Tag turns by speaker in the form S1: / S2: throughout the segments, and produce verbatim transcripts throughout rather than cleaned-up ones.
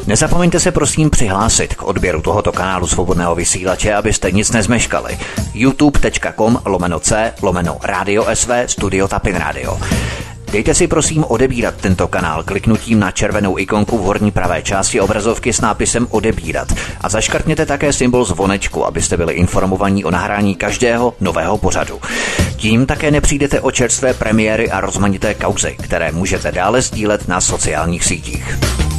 S1: Nezapomeňte se prosím přihlásit k odběru tohoto kanálu Svobodného vysílače, abyste nic nezmeškali. youtube.com lomeno c lomeno Radio S V Studio Tapin Radio. Dejte si prosím odebírat tento kanál kliknutím na červenou ikonku v horní pravé části obrazovky s nápisem odebírat a zaškrtněte také symbol zvonečku, abyste byli informovaní o nahrání každého nového pořadu. Tím také nepřijdete o čerstvé premiéry a rozmanité kauzy, které můžete dále sdílet na sociálních sítích.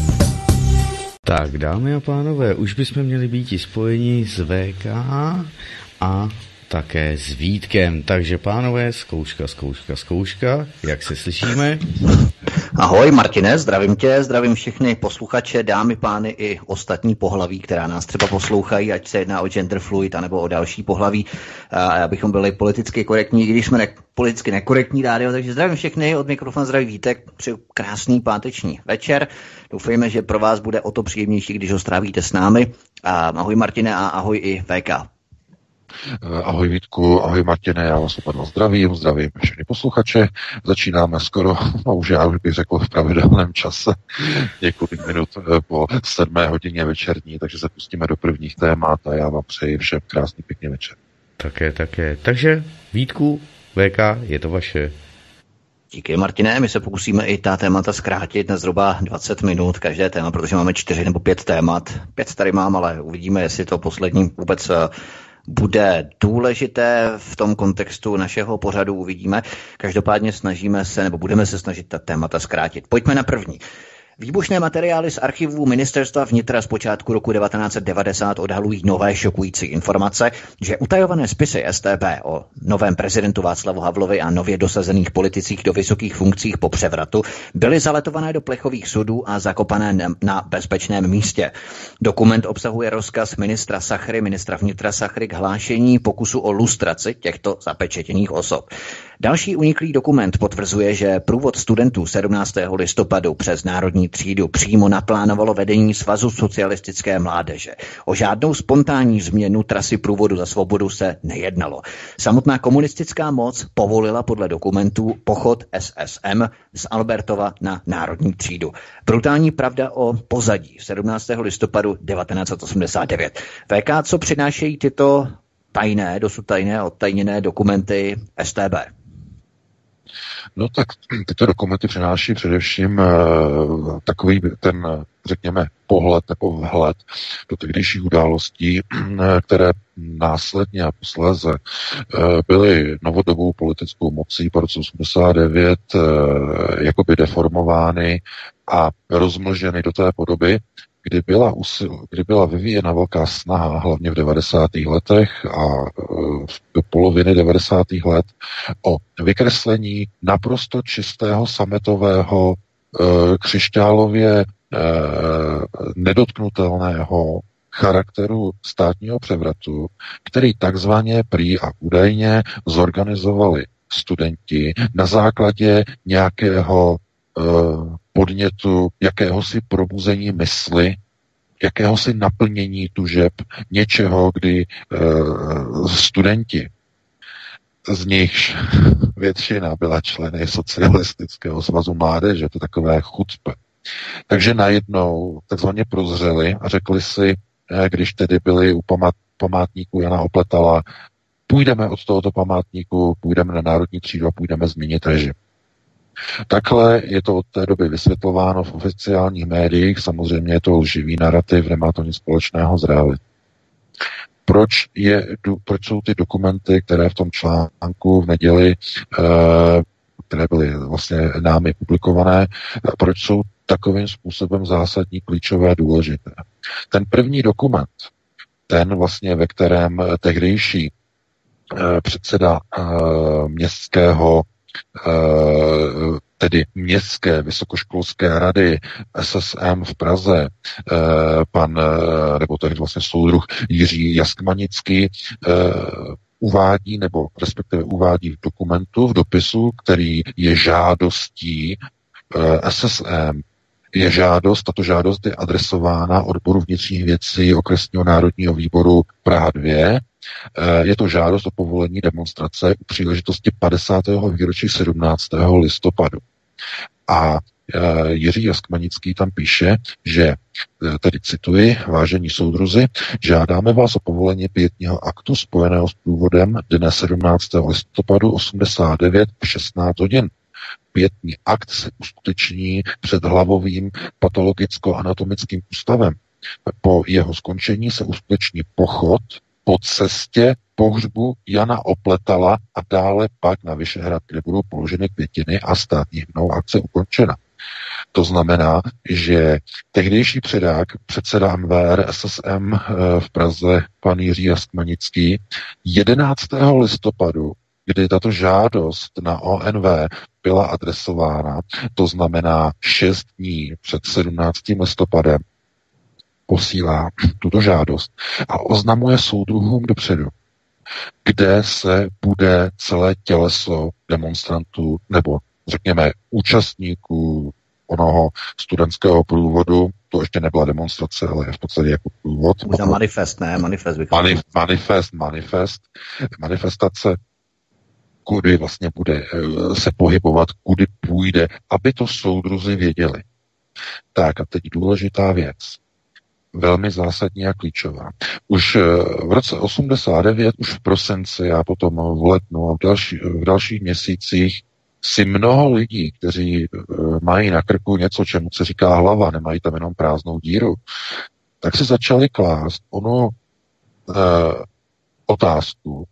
S2: Tak, dámy a pánové, už bychom měli být i spojeni s V K a také s Vítkem. Takže pánové, zkouška, zkouška, zkouška, jak se slyšíme?
S1: Ahoj Martine, zdravím tě, zdravím všechny posluchače, dámy, pány i ostatní pohlaví, která nás třeba poslouchají, ať se jedná o gender fluid, anebo o další pohlaví, a abychom byli politicky korektní, i když jsme ne- politicky nekorektní rádio, takže zdravím všechny, od mikrofonu zdraví Vítek, přeju krásný páteční večer, doufejme, že pro vás bude o to příjemnější, když ho strávíte s námi. A ahoj Martine a ahoj i V K.
S3: Ahoj Vítku, ahoj Martine, já vás opravdu zdravím, zdravím všechny posluchače. Začínáme skoro, no už já už bych řekl v pravidelném čase, několik minut po sedmé hodině večerní, takže se pustíme do prvních témat a já vám přeji všem krásný pěkný večer.
S2: Také, také. Takže Vítku, V K, je to vaše.
S1: Díky Martine, my se pokusíme i ta témata zkrátit na zhruba dvacet minut, každé téma, protože máme čtyři nebo pět témat. Pět tady mám, ale uvidíme, jestli to poslední vůbec bude důležité v tom kontextu našeho pořadu, uvidíme. Každopádně snažíme se, nebo budeme se snažit ta témata zkrátit. Pojďme na první. Výbušné materiály z archivů Ministerstva vnitra z počátku roku devatenáct set devadesát odhalují nové šokující informace, že utajované spisy S T B o novém prezidentu Václavu Havlovi a nově dosazených politicích do vysokých funkcích po převratu byly zaletované do plechových sudů a zakopané na bezpečném místě. Dokument obsahuje rozkaz ministra Sachry, ministra vnitra Sachry k hlášení pokusu o lustraci těchto zapečetěných osob. Další uniklý dokument potvrzuje, že průvod studentů sedmnáctého listopadu přes Národní třídu přímo naplánovalo vedení Svazu socialistické mládeže. O žádnou spontánní změnu trasy průvodu za svobodu se nejednalo. Samotná komunistická moc povolila podle dokumentů pochod S S M z Albertova na Národní třídu. Brutální pravda o pozadí sedmnáctého listopadu devatenáct set osmdesát devět. V K, co přinášejí tyto tajné, dosud tajné, odtajněné dokumenty S T B?
S3: No tak tyto dokumenty přináší především uh, takový ten, řekněme, pohled nebo vhled do tehdejších událostí, které následně a posléze uh, byly novodobou politickou mocí po roce osmdesát devět uh, jakoby deformovány a rozmlženy do té podoby, kdy byla, usil, kdy byla vyvíjena velká snaha, hlavně v devadesátých letech a do poloviny devadesátých let, o vykreslení naprosto čistého sametového, křišťálově nedotknutelného charakteru státního převratu, který takzvaně prý a údajně zorganizovali studenti na základě nějakého podnětu, jakéhosi probuzení mysli, jakéhosi naplnění tužeb, něčeho, kdy uh, studenti, z nichž většina byla členy Socialistického svazu mládeže, to takové chucpe. Takže najednou takzvaně prozřeli a řekli si, když tedy byli u památ, památníku Jana Opletala, půjdeme od tohoto památníku, půjdeme na Národní třídu a půjdeme změnit režim. Takhle je to od té doby vysvětlováno v oficiálních médiích, samozřejmě je to lživý narrativ, nemá to nic společného s realitou. Proč, je, proč jsou ty dokumenty, které v tom článku v neděli, které byly vlastně námi publikované, proč jsou takovým způsobem zásadní, klíčové, důležité? Ten první dokument, ten vlastně, ve kterém tehdejší předseda městského tedy městské vysokoškolské rady S S M v Praze, pan, nebo tedy vlastně soudruh Jiří Jaskmanický, uvádí, nebo respektive uvádí v dokumentu, v dopisu, který je žádostí S S M, je žádost, tato žádost je adresována odboru vnitřních věcí Okresního národního výboru Praha dva. Je to žádost o povolení demonstrace u příležitosti padesátého výročí sedmnáctého listopadu. A Jiří Jaskmanický tam píše, že Tedy cituji, vážení soudruzi, žádáme vás o povolení pietního aktu spojeného s průvodem dne sedmnáctého listopadu osmdesát devět v šestnáct hodin. Pietní akt se uskuteční před hlavovým patologicko-anatomickým ústavem. Po jeho skončení se uskuteční pochod po cestě pohřbu Jana Opletala a dále pak na Vyšehrad, kde budou položeny květiny a státní hymnou akce ukončena. To znamená, že tehdejší předák, předseda M V R S S M v Praze, pan Jiří Jaskmanický, jedenáctého listopadu, kdy tato žádost na O N V byla adresována, to znamená šest dní před sedmnáctým listopadem, posílá tuto žádost a oznamuje soudruhům dopředu, kde se bude celé těleso demonstrantů nebo řekněme účastníků onoho studentského průvodu, to ještě nebyla demonstrace, ale je v podstatě jako průvod.
S1: Možná manifest, ne? Manifest.
S3: Manif, manifest, manifest, manifestace, kudy vlastně bude se pohybovat, kudy půjde, aby to soudruzi věděli. Tak a teď důležitá věc. Velmi zásadní a klíčová. Už v roce osmdesát devět, už v prosinci a potom v lednu a v, další, v dalších měsících si mnoho lidí, kteří mají na krku něco, čemu se říká hlava, nemají tam jenom prázdnou díru, tak si začali klást onu eh, otázku,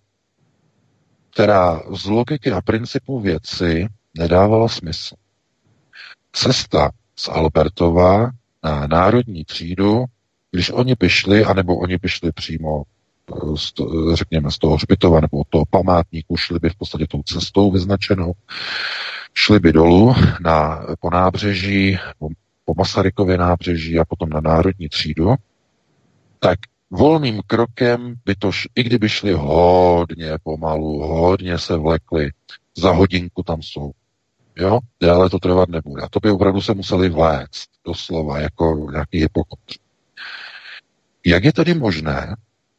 S3: která z logiky a principu věci nedávala smysl. Cesta z Albertova na národní třídu, když oni by šli, anebo oni by šli přímo z to, řekněme z toho hřbitova nebo od toho památníku, šli by v podstatě tou cestou vyznačenou, šli by dolů na, po nábřeží, po, po Masarykově nábřeží a potom na národní třídu, tak volným krokem by to, i kdyby šli hodně pomalu, hodně se vlekli, za hodinku tam jsou. Jo? Dále to trvat nebude. A to by opravdu se museli vléct, doslova, jako nějaký hypokondř. Jak je tedy možné,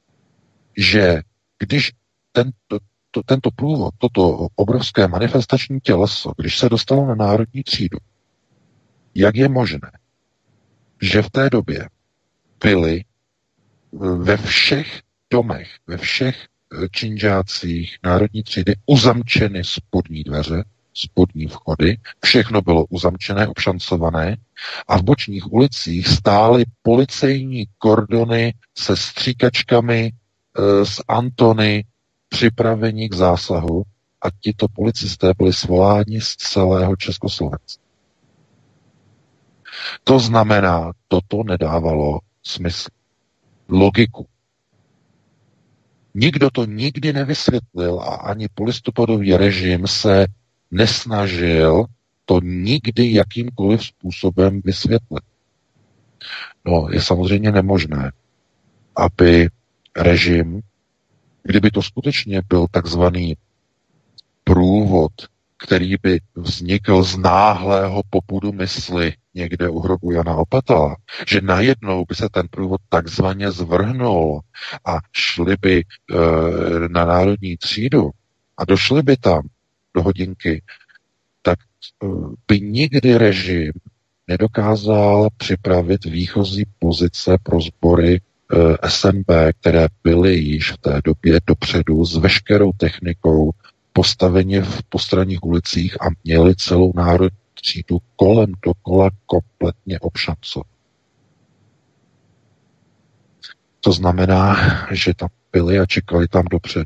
S3: že když tento, to, tento průvod, toto obrovské manifestační těleso, když se dostalo na národní třídu, jak je možné, že v té době byly ve všech domech, ve všech činžácích národní třídy uzamčeny spodní dveře, spodní vchody, všechno bylo uzamčené, obšancované a v bočních ulicích stály policejní kordony se stříkačkami z Antony připraveni k zásahu a tito policisté byli svoláni z celého Československa. To znamená, toto nedávalo smysl, logiku. Nikdo to nikdy nevysvětlil a ani polistopadový režim se nesnažil to nikdy jakýmkoliv způsobem vysvětlit. No, je samozřejmě nemožné, aby režim, kdyby to skutečně byl takzvaný průvod, který by vznikl z náhlého popudu mysli někde u hrobu Jana Opletala, že najednou by se ten průvod takzvaně zvrhnul a šli by e, na národní třídu a došli by tam do hodinky, tak e, by nikdy režim nedokázal připravit výchozí pozice pro sbory S N B, které byly již v té době dopředu s veškerou technikou postaveni v postranních ulicích a měli celou národní třídu kolem dokola kompletně obšancovat. To znamená, že tam byli a čekali tam dopředu.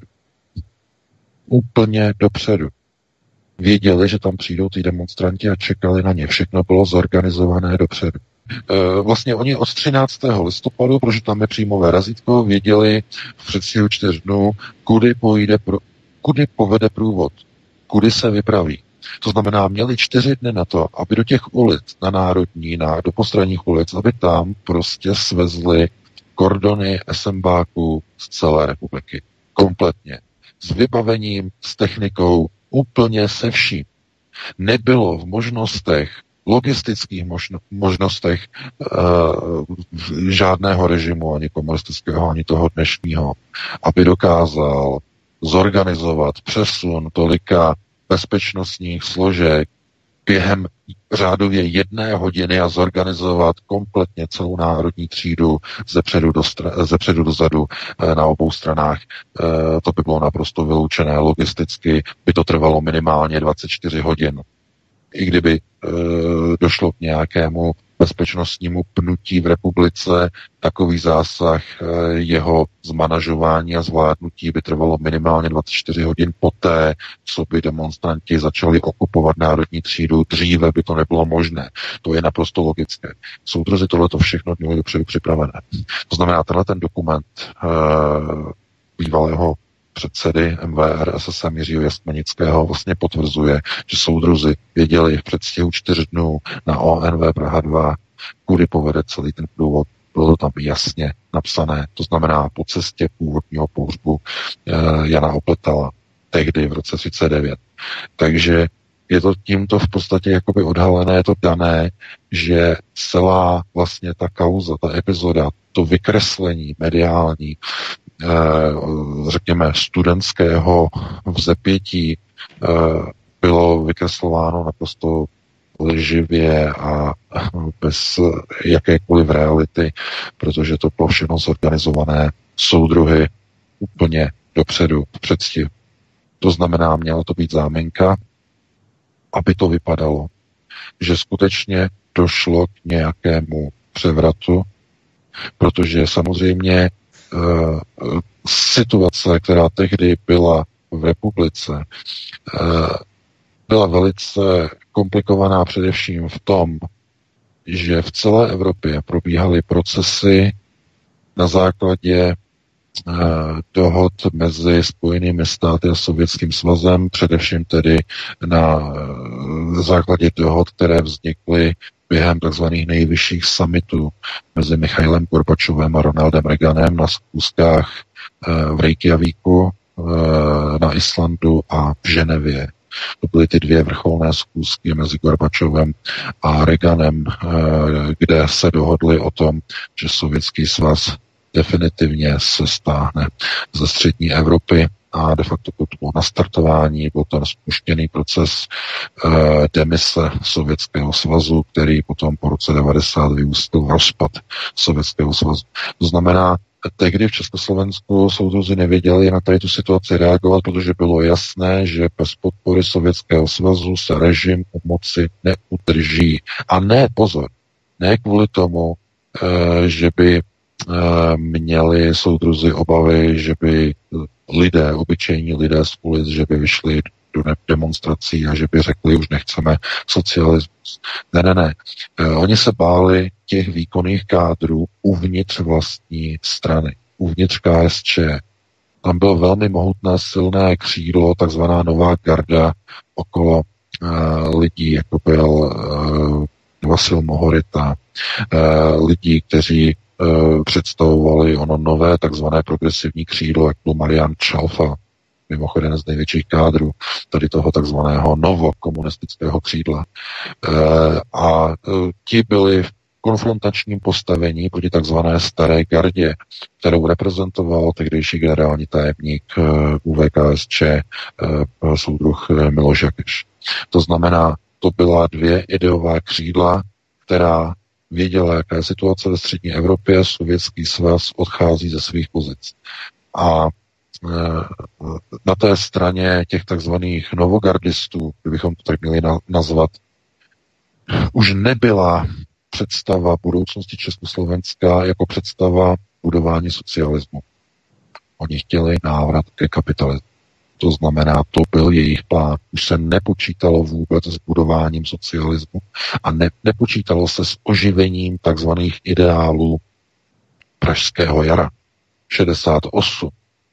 S3: Úplně dopředu. Věděli, že tam přijdou ty demonstranti a čekali na ně. Všechno bylo zorganizované dopředu. E, vlastně oni od třináctého listopadu, protože tam je přímové razítko, věděli v předstihu čtyř dnů, kudy pojde, pro, kudy povede průvod, kudy se vypraví. To znamená, měli čtyři dny na to, aby do těch ulic, na národní, na, do postranních ulic, aby tam prostě svezli kordony SMBáků z celé republiky. Kompletně. S vybavením, s technikou, úplně se vším. Nebylo v možnostech, logistických možno, možnostech uh, žádného režimu, ani komunistického, ani toho dnešního, aby dokázal zorganizovat přesun tolika bezpečnostních složek během řádově jedné hodiny a zorganizovat kompletně celou národní třídu ze předu, do stra- ze předu dozadu na obou stranách. To by bylo naprosto vyloučené. Logisticky by to trvalo minimálně dvacet čtyři hodin. I kdyby došlo k nějakému bezpečnostnímu pnutí v republice, takový zásah jeho zmanažování a zvládnutí by trvalo minimálně dvacet čtyři hodin poté, co by demonstranti začali okupovat národní třídu. Dříve by to nebylo možné. To je naprosto logické. Soudruzi tohleto všechno měli dopředu připravené. To znamená, tenhle ten dokument uh, bývalého předsedy M V R S S M Jiřího Jasmanického vlastně potvrzuje, že soudruzi věděli v předstihu čtyř dnů na O N V Praha dva, kudy povede celý ten průvod. Bylo to tam jasně napsané. To znamená po cestě původního pohřbu eh, Jana Opletala, tehdy v roce třicet devět. Takže je to tímto v podstatě jakoby odhalené, je to dané, že celá vlastně ta kauza, ta epizoda, to vykreslení mediální, řekněme, studentského vzepětí bylo vykreslováno naprosto lživě a bez jakékoliv reality, protože to bylo všechno zorganizované soudruhy úplně dopředu, v předstihu. To znamená, měla to být záminka, aby to vypadalo, že skutečně došlo k nějakému převratu, protože samozřejmě Uh, situace, která tehdy byla v republice, uh, byla velice komplikovaná především v tom, že v celé Evropě probíhaly procesy na základě uh, dohod mezi Spojenými státy a Sovětským svazem, především tedy na uh, základě dohod, které vznikly během tzv. Nejvyšších summitů mezi Michailem Gorbačovem a Ronaldem Reaganem na schůzkách v Reykjavíku, na Islandu a v Ženevě. To byly ty dvě vrcholné schůzky mezi Gorbačovem a Reaganem, kde se dohodli o tom, že Sovětský svaz definitivně se stáhne ze střední Evropy a de facto to bylo nastartování, byl ten spuštěný proces e, demise Sovětského svazu, který potom po roce devadesát vyústil v rozpad Sovětského svazu. To znamená, tehdy v Československu soudruzi nevěděli na tady tu situaci reagovat, protože bylo jasné, že bez podpory Sovětského svazu se režim u moci neudrží. A ne, pozor, ne kvůli tomu, e, že by měli soudruzi obavy, že by lidé, obyčejní lidé z ulic, že by vyšli do demonstrací a že by řekli, už nechceme socialismus. Ne, ne, ne. Oni se báli těch výkonných kádrů uvnitř vlastní strany, uvnitř K S Č. Tam bylo velmi mohutné, silné křídlo, takzvaná nová garda okolo uh, lidí, jako byl uh, Vasil Mohorita, uh, lidí, kteří představovali ono nové takzvané progresivní křídlo, jak byl Marian Čalfa, mimochodem z největších kádrů tady toho takzvaného novokomunistického křídla. A ti byli v konfrontačním postavení proti takzvané staré gardě, kterou reprezentoval tehdejší generální tajemník U V K S Č, soudruh Miloš Jakeš. To znamená, to byla dvě ideová křídla, která věděla, jaká je situace ve střední Evropě, Sovětský svaz odchází ze svých pozic. A na té straně těch takzvaných novogardistů, kdybychom to tak měli nazvat, už nebyla představa budoucnosti Československa jako představa budování socialismu. Oni chtěli návrat ke kapitalismu. To znamená, to byl jejich plán. Už se nepočítalo vůbec s budováním socialismu a ne, nepočítalo se s oživením takzvaných ideálů Pražského jara šedesát osm,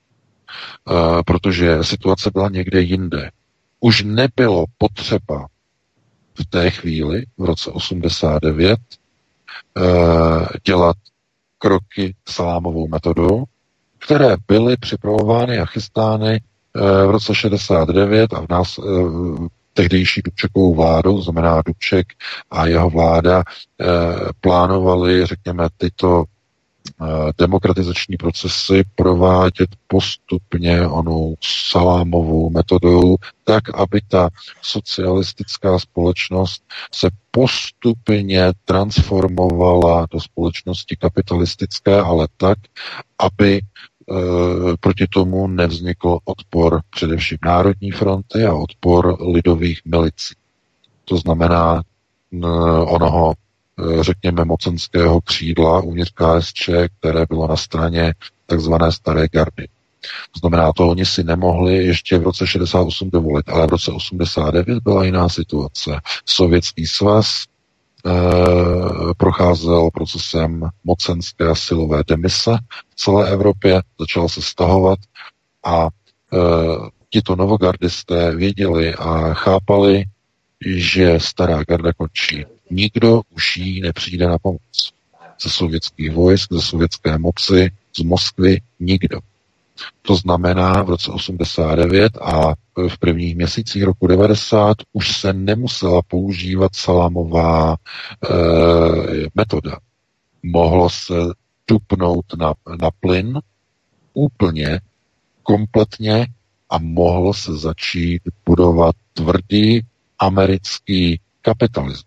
S3: e, protože situace byla někde jinde. Už nebylo potřeba v té chvíli, v roce osmdesát devět, e, dělat kroky salámovou metodou, které byly připravovány a chystány v roce šedesát devět a v nás eh, tehdejší Dubčekovou vládou, znamená Dubček a jeho vláda, eh, plánovali, řekněme, tyto demokratizační procesy provádět postupně onou salámovou metodou, tak, aby ta socialistická společnost se postupně transformovala do společnosti kapitalistické, ale tak, aby e, proti tomu nevznikl odpor především Národní fronty a odpor lidových milicí. To znamená e, onoho řekněme, mocenského křídla uvnitř K S Č, které bylo na straně takzvané staré gardy. To znamená, to oni si nemohli ještě v roce šedesát osm dovolit, ale v roce osmdesát devět byla jiná situace. Sovětský svaz eh, procházel procesem mocenské a silové demise v celé Evropě, začal se stahovat a eh, tito novogardisté věděli a chápali, že stará garda končí. Nikdo už jí nepřijde na pomoc. Ze sovětských vojsk, ze sovětské moci, z Moskvy nikdo. To znamená, v roce osmdesát devět a v prvních měsících roku devadesát už se nemusela používat salámová e, metoda. Mohlo se tupnout na, na plyn úplně, kompletně a mohlo se začít budovat tvrdý americký kapitalismus.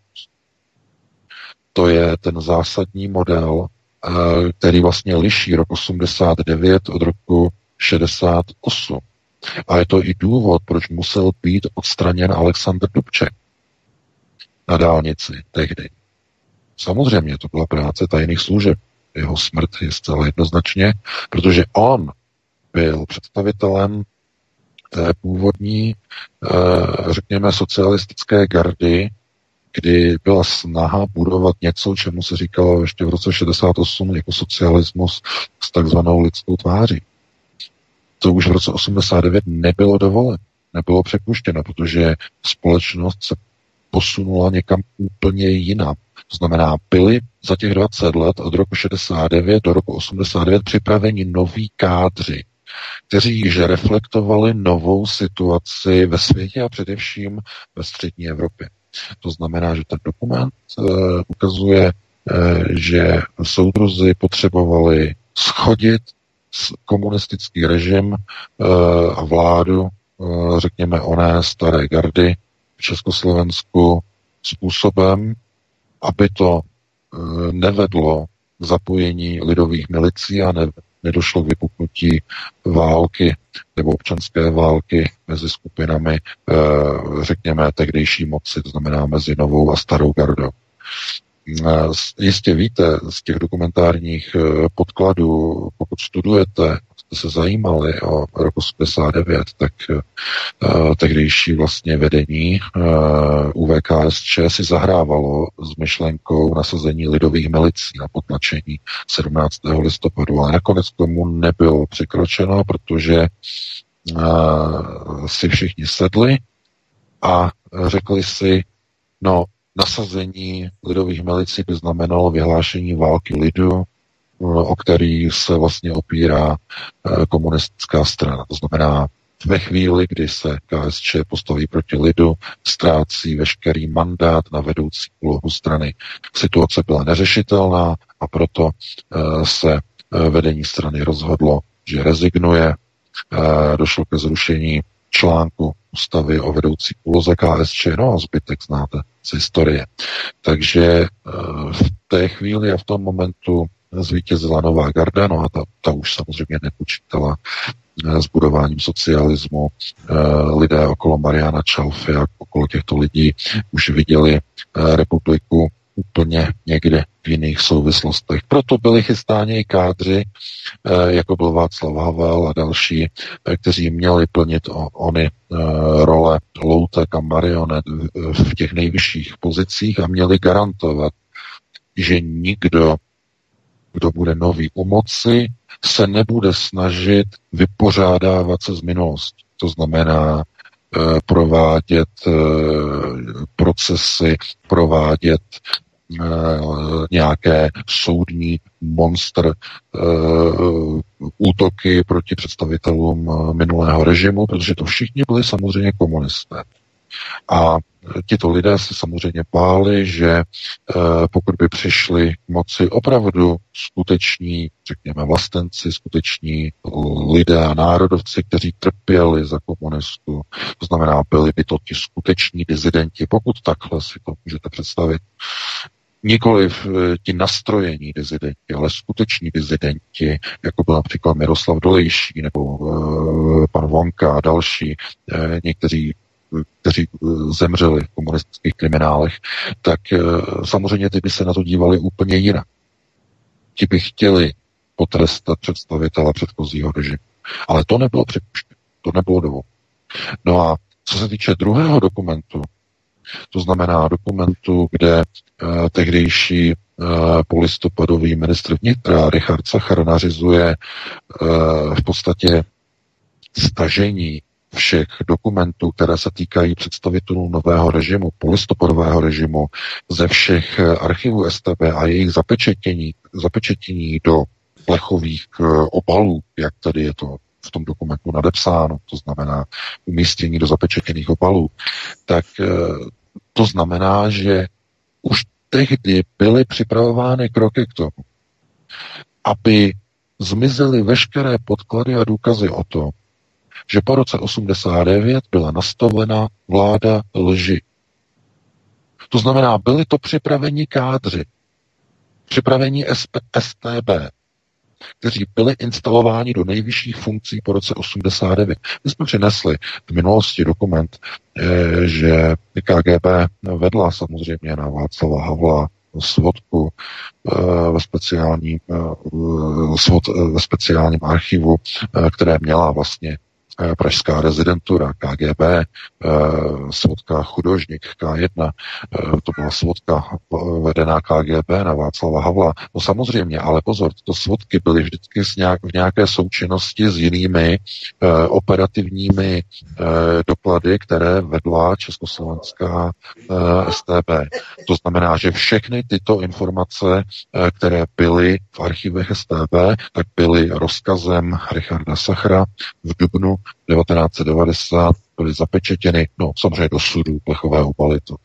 S3: To je ten zásadní model, který vlastně liší rok osmdesát devět od roku šedesát osm. A je to i důvod, proč musel být odstraněn Alexandr Dubček na dálnici tehdy. Samozřejmě to byla práce tajných služeb. Jeho smrt je zcela jednoznačně, protože on byl představitelem té původní, řekněme, socialistické gardy, kdy byla snaha budovat něco, čemu se říkalo ještě v roce šedesát osm jako socialismus s takzvanou lidskou tváří. To už v roce osmdesát devět nebylo dovoleno, nebylo přepuštěno, protože společnost se posunula někam úplně jinam. To znamená, byli za těch dvacet let od roku šedesát devět do roku osmdesát devět připraveni noví kádři, kteří již reflektovali novou situaci ve světě a především ve střední Evropě. To znamená, že ten dokument uh, ukazuje, uh, že soudruzi potřebovali schodit komunistický režim uh, a vládu, uh, řekněme, oné staré gardy v Československu způsobem, aby to uh, nevedlo k zapojení lidových milicí a ne, nedošlo k vypuknutí války nebo občanské války mezi skupinami, řekněme, tehdejší moci, to znamená mezi novou a starou gardou. Jistě víte z těch dokumentárních podkladů, pokud studujete, jste se zajímali o roku osmdesát devět, tak uh, tehdejší vlastně vedení uh, U V K S Č si zahrávalo s myšlenkou nasazení lidových milicí na potlačení sedmnáctého listopadu, ale nakonec k tomu nebylo překročeno, protože uh, si všichni sedli a řekli si, no, nasazení lidových milicí by znamenalo vyhlášení války lidu, o který se vlastně opírá komunistická strana. To znamená, ve chvíli, kdy se K S Č postaví proti lidu, ztrácí veškerý mandát na vedoucí úlohu strany. Situace byla neřešitelná a proto se vedení strany rozhodlo, že rezignuje. Došlo ke zrušení článku ústavy o vedoucí úloze K S Č, no a zbytek znáte z historie. Takže v té chvíli a v tom momentu zvítězila nová garda, no a ta, ta už samozřejmě nepočítala s budováním socialismu. Lidé okolo Mariana Čalfy a okolo těchto lidí už viděli republiku úplně někde v jiných souvislostech. Proto byli chystáni i kádři, jako byl Václav Havel a další, kteří měli plnit ony role loutek a marionet v těch nejvyšších pozicích a měli garantovat, že nikdo, kdo bude nový u moci, se nebude snažit vypořádávat se z minulosti. To znamená eh, provádět eh, procesy, provádět eh, nějaké soudní monster eh, útoky proti představitelům minulého režimu, protože to všichni byli samozřejmě komunisté. A tito lidé se samozřejmě báli, že pokud by přišli k moci opravdu skuteční, řekněme vlastenci, skuteční lidé a národovci, kteří trpěli za komunistů, to znamená, byli by to ti skuteční dizidenti, pokud takhle si to můžete představit, nikoliv ti nastrojení dizidenti, ale skuteční dizidenti, jako byl například Miroslav Dolejší nebo uh, pan Vonka a další, uh, někteří kteří zemřeli v komunistických kriminálech, tak samozřejmě ty by se na to dívali úplně jinak. Ti by chtěli potrestat představitele předchozího režimu. Ale to nebylo připuštěno, to nebylo dovoleno. No a co se týče druhého dokumentu, to znamená dokumentu, kde eh, tehdejší eh, polistopadový ministr vnitra Richard Sachar nařizuje eh, v podstatě stažení všech dokumentů, které se týkají představitelů nového režimu, polistopadového režimu, ze všech archivů S T B a jejich zapečetění, zapečetění do plechových obalů, jak tady je to v tom dokumentu nadepsáno, to znamená umístění do zapečetěných obalů, tak to znamená, že už tehdy byly připravovány kroky k tomu, aby zmizely veškeré podklady a důkazy o tom, že po roce osmdesát devět byla nastavena vláda lži. To znamená, byli to připravení kádři, připravení S T B, kteří byli instalováni do nejvyšších funkcí po roce osmdesát devět. My jsme přinesli v minulosti dokument, že K G B vedla samozřejmě na Václava Havla svodku ve speciálním, svod, ve speciálním archivu, které měla vlastně pražská rezidentura K G B, svodka Chudožník K jedna, to byla svodka vedená K G B na Václava Havla. No samozřejmě, ale pozor, tyto svodky byly vždycky v nějaké součinnosti s jinými operativními doklady, které vedla československá S T B. To znamená, že všechny tyto informace, které byly v archivech S T B, tak byly rozkazem Richarda Sachra v dubnu devatenáct set devadesát byly zapečetěny, no samozřejmě do sudu plechové obaly, to,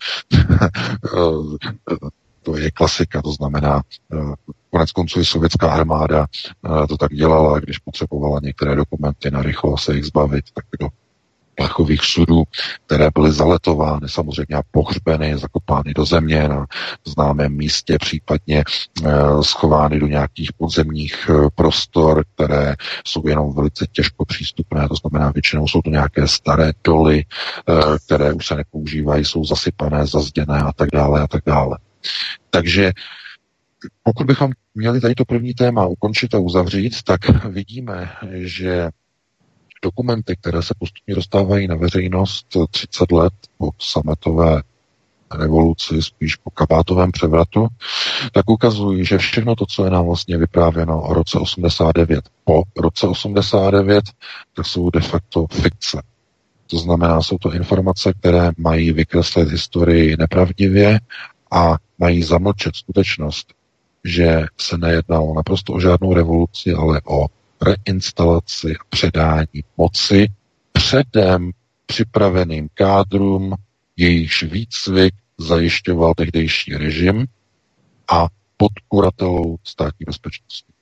S3: to je klasika, to znamená, konec konců i sovětská armáda to tak dělala, když potřebovala některé dokumenty na rychlo se jich zbavit, tak do plechových sudů, které byly zaletovány samozřejmě a pohřbeny, zakopány do země na známém místě, případně e, schovány do nějakých podzemních e, prostor, které jsou jenom velice těžko přístupné, to znamená většinou jsou to nějaké staré doly, e, které už se nepoužívají, jsou zasypané, zazděné a tak dále a tak dále. Takže pokud bychom měli tady to první téma ukončit a uzavřít, tak vidíme, že dokumenty, které se postupně dostávají na veřejnost třicet let po sametové revoluci, spíš po kabátovém převratu, tak ukazují, že všechno to, co je nám vlastně vyprávěno o roce osmdesát devět po roce osmdesát devět, tak jsou de facto fikce. To znamená, jsou to informace, které mají vykreslit historii nepravdivě a mají zamlčet skutečnost, že se nejednalo naprosto o žádnou revoluci, ale o reinstalaci a předání moci předem připraveným kádrům, jejichž výcvik zajišťoval tehdejší režim a pod kuratelou státní bezpečnosti.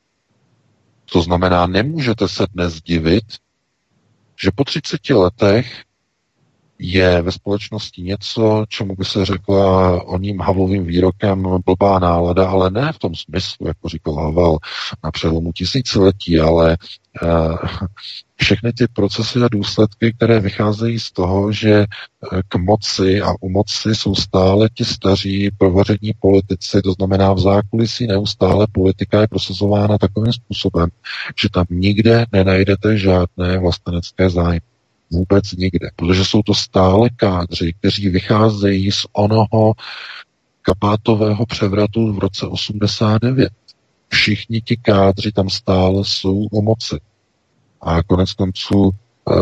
S3: To znamená, nemůžete se dnes divit, že po třiceti letech je ve společnosti něco, čemu by se řekla oním Havlovým výrokem blbá nálada, ale ne v tom smyslu, jako říkal Havel na přelomu tisíciletí, ale uh, všechny ty procesy a důsledky, které vycházejí z toho, že k moci a u moci jsou stále ti staří provaření politici, to znamená v zákulisí neustále politika je prosazována takovým způsobem, že tam nikde nenajdete žádné vlastenecké zájmy. Vůbec nikde, protože jsou to stále kádři, kteří vycházejí z onoho kapátového převratu v roce osmdesát devět. Všichni ti kádři tam stále jsou u moci. A konec konců eh,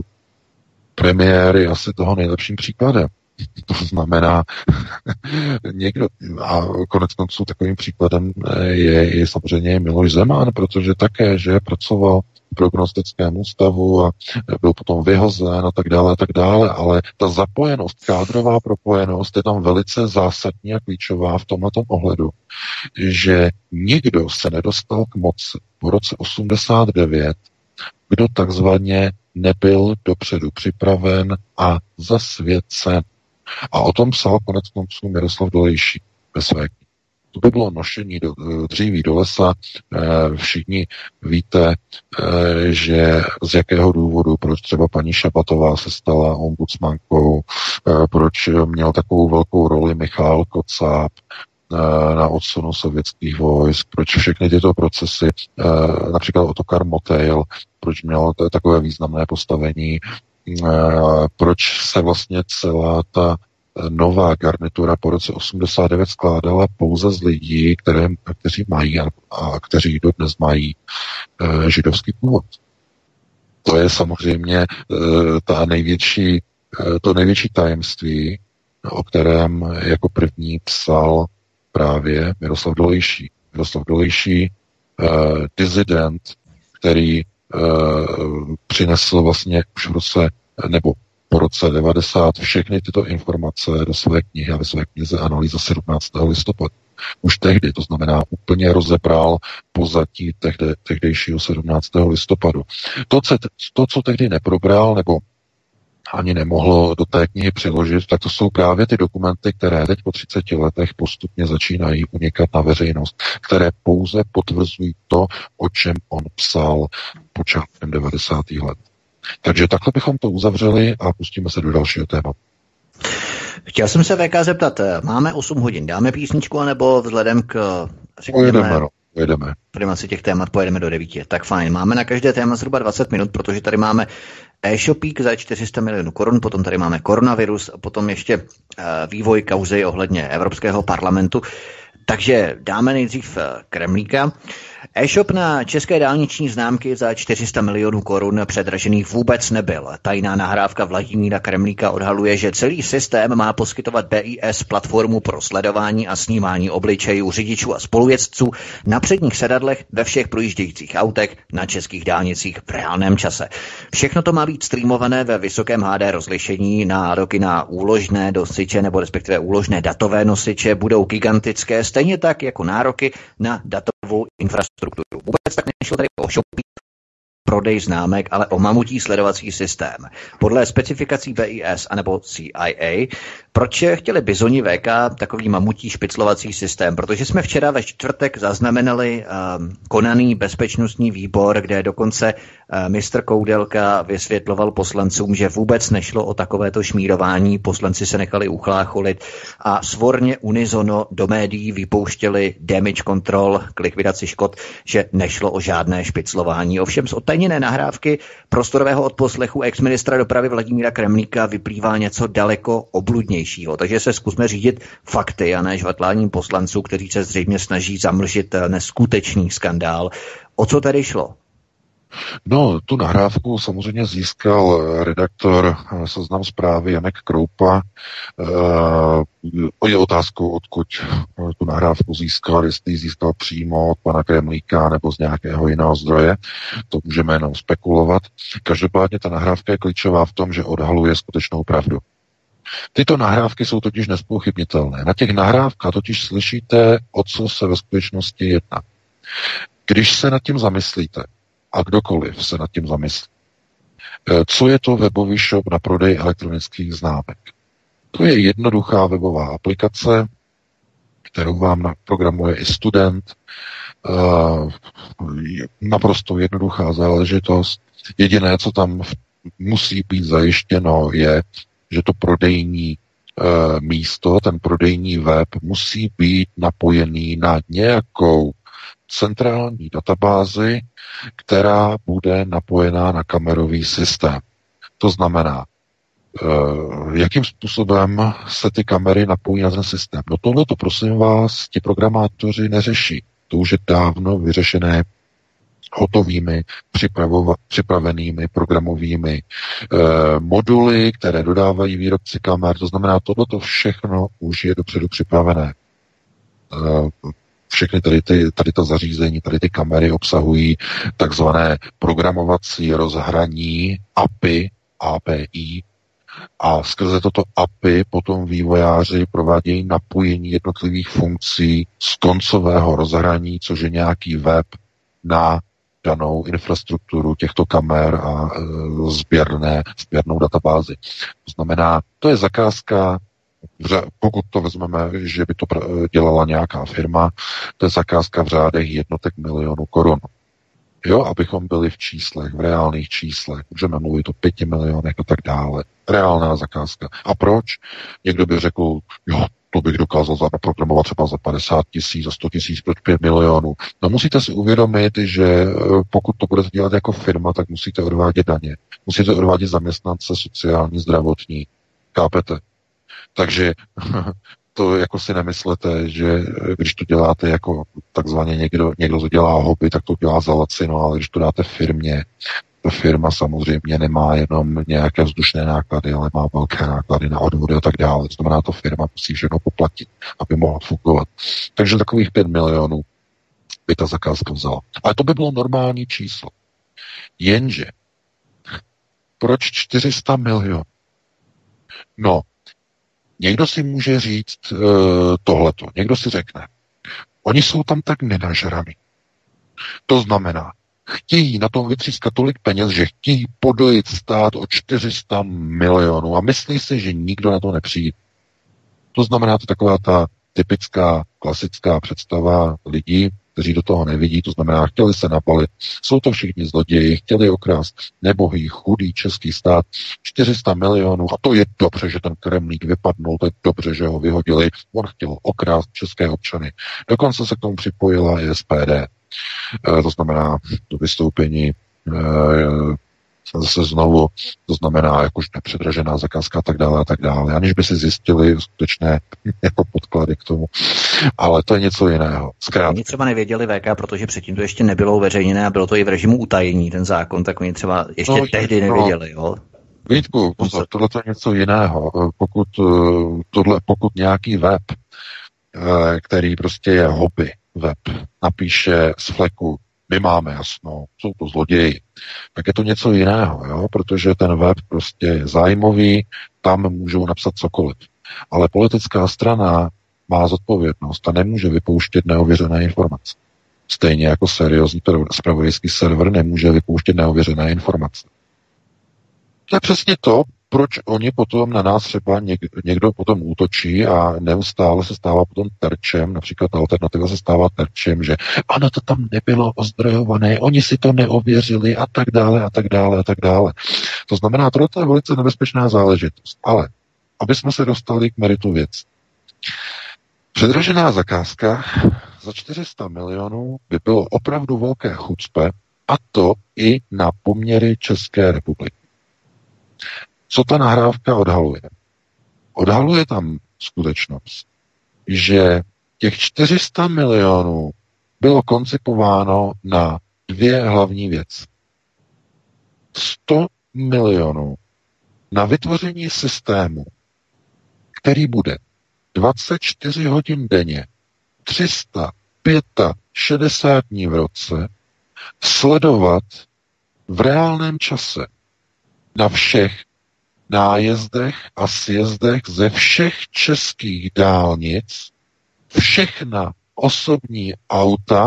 S3: premiér je asi toho nejlepším příkladem. To znamená, někdo, a konec konců takovým příkladem je, je samozřejmě Miloš Zeman, protože také, že pracoval prognostickém ústavu a byl potom vyhozen a tak dále a tak dále, ale ta zapojenost, kádrová propojenost je tam velice zásadní a klíčová v tomhletom ohledu, že nikdo se nedostal k moci po roce osmdesát devět, kdo takzvaně nebyl dopředu připraven a zasvěcen. A o tom psal konec konců Miroslav Dolejší ve své knize. To by bylo nošení do, dříví do lesa. Všichni víte, že z jakého důvodu, proč třeba paní Šabatová se stala ombudsmankou, proč měl takovou velkou roli Michal Kocáb na odsunu sovětských vojsk, proč všechny tyto procesy, například Ottokar Motejl, proč měl takové významné postavení, proč se vlastně celá ta nová garnitura po roce osmdesát devět skládala pouze z lidí, které, kteří mají a, a kteří dodnes mají e, židovský původ. To je samozřejmě e, ta největší, e, to největší tajemství, o kterém jako první psal právě Miroslav Dolejší. Miroslav Dolejší, e, dizident, který e, přinesl vlastně už v roce, nebo po roce devadesát všechny tyto informace do své knihy a ve své knize Analýza sedmnáctého listopadu. Už tehdy, to znamená úplně rozebral pozadí tehdy, tehdejšího sedmnáctého listopadu. To co, to, co tehdy neprobral, nebo ani nemohlo do té knihy přiložit, tak to jsou právě ty dokumenty, které teď po třiceti letech postupně začínají unikat na veřejnost, které pouze potvrzují to, o čem on psal počátkem devadesátých let. Takže takhle bychom to uzavřeli a pustíme se do dalšího tématu.
S1: Chtěl jsem se V K zeptat, máme osm hodin, dáme písničku, anebo vzhledem k, řekněme,
S3: pojedeme, no, pojedeme.
S1: primaci těch témat pojedeme do devíti. Tak fajn, máme na každé téma zhruba dvacet minut, protože tady máme e-shopík za čtyři sta milionů korun, potom tady máme koronavirus, a potom ještě uh, vývoj kauzy ohledně Evropského parlamentu. Takže dáme nejdřív Kremlíka. E-shop na české dálniční známky za čtyři sta milionů korun předražených vůbec nebyl. Tajná nahrávka Vladimíra Kremlíka odhaluje, že celý systém má poskytovat B I S platformu pro sledování a snímání obličejů řidičů a spolujezdců na předních sedadlech ve všech projíždějících autech na českých dálnicích v reálném čase. Všechno to má být streamované ve vysokém H D rozlišení. Nároky na úložné nosiče nebo respektive úložné datové nosiče budou gigantické, stejně tak jako nároky na datovou infrastrukturu. Vůbec tak nešlo tady o shopping, prodej známek, ale o mamutí sledovací systém. Podle specifikací B I S anebo C I A, proč chtěli bizoni V K takový mamutí špiclovací systém? Protože jsme včera ve čtvrtek zaznamenali um, konaný bezpečnostní výbor, kde dokonce uh, mistr Koudelka vysvětloval poslancům, že vůbec nešlo o takovéto šmírování. Poslanci se nechali uchlácholit a svorně unizono do médií vypouštěli damage control k likvidaci škod, že nešlo o žádné špiclování. Ovšem z odtajněné nahrávky prostorového odposlechu exministra dopravy Vladimíra Kremlíka vyplývá něco daleko obludnějšího. Takže se zkusme řídit fakty a ne žvatláním poslanců, kteří se zřejmě snaží zamlžit neskutečný skandál. O co tedy šlo?
S3: No, tu nahrávku samozřejmě získal redaktor Seznam Zprávy Janek Kroupa. E, je otázkou, odkud tu nahrávku získal, jestli ji získal přímo od pana Kremlíka nebo z nějakého jiného zdroje. To můžeme jenom spekulovat. Každopádně ta nahrávka je klíčová v tom, že odhaluje skutečnou pravdu. Tyto nahrávky jsou totiž nezpochybnitelné. Na těch nahrávkách totiž slyšíte, o co se ve skutečnosti jedná. Když se nad tím zamyslíte, a kdokoliv se nad tím zamyslí, co je to webový shop na prodej elektronických známek? To je jednoduchá webová aplikace, kterou vám naprogramuje i student. Naprosto jednoduchá záležitost. Jediné, co tam musí být zajištěno, je, že to prodejní e, místo, ten prodejní web musí být napojený na nějakou centrální databázi, která bude napojená na kamerový systém. To znamená, e, jakým způsobem se ty kamery napojí na ten systém. No tohle to, prosím vás, ti programátoři neřeší. To už je dávno vyřešené hotovými, připravenými programovými e, moduly, které dodávají výrobci kamer. To znamená, tohleto všechno už je dopředu připravené. E, všechny tady, ty, tady ta zařízení, tady ty kamery obsahují takzvané programovací rozhraní A P I, A P I, a skrze toto A P I potom vývojáři provádějí napojení jednotlivých funkcí z koncového rozhraní, což je nějaký web, na danou infrastrukturu těchto kamer a e, sběrné, sběrnou databázi. To znamená, to je zakázka, pokud to vezmeme, že by to dělala nějaká firma, to je zakázka v řádech jednotek milionů korun. Jo, abychom byli v číslech, v reálných číslech. Můžeme mluvit o pěti milionech a tak dále. Reálná zakázka. A proč? Někdo by řekl, jo, to bych dokázal naprogramovat třeba za padesát tisíc, za sto tisíc, proč pět milionů. No musíte si uvědomit, že pokud to budete dělat jako firma, tak musíte odvádět daně. Musíte odvádět zaměstnance sociální, zdravotní. Kápete? Takže to jako si nemyslete, že když to děláte jako takzvaně někdo, někdo to dělá hobby, tak to dělá za lacino, ale když to dáte firmě, ta firma samozřejmě nemá jenom nějaké vzdušné náklady, ale má velké náklady na odvody a tak dále. To znamená, to firma musí všechno poplatit, aby mohla fungovat. Takže takových pět milionů by ta zakázka vzala. Ale to by bylo normální číslo. Jenže proč čtyři sta milionů? No, někdo si může říct uh, tohleto. Někdo si řekne, oni jsou tam tak nenažraný. To znamená, chtějí na tom vytřískat tolik peněz, že chtějí podojit stát o čtyři sta milionů a myslí si, že nikdo na to nepřijde. To znamená, to taková ta typická, klasická představa lidí, kteří do toho nevidí, to znamená, chtěli se napalit, jsou to všichni zloději, chtěli okrást nebohý, chudý český stát, čtyři sta milionů, a to je dobře, že ten Kremlík vypadnul, to je dobře, že ho vyhodili, on chtěl okrást české občany. Dokonce se k tomu připojila i S P D. E, to znamená, to vystoupení e, zase znovu, to znamená jakož nepředražená zakázka a tak dále a tak dále, aniž by si zjistili skutečné jako podklady k tomu. Ale to je něco jiného. Zkrátka.
S1: Oni třeba nevěděli V K, protože předtím to ještě nebylo uveřejněné a bylo to i v režimu utajení, ten zákon, tak oni třeba ještě no, tehdy no, nevěděli, jo?
S3: Vítku, pozor, tohle to je něco jiného. Pokud, tohle, pokud nějaký web, který prostě je hobby web, napíše z fleku, my máme jasno, jsou to zloději, tak je to něco jiného, jo? Protože ten web prostě je zájmový, tam můžou napsat cokoliv. Ale politická strana má zodpovědnost a nemůže vypouštět neověřené informace. Stejně jako seriózní zpravodajský server nemůže vypouštět neověřené informace. To je přesně to, proč oni potom na nás třeba někdo potom útočí a neustále se stává potom terčem, například Alternativa se stává terčem, že ano, to tam nebylo ozdrojované, oni si to neověřili a tak dále a tak dále a tak dále. To znamená, tohle je velice nebezpečná záležitost. Ale aby jsme se dostali k meritu věci. Předražená zakázka za čtyři sta milionů by bylo opravdu velké chucpe, a to i na poměry České republiky. Co ta nahrávka odhaluje? Odhaluje tam skutečnost, že těch čtyři sta milionů bylo koncipováno na dvě hlavní věci. sto milionů na vytvoření systému, který bude dvacet čtyři hodin denně, tři sta šedesát pět dní v roce sledovat v reálném čase na všech nájezdech a sjezdech ze všech českých dálnic všechna osobní auta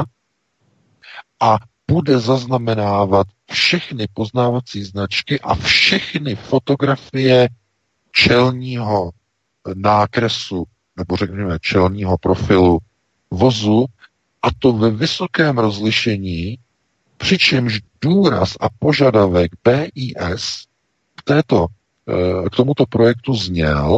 S3: a bude zaznamenávat všechny poznávací značky a všechny fotografie čelního nákresu, nebo řekněme čelního profilu vozu, a to ve vysokém rozlišení, přičemž důraz a požadavek B I S k, této, k tomuto projektu zněl,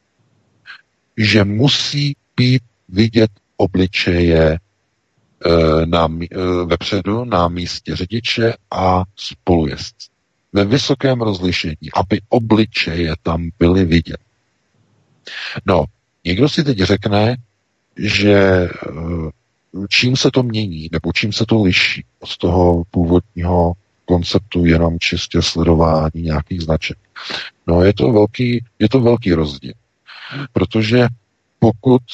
S3: že musí být vidět obličeje na, vepředu na místě řidiče a spolujezdce. Ve vysokém rozlišení, aby obličeje tam byly vidět. No, někdo si teď řekne, že čím se to mění, nebo čím se to liší od toho původního konceptu jenom čistě sledování nějakých značek. No, je to velký, je to velký rozdíl. Protože pokud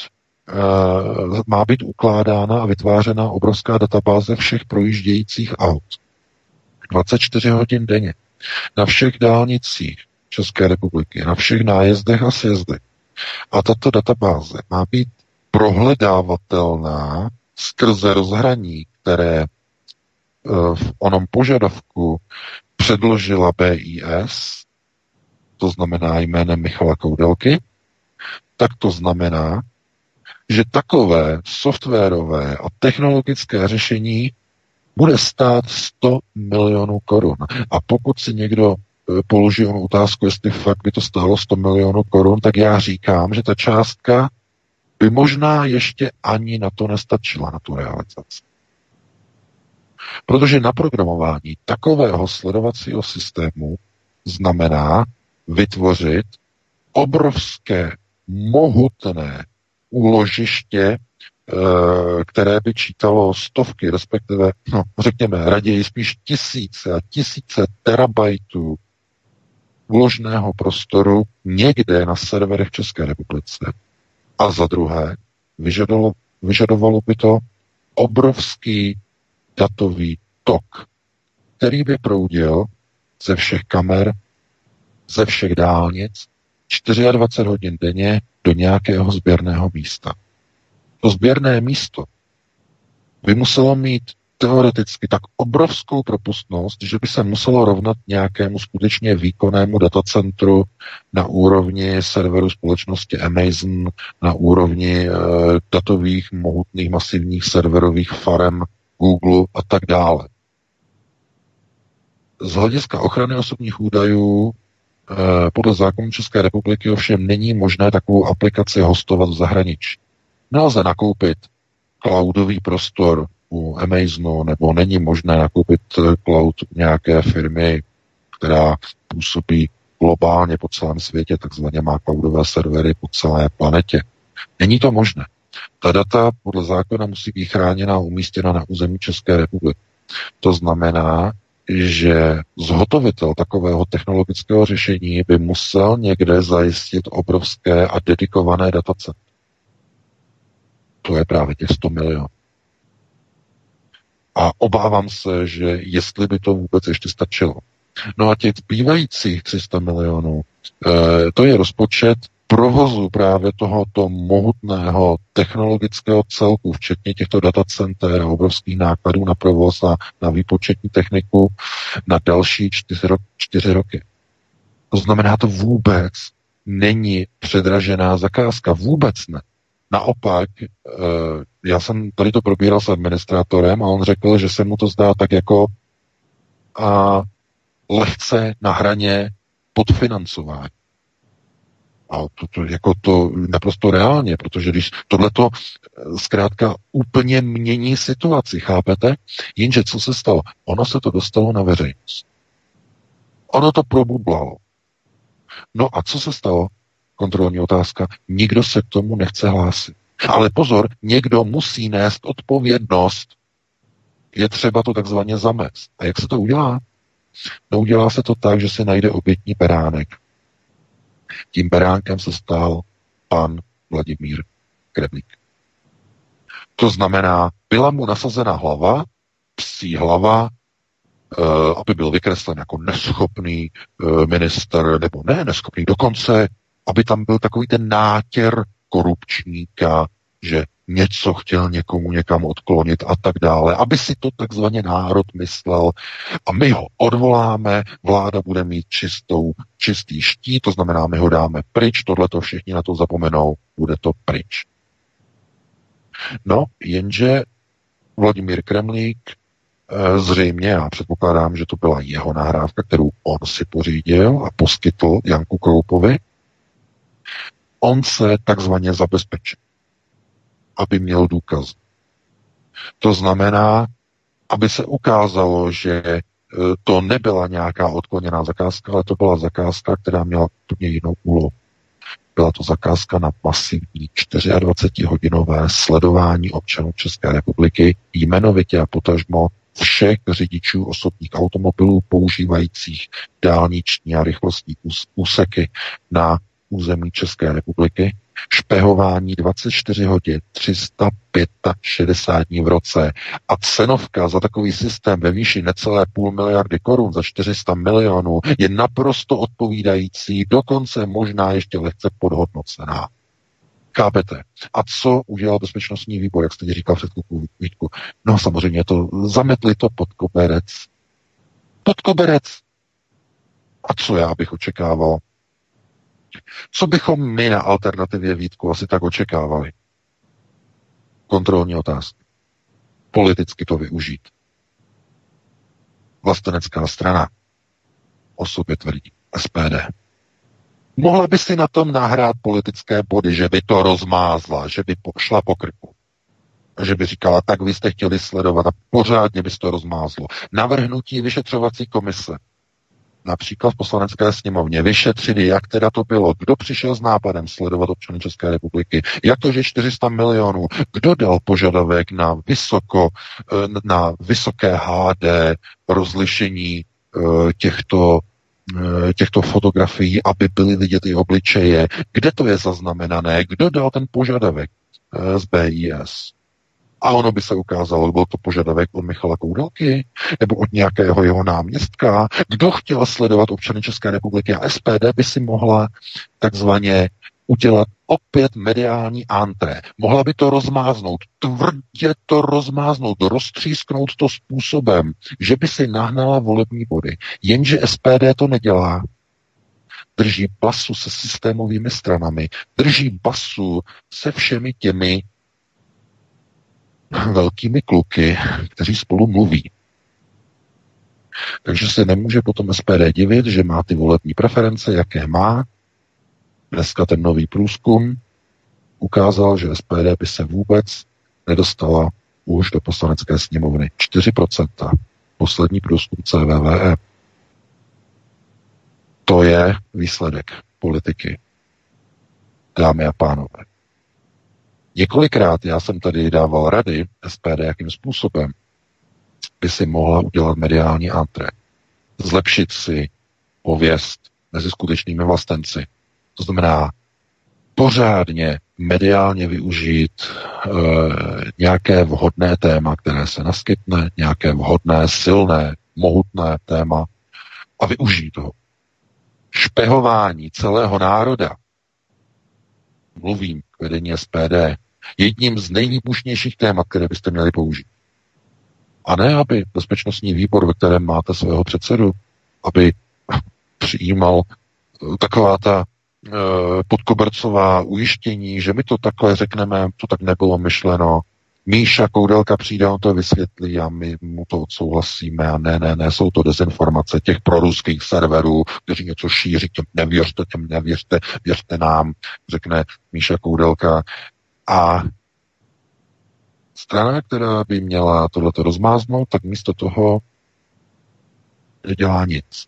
S3: má být ukládána a vytvářena obrovská databáze všech projíždějících aut. dvacet čtyři hodin denně. Na všech dálnicích České republiky, na všech nájezdech a sjezdech. A tato databáze má být prohledávatelná skrze rozhraní, které v onom požadavku předložila B I S, to znamená jménem Michala Koudelky, tak to znamená, že takové softwarové a technologické řešení bude stát sto milionů korun. A pokud si někdo položí onu otázku, jestli fakt by to stálo sto milionů korun, tak já říkám, že ta částka by možná ještě ani na to nestačila, na tu realizaci. Protože naprogramování takového sledovacího systému znamená vytvořit obrovské, mohutné úložiště, které by čítalo stovky, respektive, no, řekněme, raději spíš tisíce a tisíce terabajtů úložného prostoru někde na serverech v České republice. A za druhé, vyžadovalo, vyžadovalo by to obrovský datový tok, který by proudil ze všech kamer, ze všech dálnic, dvacet čtyři hodin denně do nějakého sběrného místa. To sběrné místo by muselo mít teoreticky tak obrovskou propustnost, že by se muselo rovnat nějakému skutečně výkonnému datacentru na úrovni serveru společnosti Amazon, na úrovni e, datových, mohutných, masivních serverových farem Google a tak dále. Z hlediska ochrany osobních údajů e, podle zákonu České republiky ovšem není možné takovou aplikaci hostovat v zahraničí. Nelze nakoupit cloudový prostor u Amazonu, nebo není možné nakoupit cloud nějaké firmy, která působí globálně po celém světě, takzvaně má cloudové servery po celé planetě. Není to možné. Ta data podle zákona musí být chráněna a umístěna na území České republiky. To znamená, že zhotovitel takového technologického řešení by musel někde zajistit obrovské a dedikované datacentrum. To je právě těch sto milionů. A obávám se, že jestli by to vůbec ještě stačilo. No a těch zbývajících tři sta milionů, e, to je rozpočet provozu právě tohoto mohutného technologického celku, včetně těchto datacenter a obrovských nákladů na provoz a na výpočetní techniku na další čtyři, ro- čtyři roky. To znamená, to vůbec není předražená zakázka. Vůbec ne. Naopak, já jsem tady to probíral s administrátorem a on řekl, že se mu to zdá tak jako a, lehce na hraně podfinancování. A to, to, jako to naprosto reálně, protože když tohleto zkrátka úplně mění situaci, chápete? Jenže co se stalo? Ono se to dostalo na veřejnost. Ono to probublalo. No a co se stalo? Kontrolní otázka. Nikdo se k tomu nechce hlásit. Ale pozor, někdo musí nést odpovědnost. Je třeba to takzvaně zamést. A jak se to udělá? No udělá se to tak, že se najde obětní beránek. Tím beránkem se stal pan Vladimír Kremlík. To znamená, byla mu nasazena hlava, psí hlava, aby byl vykreslen jako neschopný minister, nebo ne neschopný, dokonce aby tam byl takový ten nátěr korupčníka, že něco chtěl někomu někam odklonit a tak dále, aby si to takzvaně národ myslel a my ho odvoláme, vláda bude mít čistou, čistý štít, to znamená, my ho dáme pryč, tohleto všichni na to zapomenou, bude to pryč. No, jenže Vladimír Kremlík zřejmě, já předpokládám, že to byla jeho nahrávka, kterou on si pořídil a poskytl Janku Kroupovi, on se takzvaně zabezpečil, aby měl důkaz. To znamená, aby se ukázalo, že to nebyla nějaká odkloněná zakázka, ale to byla zakázka, která měla úplně jinou úlohu. Byla to zakázka na masivní dvacetičtyřhodinové sledování občanů České republiky, jmenovitě a potažmo všech řidičů osobních automobilů používajících dálniční a rychlostní úseky na území České republiky Špehování dvacet čtyři hodin, tři sta šedesát pět dní v roce a cenovka za takový systém ve výši necelé půl miliardy korun za čtyři sta milionů je naprosto odpovídající, dokonce možná ještě lehce podhodnocená. Chápete? A co udělal bezpečnostní výbor, jak jste říkal před chvilkou, Vítku? No samozřejmě to zametli to pod koberec. Pod koberec. A co já bych očekával? Co bychom my na alternativě, Vítku, asi tak očekávali? Kontrolní otázky. Politicky to využít. Vlastenecká strana o sobě tvrdí S P D. Mohla by si na tom nahrát politické body, že by to rozmázla, že by šla po krku. Že by říkala, tak vy jste chtěli sledovat a pořádně by to rozmázlo. Navrhnutí vyšetřovací komise. Například v Poslanecké sněmovně vyšetřit, jak teda to bylo, kdo přišel s nápadem sledovat občany České republiky, jak to, že čtyři sta milionů, kdo dal požadavek na vysoko, na vysoké H D rozlišení těchto těchto fotografií, aby byly vidět i obličeje, kde to je zaznamenané, kdo dal ten požadavek z B I S. A ono by se ukázalo, byl to požadavek od Michala Koudelky nebo od nějakého jeho náměstka. Kdo chtěl sledovat občany České republiky a S P D by si mohla takzvaně udělat opět mediální antré. Mohla by to rozmáznout, tvrdě to rozmáznout, roztřísknout to způsobem, že by si nahnala volební body. Jenže S P D to nedělá. Drží basu se systémovými stranami, drží basu se všemi těmi velkými kluky, kteří spolu mluví. Takže se nemůže potom S P D divit, že má ty volební preference, jaké má. Dneska ten nový průzkum ukázal, že S P D by se vůbec nedostala už do Poslanecké sněmovny. čtyři procenta. Poslední průzkum C V V E. To je výsledek politiky. Dámy a pánové. Několikrát já jsem tady dával rady S P D, jakým způsobem by si mohla udělat mediální antré. Zlepšit si pověst mezi skutečnými vlastenci. To znamená pořádně mediálně využít e, nějaké vhodné téma, které se naskytne, nějaké vhodné, silné, mohutné téma a využít ho. Špehování celého národa, mluvím k vedení S P D, jedním z nejvýbušnějších témat, které byste měli použít. A ne, aby bezpečnostní výbor, ve kterém máte svého předsedu, aby přijímal taková ta e, podkobercová ujištění, že my to takhle řekneme, to tak nebylo myšleno. Míša Koudelka přijde, on to vysvětlí a my mu to odsouhlasíme a ne, ne, ne, jsou to dezinformace těch proruských serverů, kteří něco šíří, těm nevěřte, těm nevěřte, věřte nám, řekne Míša Koudelka. A strana, která by měla tohleto rozmáznout, tak místo toho nedělá nic.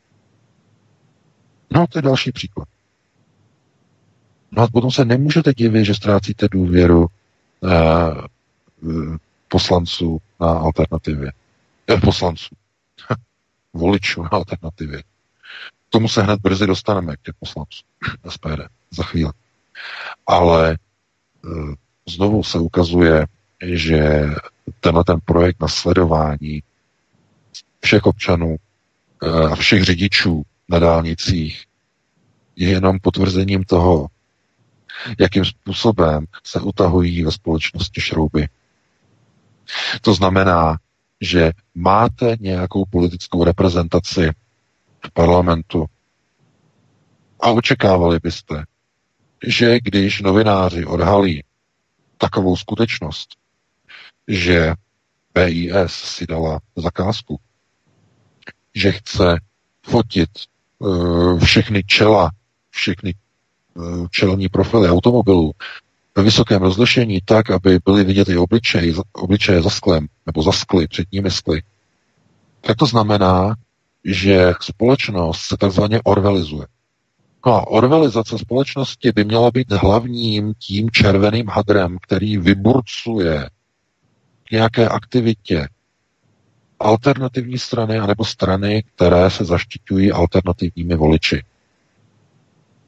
S3: No, to je další příklad. No a potom se nemůžete divit, že ztrácíte důvěru eh, poslanců na alternativě. Eh, poslanců. Voličů na alternativě. K tomu se hned brzy dostaneme, k těch poslanců S P D. Za chvíli. Ale eh, znovu se ukazuje, že tenhle ten projekt na sledování všech občanů eh, a všech řidičů na dálnicích je jenom potvrzením toho, jakým způsobem se utahují ve společnosti šrouby. To znamená, že máte nějakou politickou reprezentaci v parlamentu a očekávali byste, že když novináři odhalí takovou skutečnost, že B I S si dala zakázku, že chce fotit uh, všechny čela, všechny uh, čelní profily automobilů ve vysokém rozlišení tak, aby byly vidět i obličeje, obličeje za sklem, nebo za skly, předními skly. Tak to znamená, že společnost se takzvaně orwellizuje. No a orwellizace společnosti by měla být hlavním tím červeným hadrem, který vyburcuje k nějaké aktivitě alternativní strany anebo strany, které se zaštiťují alternativními voliči.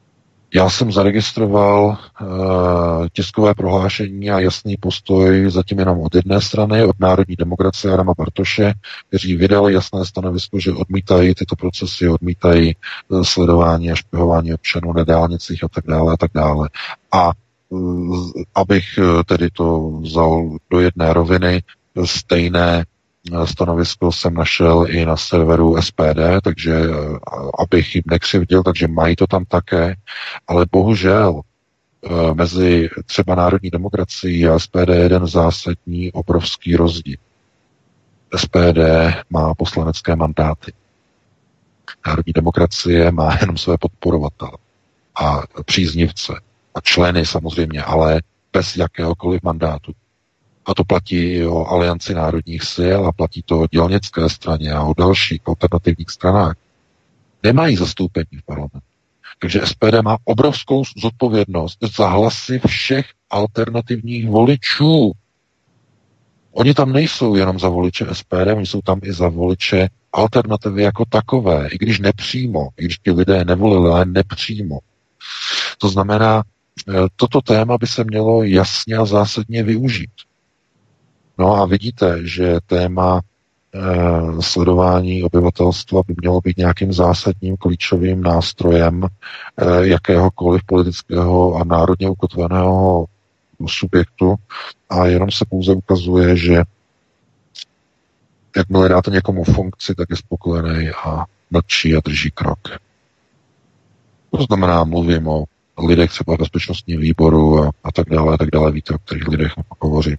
S3: Já jsem zaregistroval uh, tiskové prohlášení a jasný postoj zatím jenom od jedné strany, od Národní demokracie Adama Bartoše, kteří vydali jasné stanovisko, že odmítají tyto procesy, odmítají uh, sledování a špehování občanů na dálnicích a tak dále a tak dále. A uh, abych uh, tedy to vzal do jedné roviny, stejné stanovisko jsem našel i na serveru S P D, takže abych jim nekřivdil, takže mají to tam také, ale bohužel mezi třeba Národní demokracií a S P D je jeden zásadní obrovský rozdíl. S P D má poslanecké mandáty. Národní demokracie má jenom své podporovatele a příznivce a členy samozřejmě, ale bez jakéhokoliv mandátu. A to platí i o Alianci národních sil a platí to o dělnické straně a o dalších alternativních stranách. Nemají zastoupení v parlamentu. Takže S P D má obrovskou zodpovědnost za hlasy všech alternativních voličů. Oni tam nejsou jenom za voliče S P D, oni jsou tam i za voliče alternativy jako takové, i když nepřímo, i když ti lidé nevolili, ale nepřímo. To znamená, toto téma by se mělo jasně a zásadně využít. No a vidíte, že téma e, sledování obyvatelstva by mělo být nějakým zásadním klíčovým nástrojem e, jakéhokoliv politického a národně ukotveného subjektu a jenom se pouze ukazuje, že jakmile dáte někomu funkci, tak je spokojený a mlčí a drží krok. To znamená, mluvím o lidech třeba v bezpečnostním výboru a, a tak dále, a tak dále, víte, o kterých lidech hovoří.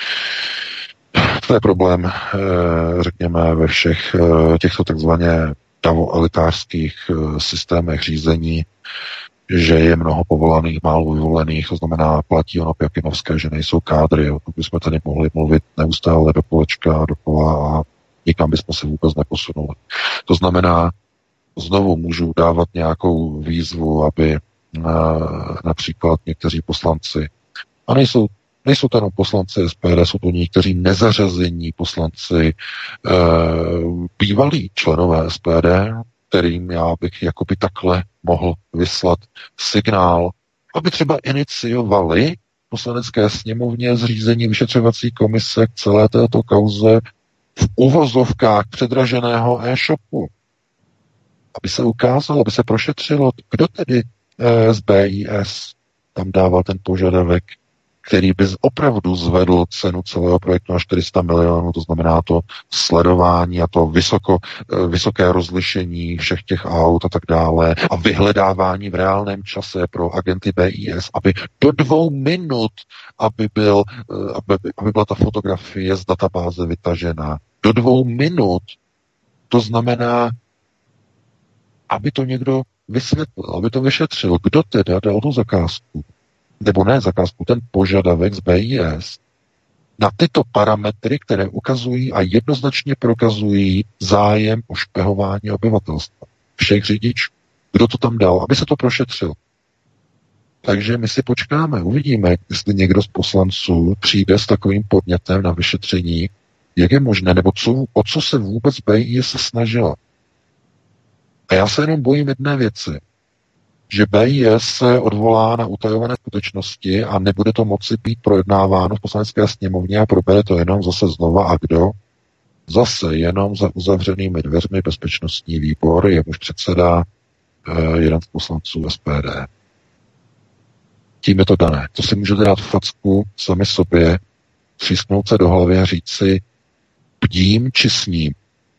S3: To je problém, řekněme, ve všech těchto takzvaně davoelitářských systémech řízení, že je mnoho povolaných, málo vyvolených, to znamená, platí ono Pjakinovské, že nejsou kádry. O tom bychom tady mohli mluvit neustále do kolečka, dokola a nikam bychom se vůbec neposunuli. To znamená, znovu můžu dávat nějakou výzvu, aby například někteří poslanci, a nejsou Nejsou to jenom poslanci S P D, jsou to někteří nezařazení poslanci, e, bývalí členové S P D, kterým já bych jakoby takhle mohl vyslat signál, aby třeba iniciovali v poslanecké sněmovně zřízení vyšetřovací komise k celé této kauze v uvozovkách předraženého e-shopu. Aby se ukázalo, aby se prošetřilo, kdo tedy e, z B I S tam dával ten požadavek, který by opravdu zvedl cenu celého projektu na čtyři sta milionů, to znamená to sledování a to vysoko, vysoké rozlišení všech těch aut a tak dále a vyhledávání v reálném čase pro agenty B I S, aby do dvou minut, aby, byl, aby, aby byla ta fotografie z databáze vytažena. Do dvou minut. To znamená, aby to někdo vysvětlil, aby to vyšetřil. Kdo teda dal tu zakázku? Nebo ne zakázku, ten požadavek z B I S na tyto parametry, které ukazují a jednoznačně prokazují zájem o špehování obyvatelstva. Všech řidičů. Kdo to tam dal? Aby se to prošetřil. Takže my si počkáme, uvidíme, jestli někdo z poslanců přijde s takovým podnětem na vyšetření, jak je možné, nebo co, o co se vůbec B I S snažila. A já se jenom bojím jedné věci, že B I S se odvolá na utajované skutečnosti a nebude to moci být projednáváno v poslanecké sněmovně a probere to jenom zase znova a kdo? Zase jenom za uzavřenými dveřmi bezpečnostní výbor, jemuž předsedá eh, jeden z poslanců S P D. Tím je to dané. To si můžete dát facku sami sobě, třísknout se do hlavy a říct si bdím či sním.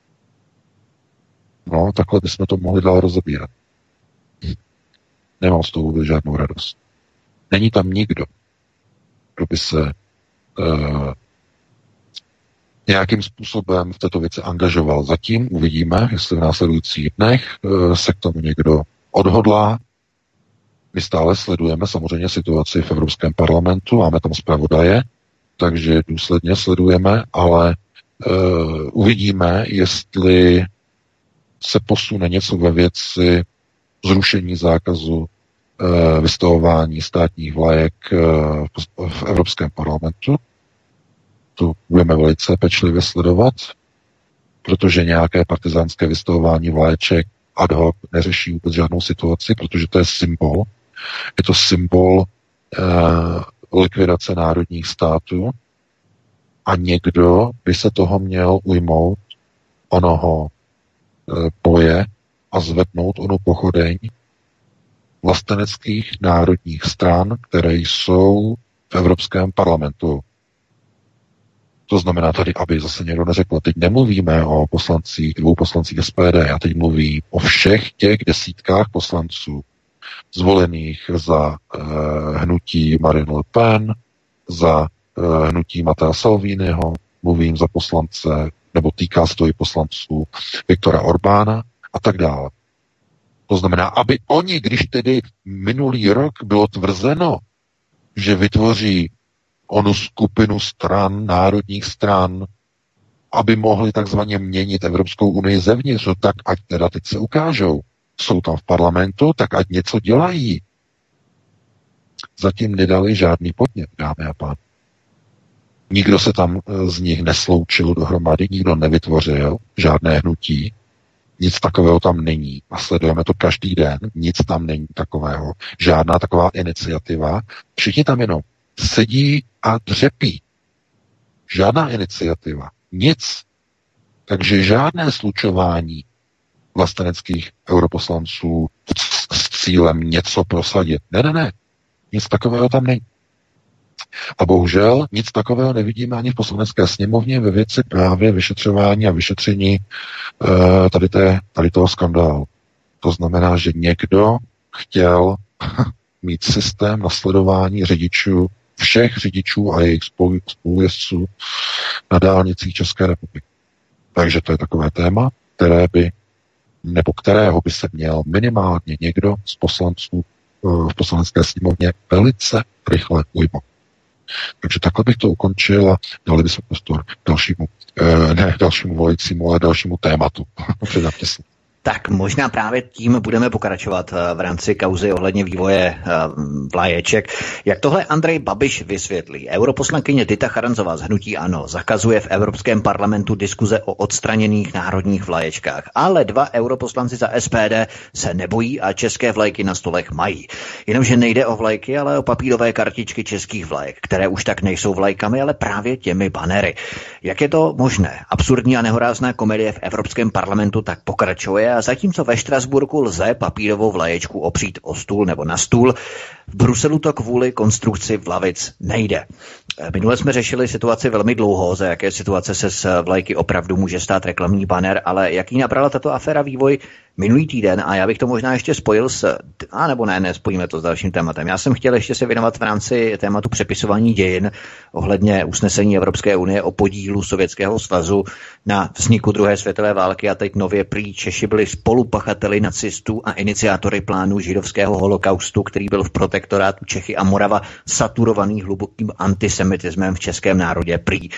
S3: No, takhle bychom to mohli dál rozebírat. Nemám z toho vůbec žádnou radost. Není tam nikdo, kdo by se uh, nějakým způsobem v této věci angažoval. Zatím uvidíme, jestli v následujících dnech uh, se k tomu někdo odhodlá. My stále sledujeme samozřejmě situaci v Evropském parlamentu, máme tam zpravodaje, takže důsledně sledujeme, ale uh, uvidíme, jestli se posune něco ve věci zrušení zákazu e, vystavování státních vlajek e, v Evropském parlamentu. To budeme velice pečlivě sledovat, protože nějaké partizánské vystavování vlaječek ad hoc neřeší vůbec žádnou situaci, protože to je symbol Je to symbol eh, likvidace národních států a někdo by se toho měl ujmout onoho eh, boje a zvednout onu pochodeň vlasteneckých národních stran, které jsou v Evropském parlamentu. To znamená tady, aby zase někdo neřekl, teď nemluvíme o poslancích, dvou poslancích S P D, já teď mluvím o všech těch desítkách poslanců zvolených za eh, hnutí Marine Le Pen, za eh, hnutí Mattea Salviniho, mluvím za poslance, nebo týká se to i poslanců Viktora Orbána a tak dále. To znamená, aby oni, když tedy minulý rok bylo tvrzeno, že vytvoří onu skupinu stran, národních stran, aby mohli takzvaně měnit Evropskou unii zevnitř, no tak ať teda teď se ukážou. Jsou tam v parlamentu, tak ať něco dělají. Zatím nedali žádný podnět, dámy a pánové. Nikdo se tam z nich nesloučil dohromady, nikdo nevytvořil žádné hnutí, nic takového tam není. A sledujeme to každý den, nic tam není takového. Žádná taková iniciativa. Všichni tam jenom sedí a dřepí. Žádná iniciativa. Nic. Takže žádné slučování vlasteneckých europoslanců s cílem něco prosadit. Ne, ne, ne. Nic takového tam není. A bohužel nic takového nevidíme ani v poslanecké sněmovně ve věci právě vyšetřování a vyšetření uh, tady, té, tady toho skandálu. To znamená, že někdo chtěl mít systém nasledování řidičů, všech řidičů a jejich spolu, spolujezdců na dálnicích České republiky. Takže to je takové téma, které by, nebo kterého by se měl minimálně někdo z poslanců uh, v poslanecké sněmovně velice rychle ujmout. Takže takhle bych to ukončil a dali bychom prostor dalšímu, eh, ne dalšímu volajícímu, ale dalšímu tématu. Předávte si.
S1: Tak možná právě tím budeme pokračovat v rámci kauzy ohledně vývoje vlaječek. Jak tohle Andrej Babiš vysvětlí? Europoslankyně Dita Charanzová z hnutí ANO zakazuje v Evropském parlamentu diskuze o odstraněných národních vlaječkách. Ale dva europoslanci za S P D se nebojí a české vlajky na stolech mají. Jenomže nejde o vlajky, ale o papírové kartičky českých vlajek, které už tak nejsou vlajkami, ale právě těmi banery. Jak je to možné? Absurdní a nehorázná komedie v Evropském parlamentu tak pokračuje a zatímco ve Štrasburku lze papírovou vlaječku opřít o stůl nebo na stůl, v Bruselu to kvůli konstrukci lavic nejde. Minule jsme řešili situaci velmi dlouho, za jaké situace se z vlajky opravdu může stát reklamní banner, ale jaký nabrala tato aféra vývoj minulý týden a já bych to možná ještě spojil s, a nebo ne, nespojíme to s dalším tématem. Já jsem chtěl ještě se věnovat v rámci tématu přepisování dějin ohledně usnesení Evropské unie o podílu Sovětského svazu na vzniku druhé světové války a teď nově prý Češi byli spolupachateli nacistů a iniciátory plánu židovského holokaustu, který byl v protektorátu Čechy a Morava saturovaný hlubokým antisemitismem v českém národě prý.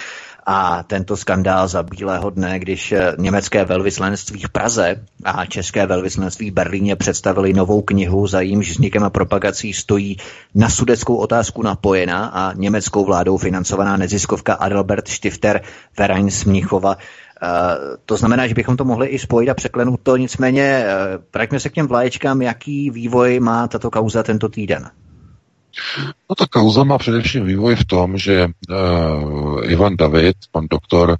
S1: A tento skandál za bílého dne, když německé velvyslanectví v Praze a české velvyslanectví v Berlíně představili novou knihu, za jímž vznikem a propagací stojí na sudetskou otázku napojená a německou vládou financovaná neziskovka Adalbert Stifter Verein z Mnichova. Uh, to znamená, že bychom to mohli i spojit a překlenout to, nicméně uh, vraťme se k těm vlaječkám, jaký vývoj má tato kauza tento týden.
S3: No ta kauza má především vývoj v tom, že uh, Ivan David, pan doktor,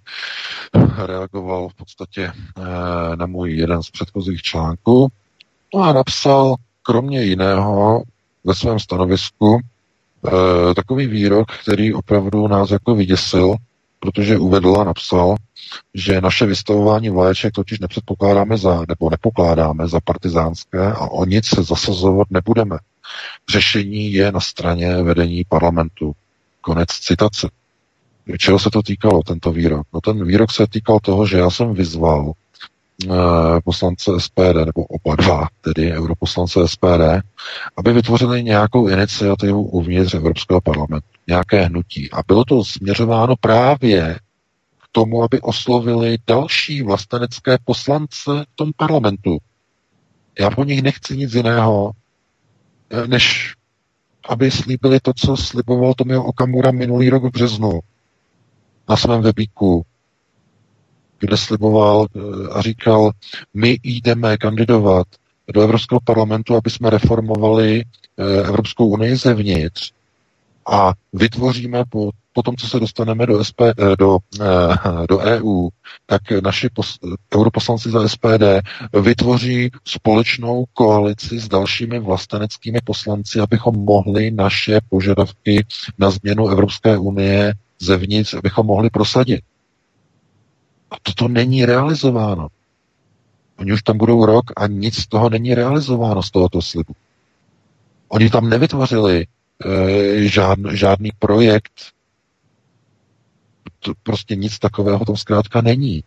S3: reagoval v podstatě uh, na můj jeden z předchozích článků no a napsal kromě jiného ve svém stanovisku uh, takový výrok, který opravdu nás jako vyděsil, protože uvedl a napsal, že naše vystavování vlaječek totiž nepředpokládáme za, nebo nepokládáme za partizánské a o nic se zasazovat nebudeme. Řešení je na straně vedení parlamentu. Konec citace. Čeho se to týkalo, tento výrok? No ten výrok se týkal toho, že já jsem vyzval eh, poslance S P D, nebo oba dva, tedy europoslance S P D, aby vytvořili nějakou iniciativu uvnitř Evropského parlamentu, nějaké hnutí. A bylo to směřováno právě k tomu, aby oslovili další vlastenecké poslance v tom parlamentu. Já po nich nechci nic jiného, než aby slíbili to, co sliboval Tomio Okamura minulý rok v březnu na svém webíku, kde sliboval a říkal, my jdeme kandidovat do Evropského parlamentu, aby jsme reformovali Evropskou unii zevnitř a vytvoříme po, po tom, co se dostaneme do, S P, do, do E U, tak naši pos, europoslanci za S P D vytvoří společnou koalici s dalšími vlasteneckými poslanci, abychom mohli naše požadavky na změnu Evropské unie zevnitř, abychom mohli prosadit. A toto není realizováno. Oni už tam budou rok a nic z toho není realizováno z tohoto slibu. Oni tam nevytvořili e, žádný, žádný projekt. To prostě nic takového tam zkrátka není.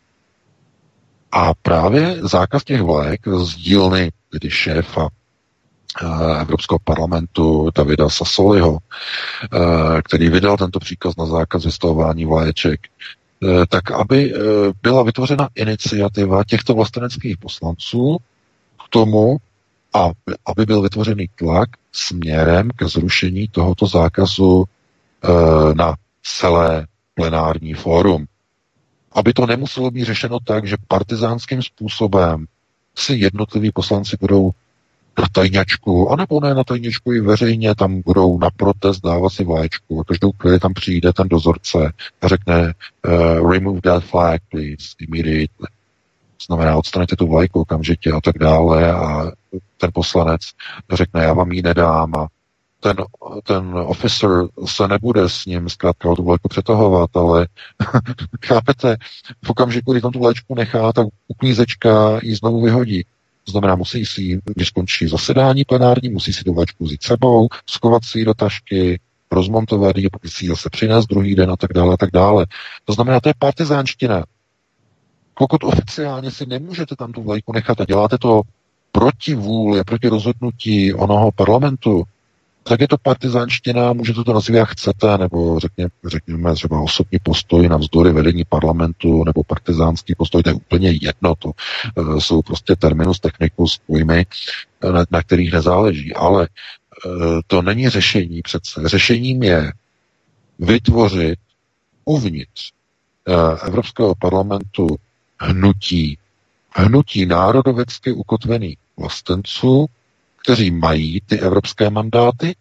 S3: A právě zákaz těch vlajek z dílny, kdy šéfa e, Evropského parlamentu Davida Sassoliho, e, který vydal tento příkaz na zákaz vystavování vlaječek, e, tak aby e, byla vytvořena iniciativa těchto vlasteneckých poslanců k tomu, a aby byl vytvořený tlak směrem ke zrušení tohoto zákazu e, na celé plenární fórum. Aby to nemuselo být řešeno tak, že partizánským způsobem si jednotliví poslanci budou na tajňačku, anebo ne na tajňačku i veřejně, tam budou na protest dávat si vlaječku. A každou chvíli tam přijde ten dozorce a řekne uh, remove that flag, please, immediately. Znamená, odstraňte tu vlajku okamžitě a tak dále a ten poslanec řekne, já vám ji nedám a ten, ten officer se nebude s ním zkrátka o tu vlajku přetahovat, ale chápete, v okamžiku, kdy tam tu vlaječku nechá, tak uklízečka ji znovu vyhodí. To znamená, musí si, když skončí zasedání plenární, musí si tu vlaječku vzít sebou, schovat si ji do tašky, rozmontovat ji, pokud si ji zase přinést druhý den a tak dále a tak dále. To znamená, to je partizánština. Pokud oficiálně si nemůžete tam tu vlajku nechat a děláte to proti vůli, proti rozhodnutí onoho parlamentu, tak je to partizánština, můžete to nazývat jak chcete, nebo řekně, řekněme třeba osobní postoj navzdory vedení parlamentu, nebo partizánský postoj, to je úplně jedno, to uh, jsou prostě terminus technicus, pojmy, na, na kterých nezáleží, ale uh, to není řešení přece. Řešením je vytvořit uvnitř uh, Evropského parlamentu hnutí, hnutí národovecky ukotvených vlastenců, kteří mají ty evropské mandáty,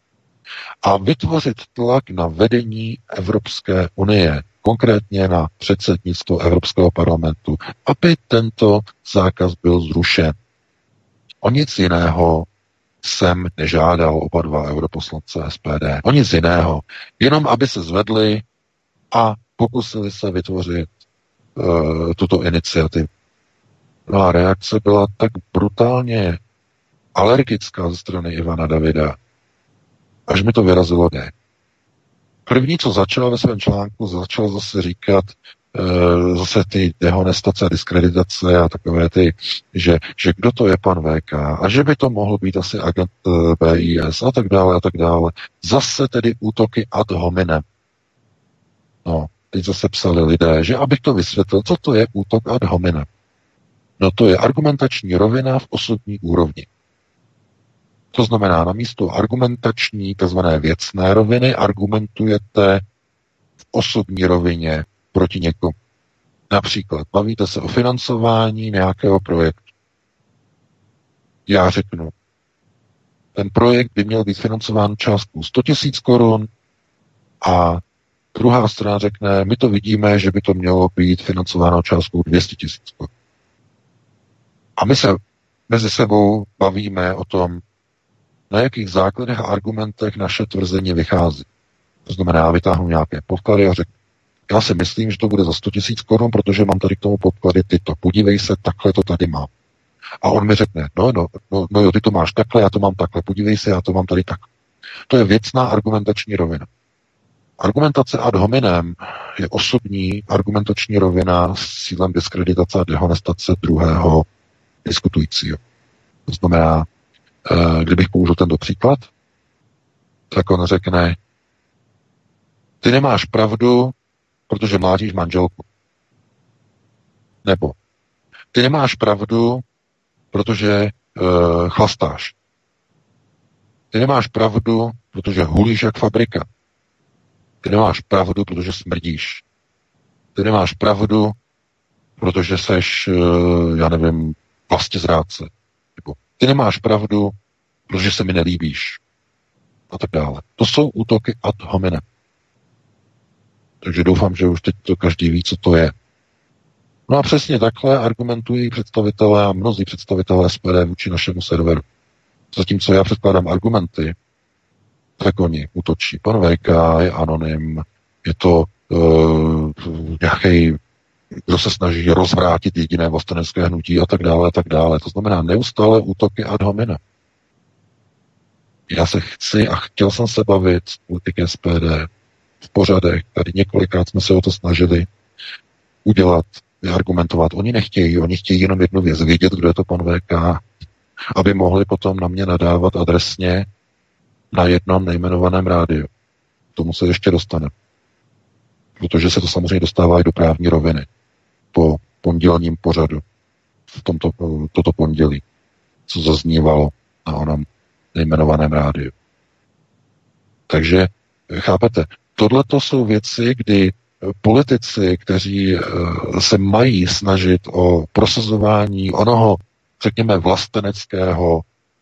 S3: a vytvořit tlak na vedení Evropské unie, konkrétně na předsednictvo Evropského parlamentu, aby tento zákaz byl zrušen. O nic jiného jsem nežádal oba dva europoslance S P D. O nic jiného. Jenom aby se zvedli a pokusili se vytvořit uh, tuto iniciativu. No a reakce byla tak brutálně alergická ze strany Ivana Davida, až mi to vyrazilo ne. První, co začal ve svém článku, začal zase říkat e, zase ty dehonestace, diskreditace a takové ty, že, že kdo to je pan V K a že by to mohl být asi agent e, B I S a tak dále a tak dále. Zase tedy útoky ad hominem. No, teď zase psali lidé, že abych to vysvětlil, co to je útok ad hominem. No to je argumentační rovina v osobní úrovni. To znamená, na místo argumentační, takzvané věcné roviny, argumentujete v osobní rovině proti někomu. Například bavíte se o financování nějakého projektu. Já řeknu, ten projekt by měl být financován částkou sto tisíc korun a druhá strana řekne, my to vidíme, že by to mělo být financováno částkou dvě stě tisíc korun. A my se mezi sebou bavíme o tom, na jakých základech a argumentech naše tvrzení vychází. To znamená, já vytáhnu nějaké podklady a řeknu, já si myslím, že to bude za sto tisíc korun, protože mám tady k tomu podklady tyto. Podívej se, takhle to tady mám. A on mi řekne, no, no, no, no jo, ty to máš takhle, já to mám takhle, podívej se, já to mám tady tak. To je věcná argumentační rovina. Argumentace ad hominem je osobní argumentační rovina s cílem diskreditace a dehonestace druhého diskutujícího. To znamená, kdybych použil tento příklad, tak on řekne, ty nemáš pravdu, protože mládíš manželku. Nebo ty nemáš pravdu, protože uh, chlastáš. Ty nemáš pravdu, protože hulíš jak fabrika. Ty nemáš pravdu, protože smrdíš. Ty nemáš pravdu, protože seš, uh, já nevím, vlastizrádce. Nebo ty nemáš pravdu, protože se mi nelíbíš. A tak dále. To jsou útoky ad hominem. Takže doufám, že už teď to každý ví, co to je. No a přesně takhle argumentují představitelé a mnozí představitelé S P D vůči našemu serveru. Zatímco já předkládám argumenty, tak oni útočí. Pan V K je anonym, je to uh, nějaký, kdo se snaží rozvrátit jediné vlastenecké hnutí a tak dále, a tak dále. To znamená neustále útoky ad hominem. Já se chci a chtěl jsem se bavit s politiky S P D v pořadech, tady několikrát jsme se o to snažili udělat, vyargumentovat. Oni nechtějí, oni chtějí jenom jednu věc, vědět, kdo je to pan V K, aby mohli potom na mě nadávat adresně na jednom nejmenovaném rádiu. K tomu se ještě dostane. Protože se to samozřejmě dostává i do právní roviny po pondělním pořadu v tomto, toto pondělí, co zaznívalo na onom nejmenovaném rádiu. Takže chápete, tohleto jsou věci, kdy politici, kteří se mají snažit o prosazování onoho, řekněme, vlasteneckého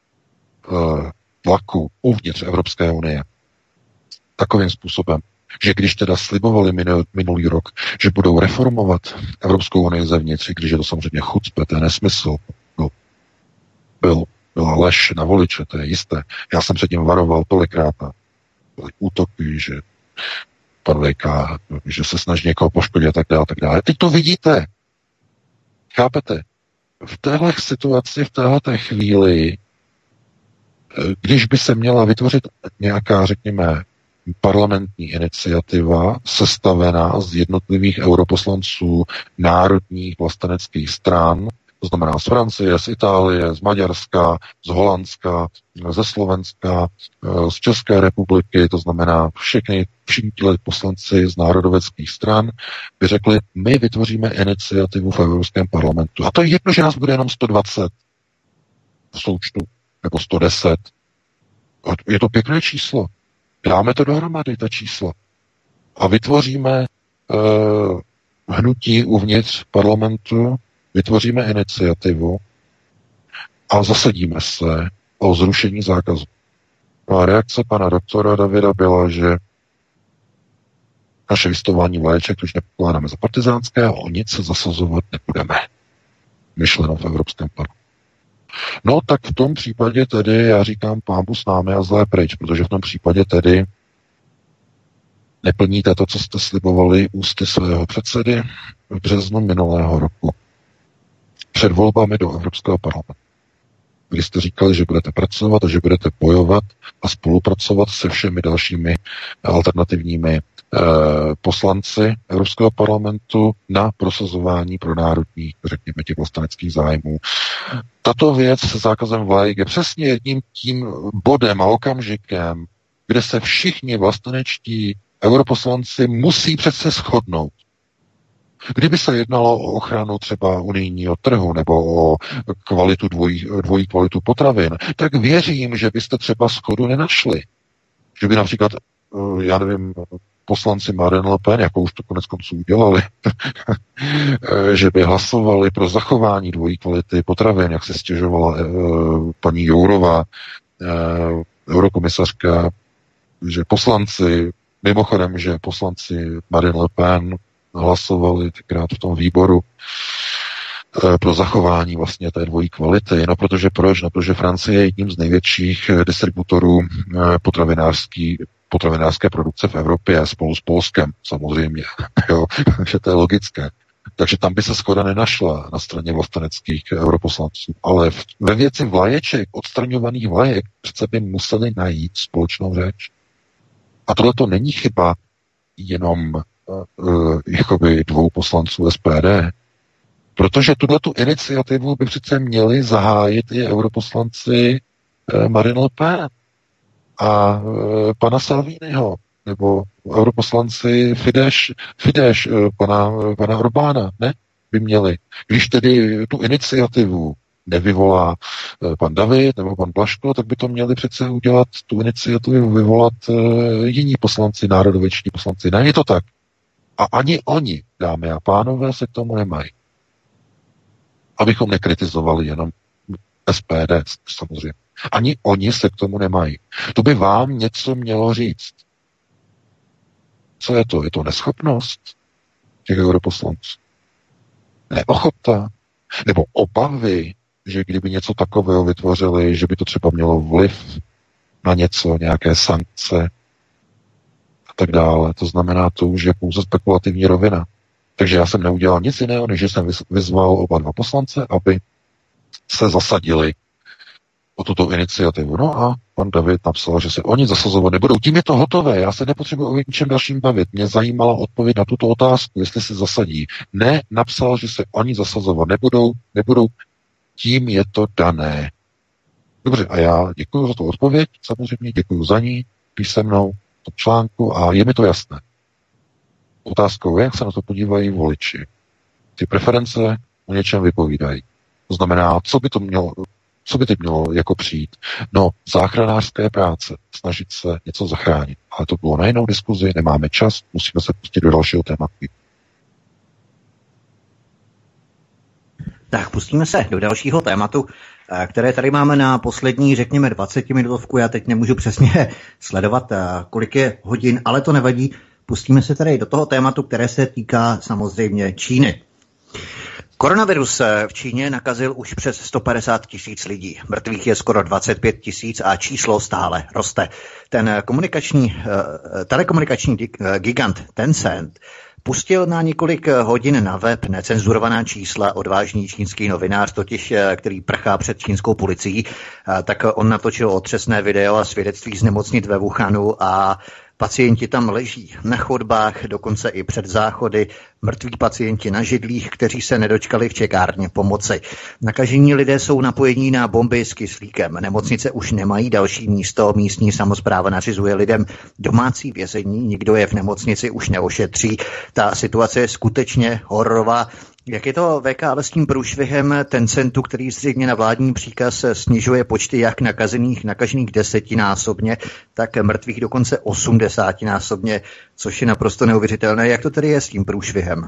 S3: tlaku uvnitř Evropské unie, takovým způsobem, že když teda slibovali minulý rok, že budou reformovat Evropskou unii zevnitř, když je to samozřejmě chucpe, to je nesmysl, byl, byl, byla lež na voliče, to je jisté. Já jsem před tím varoval tolikrát a útoky, že pan V K, že se snaží někoho poškodit a tak dále, tak dále. Teď to vidíte. Chápete? V téhle situaci, v téhle chvíli, když by se měla vytvořit nějaká, řekněme, parlamentní iniciativa sestavená z jednotlivých europoslanců národních vlasteneckých stran, to znamená z Francie, z Itálie, z Maďarska, z Holandska, ze Slovenska, z České republiky, to znamená všechny, všichni poslanci z národoveckých stran, by řekli, my vytvoříme iniciativu v Evropském parlamentu. A to je jedno, že nás bude jenom sto dvacet v součtu, nebo sto deset. Je to pěkné číslo. Dáme to dohromady, ta čísla. A vytvoříme uh, hnutí uvnitř parlamentu, vytvoříme iniciativu a zasadíme se o zrušení zákazu. No a reakce pana doktora Davida byla, že naše vystování vlaječek už nepokládáme za partizánské a o nic se zasazovat nebudeme. Myšleno v Evropském parlamentu. No tak v tom případě tedy, já říkám, pánbu s námi a zlé pryč, protože v tom případě tedy neplníte to, co jste slibovali ústy svého předsedy v březnu minulého roku. Před volbami do Evropského parlamentu. Kdy jste říkali, že budete pracovat a že budete bojovat a spolupracovat se všemi dalšími alternativními eh, poslanci Evropského parlamentu na prosazování pro národní, řekněme, těch vlasteneckých zájmů. Tato věc se zákazem vlajek je přesně jedním tím bodem a okamžikem, kde se všichni vlastenečtí europoslanci musí přece shodnout. Kdyby se jednalo o ochranu třeba unijního trhu nebo o kvalitu dvojí, dvojí kvalitu potravin, tak věřím, že byste třeba shodu nenašli. Že by například, já nevím, poslanci Marine Le Pen, jako už to konec konců udělali, že by hlasovali pro zachování dvojí kvality potravin, jak se stěžovala paní Jourová, eurokomisařka, že poslanci, mimochodem, že poslanci Marine Le Pen hlasovali tenkrát v tom výboru e, pro zachování vlastně té dvojí kvality. No protože proč? No protože Francie je jedním z největších distributorů e, potravinářský, potravinářské produkce v Evropě spolu s Polskem samozřejmě. Jo, že to je logické. Takže tam by se shoda nenašla na straně vlasteneckých europoslanců. Ale v, ve věci vlaječek, odstraňovaných vlajek, přece by museli najít společnou řeč. A tohle to není chyba jenom uh, jakoby dvou poslanců S P D, protože tuhletu iniciativu by přece měli zahájit i europoslanci uh, Marine Le Pen a uh, pana Salviniho, nebo europoslanci Fidesz, Fidesz uh, pana, uh, pana Orbána, ne? By měli. Když tedy tu iniciativu nevyvolá uh, pan David nebo pan Blaško, tak by to měli přece udělat, tu iniciativu vyvolat uh, jiní poslanci, národoveční poslanci. Ne, je to tak. A ani oni, dámy a pánové, se k tomu nemají. Abychom nekritizovali jenom S P D samozřejmě. Ani oni se k tomu nemají. To by vám něco mělo říct. Co je to? Je to neschopnost těch europoslanců? Neochota? Nebo obavy, že kdyby něco takového vytvořili, že by to třeba mělo vliv na něco, nějaké sankce a tak dále. To znamená, to už je pouze spekulativní rovina. Takže já jsem neudělal nic jiného, než že jsem vyzval oba dva poslance, aby se zasadili o tuto iniciativu. No a pan David napsal, že se oni zasazovat nebudou. Tím je to hotové, já se nepotřebuji o ničem dalším bavit. Mě zajímala odpověď na tuto otázku, jestli se zasadí. Ne, napsal, že se oni zasazovat nebudou, nebudou. Tím je to dané. Dobře, a já děkuji za tu odpověď, samozřejmě děkuji za ní, písemnou, to článku a je mi to jasné. Otázkou je, jak se na to podívají voliči. Ty preference o něčem vypovídají. To znamená, co by to mělo, co by teď mělo jako přijít? No, záchranářské práce, snažit se něco zachránit. Ale to bylo na jinou diskuzi, nemáme čas, musíme se pustit do dalšího tématu.
S1: Tak pustíme se do dalšího tématu, které tady máme na poslední, řekněme, dvacetiminutovku. Já teď nemůžu přesně sledovat, kolik je hodin, ale to nevadí. Pustíme se tady do toho tématu, které se týká samozřejmě Číny. Koronavirus v Číně nakazil už přes sto padesát tisíc lidí. Mrtvých je skoro dvacet pět tisíc a číslo stále roste. Ten komunikační, telekomunikační gigant Tencent pustil na několik hodin na web necenzurovaná čísla odvážný čínský novinář, totiž který prchá před čínskou policií, tak on natočil otřesné video a svědectví z nemocnic ve Wuhanu a pacienti tam leží na chodbách, dokonce i před záchody, mrtví pacienti na židlích, kteří se nedočkali v čekárně pomoci. Nakažení lidé jsou napojení na bomby s kyslíkem. Nemocnice už nemají další místo, místní samospráva nařizuje lidem domácí vězení, nikdo je v nemocnici už neošetří. Ta situace je skutečně hororová. Jak je to V K ale s tím průšvihem Tencentu, který zřejmě na vládní příkaz snižuje počty jak nakažených, nakažených desetinásobně, tak mrtvých dokonce osmdesátinásobně, což je naprosto neuvěřitelné. Jak to tedy je s tím průšvihem?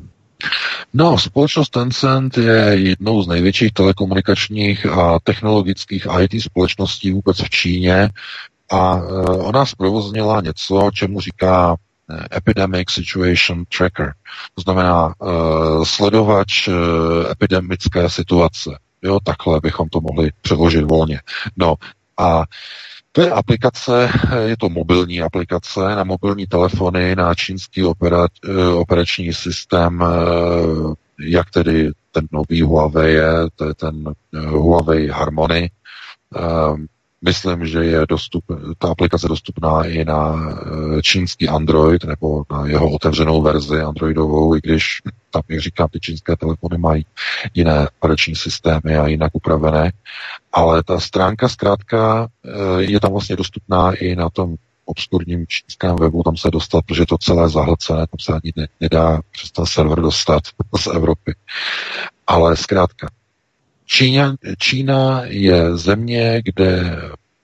S3: No, společnost Tencent je jednou z největších telekomunikačních a technologických I T společností vůbec v Číně a ona zprovoznila něco, čemu říká Epidemic Situation Tracker. To znamená uh, sledovač uh, epidemické situace. Jo, takhle bychom to mohli přeložit volně. No a to je aplikace, je to mobilní aplikace na mobilní telefony, na čínský opera, uh, operační systém, uh, jak tedy ten nový Huawei je, to je ten uh, Huawei Harmony. Uh, Myslím, že je dostup, ta aplikace dostupná i na čínský Android nebo na jeho otevřenou verzi androidovou, i když tam, jak říkám, ty čínské telefony mají jiné operační systémy a jinak upravené. Ale ta stránka zkrátka je tam vlastně dostupná i na tom obskurním čínském webu, tam se dostat, protože je to celé zahlcené, tam se ani nedá přes ten server dostat z Evropy. Ale zkrátka, Čína, Čína je země, kde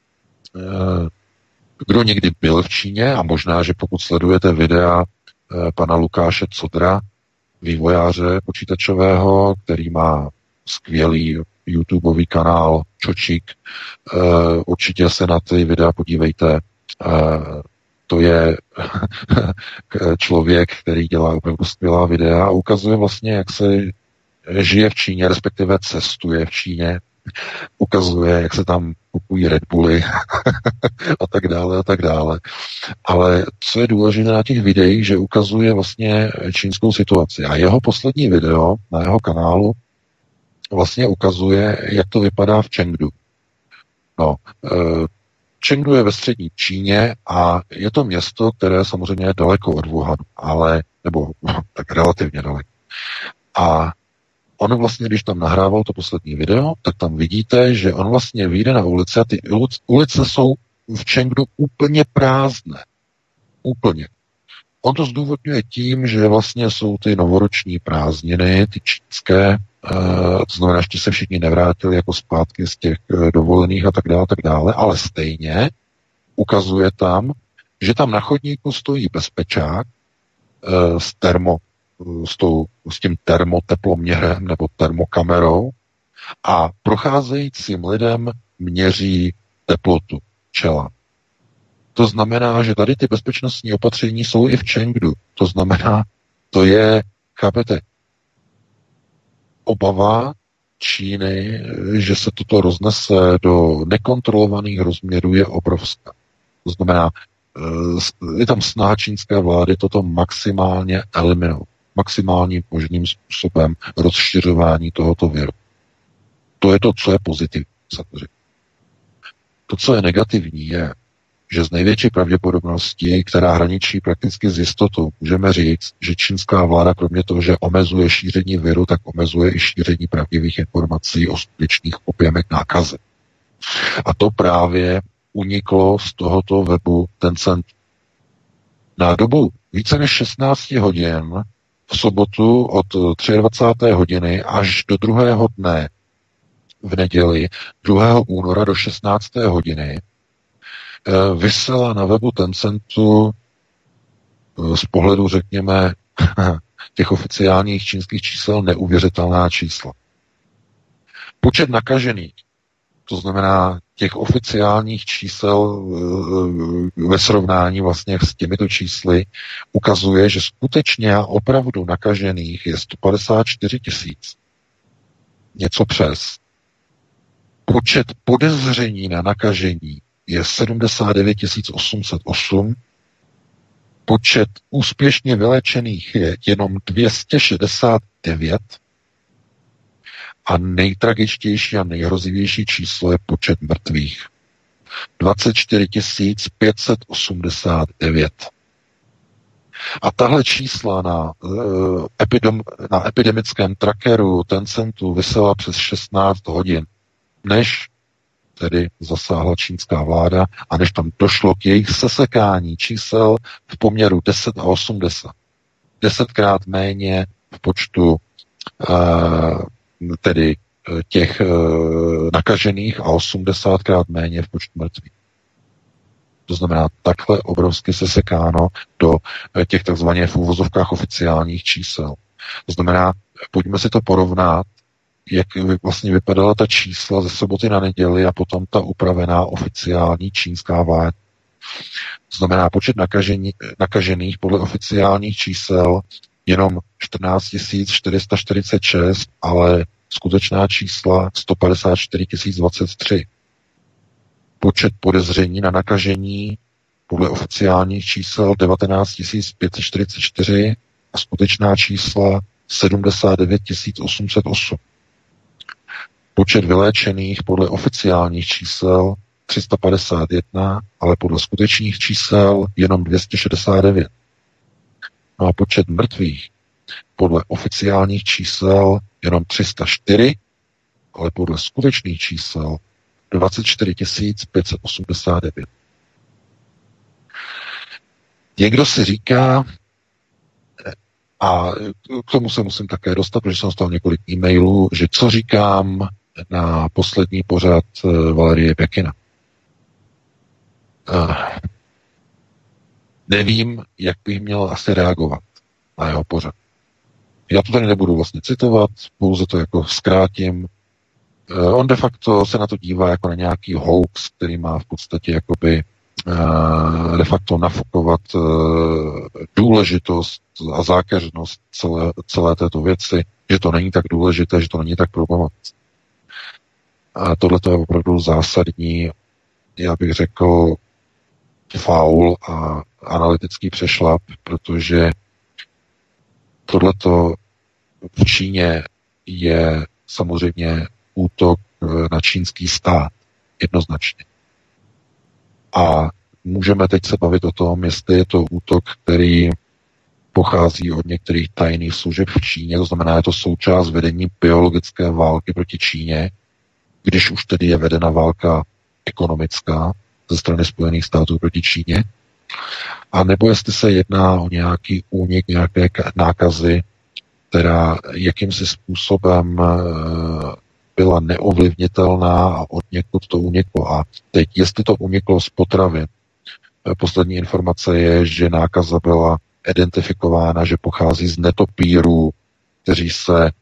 S3: kdo někdy byl v Číně a možná, že pokud sledujete videa pana Lukáše Codra, vývojáře počítačového, který má skvělý YouTubeový kanál Čočík, určitě se na ty videa podívejte. To je člověk, který dělá opravdu skvělá videa a ukazuje vlastně, jak se žije v Číně, respektive cestuje v Číně, ukazuje, jak se tam kupují Red Bully a tak dále a tak dále. Ale co je důležité na těch videích, že ukazuje vlastně čínskou situaci. A jeho poslední video na jeho kanálu vlastně ukazuje, jak to vypadá v Chengdu. No, Chengdu je ve střední Číně a je to město, které samozřejmě je daleko od Wuhanu, ale, nebo tak relativně daleko. A on vlastně, když tam nahrával to poslední video, tak tam vidíte, že on vlastně vyjde na ulici a ty ulice jsou v Chengdu úplně prázdné. Úplně. On to zdůvodňuje tím, že vlastně jsou ty novoroční prázdniny, ty čínské, to znamená, ještě se všichni nevrátili jako zpátky z těch dovolených a tak dále, tak dále, ale stejně ukazuje tam, že tam na chodníku stojí bezpečák s termo, s, tou, s tím termoteploměrem nebo termokamerou a procházejícím lidem měří teplotu čela. To znamená, že tady ty bezpečnostní opatření jsou i v Chengdu. To znamená, to je, chápete, obava Číny, že se toto roznese do nekontrolovaných rozměrů, je obrovská. To znamená, je tam snaha čínské vlády toto maximálně eliminovat. Maximálním možným způsobem rozšiřování tohoto viru. To je to, co je pozitivní. To, co je negativní, je, že z největší pravděpodobností, která hraničí prakticky s jistotou, můžeme říct, že čínská vláda kromě toho, že omezuje šíření viru, tak omezuje i šíření pravdivých informací o skutečných objemech nákazy. A to právě uniklo z tohoto webu Tencent. Na dobu více než šestnáct hodin v sobotu od dvacáté třetí hodiny až do druhého dne v neděli druhého února do šestnácté hodiny vysela na webu Tencentu z pohledu, řekněme, těch oficiálních čínských čísel neuvěřitelná čísla. Počet nakažených, to znamená těch oficiálních čísel ve srovnání vlastně s těmito čísly, ukazuje, že skutečně a opravdu nakažených je sto padesát čtyři tisíc. Něco přes. Počet podezření na nakažení je sedmdesát devět tisíc osm set osm. Počet úspěšně vyléčených je jenom dvě stě šedesát devět. A nejtragičtější a nejhrozivější číslo je počet mrtvých. dvacet čtyři tisíc pět set osmdesát devět. A tahle čísla na, uh, epidem, na epidemickém trackeru Tencentu vysela přes šestnáct hodin, než tedy zasáhla čínská vláda a než tam došlo k jejich sesekání čísel v poměru deset a osmdesát. Desetkrát méně v počtu uh, tedy těch uh, nakažených a osmdesátkrát méně v počtu mrtvých. To znamená, takhle obrovsky sesekáno do těch takzvaně v úvozovkách oficiálních čísel. To znamená, pojďme si to porovnat, jak vlastně vypadala ta čísla ze soboty na neděli a potom ta upravená oficiální čínská vláda. To znamená, počet nakažení, nakažených podle oficiálních čísel jenom čtrnáct tisíc čtyři sta čtyřicet šest, ale skutečná čísla sto padesát čtyři tisíc dvacet tři. Počet podezření na nakažení podle oficiálních čísel devatenáct tisíc pět set čtyřicet čtyři a skutečná čísla sedmdesát devět tisíc osm set osm. Počet vyléčených podle oficiálních čísel tři sta padesát jedna, ale podle skutečných čísel jenom dvě stě šedesát devět. No a počet mrtvých podle oficiálních čísel jenom tři sta čtyři, ale podle skutečných čísel dvacet čtyři tisíc pět set osmdesát devět. Někdo si říká, a k tomu se musím také dostat, protože jsem dostal několik e-mailů, že co říkám na poslední pořad Valerie Pěkina. Uh, nevím, jak bych měl asi reagovat na jeho pořad. Já to tady nebudu vlastně citovat, pouze to jako zkrátím. Uh, on de facto se na to dívá jako na nějaký hoax, který má v podstatě jakoby uh, de facto nafukovat uh, důležitost a zákeřnost celé, celé této věci, že to není tak důležité, že to není tak problematické. A tohle to je opravdu zásadní, já bych řekl, faul a analytický přešlap, protože tohleto v Číně je samozřejmě útok na čínský stát, jednoznačně. A můžeme teď se bavit o tom, jestli je to útok, který pochází od některých tajných služeb v Číně, to znamená, je to součást vedení biologické války proti Číně, když už tedy je vedena válka ekonomická ze strany Spojených států proti Číně, a nebo jestli se jedná o nějaký únik, nějaké nákazy, která jakýmsi způsobem byla neovlivnitelná a od někud to uniklo. A teď, jestli to uniklo z potravin, poslední informace je, že nákaza byla identifikována, že pochází z netopírů, kteří se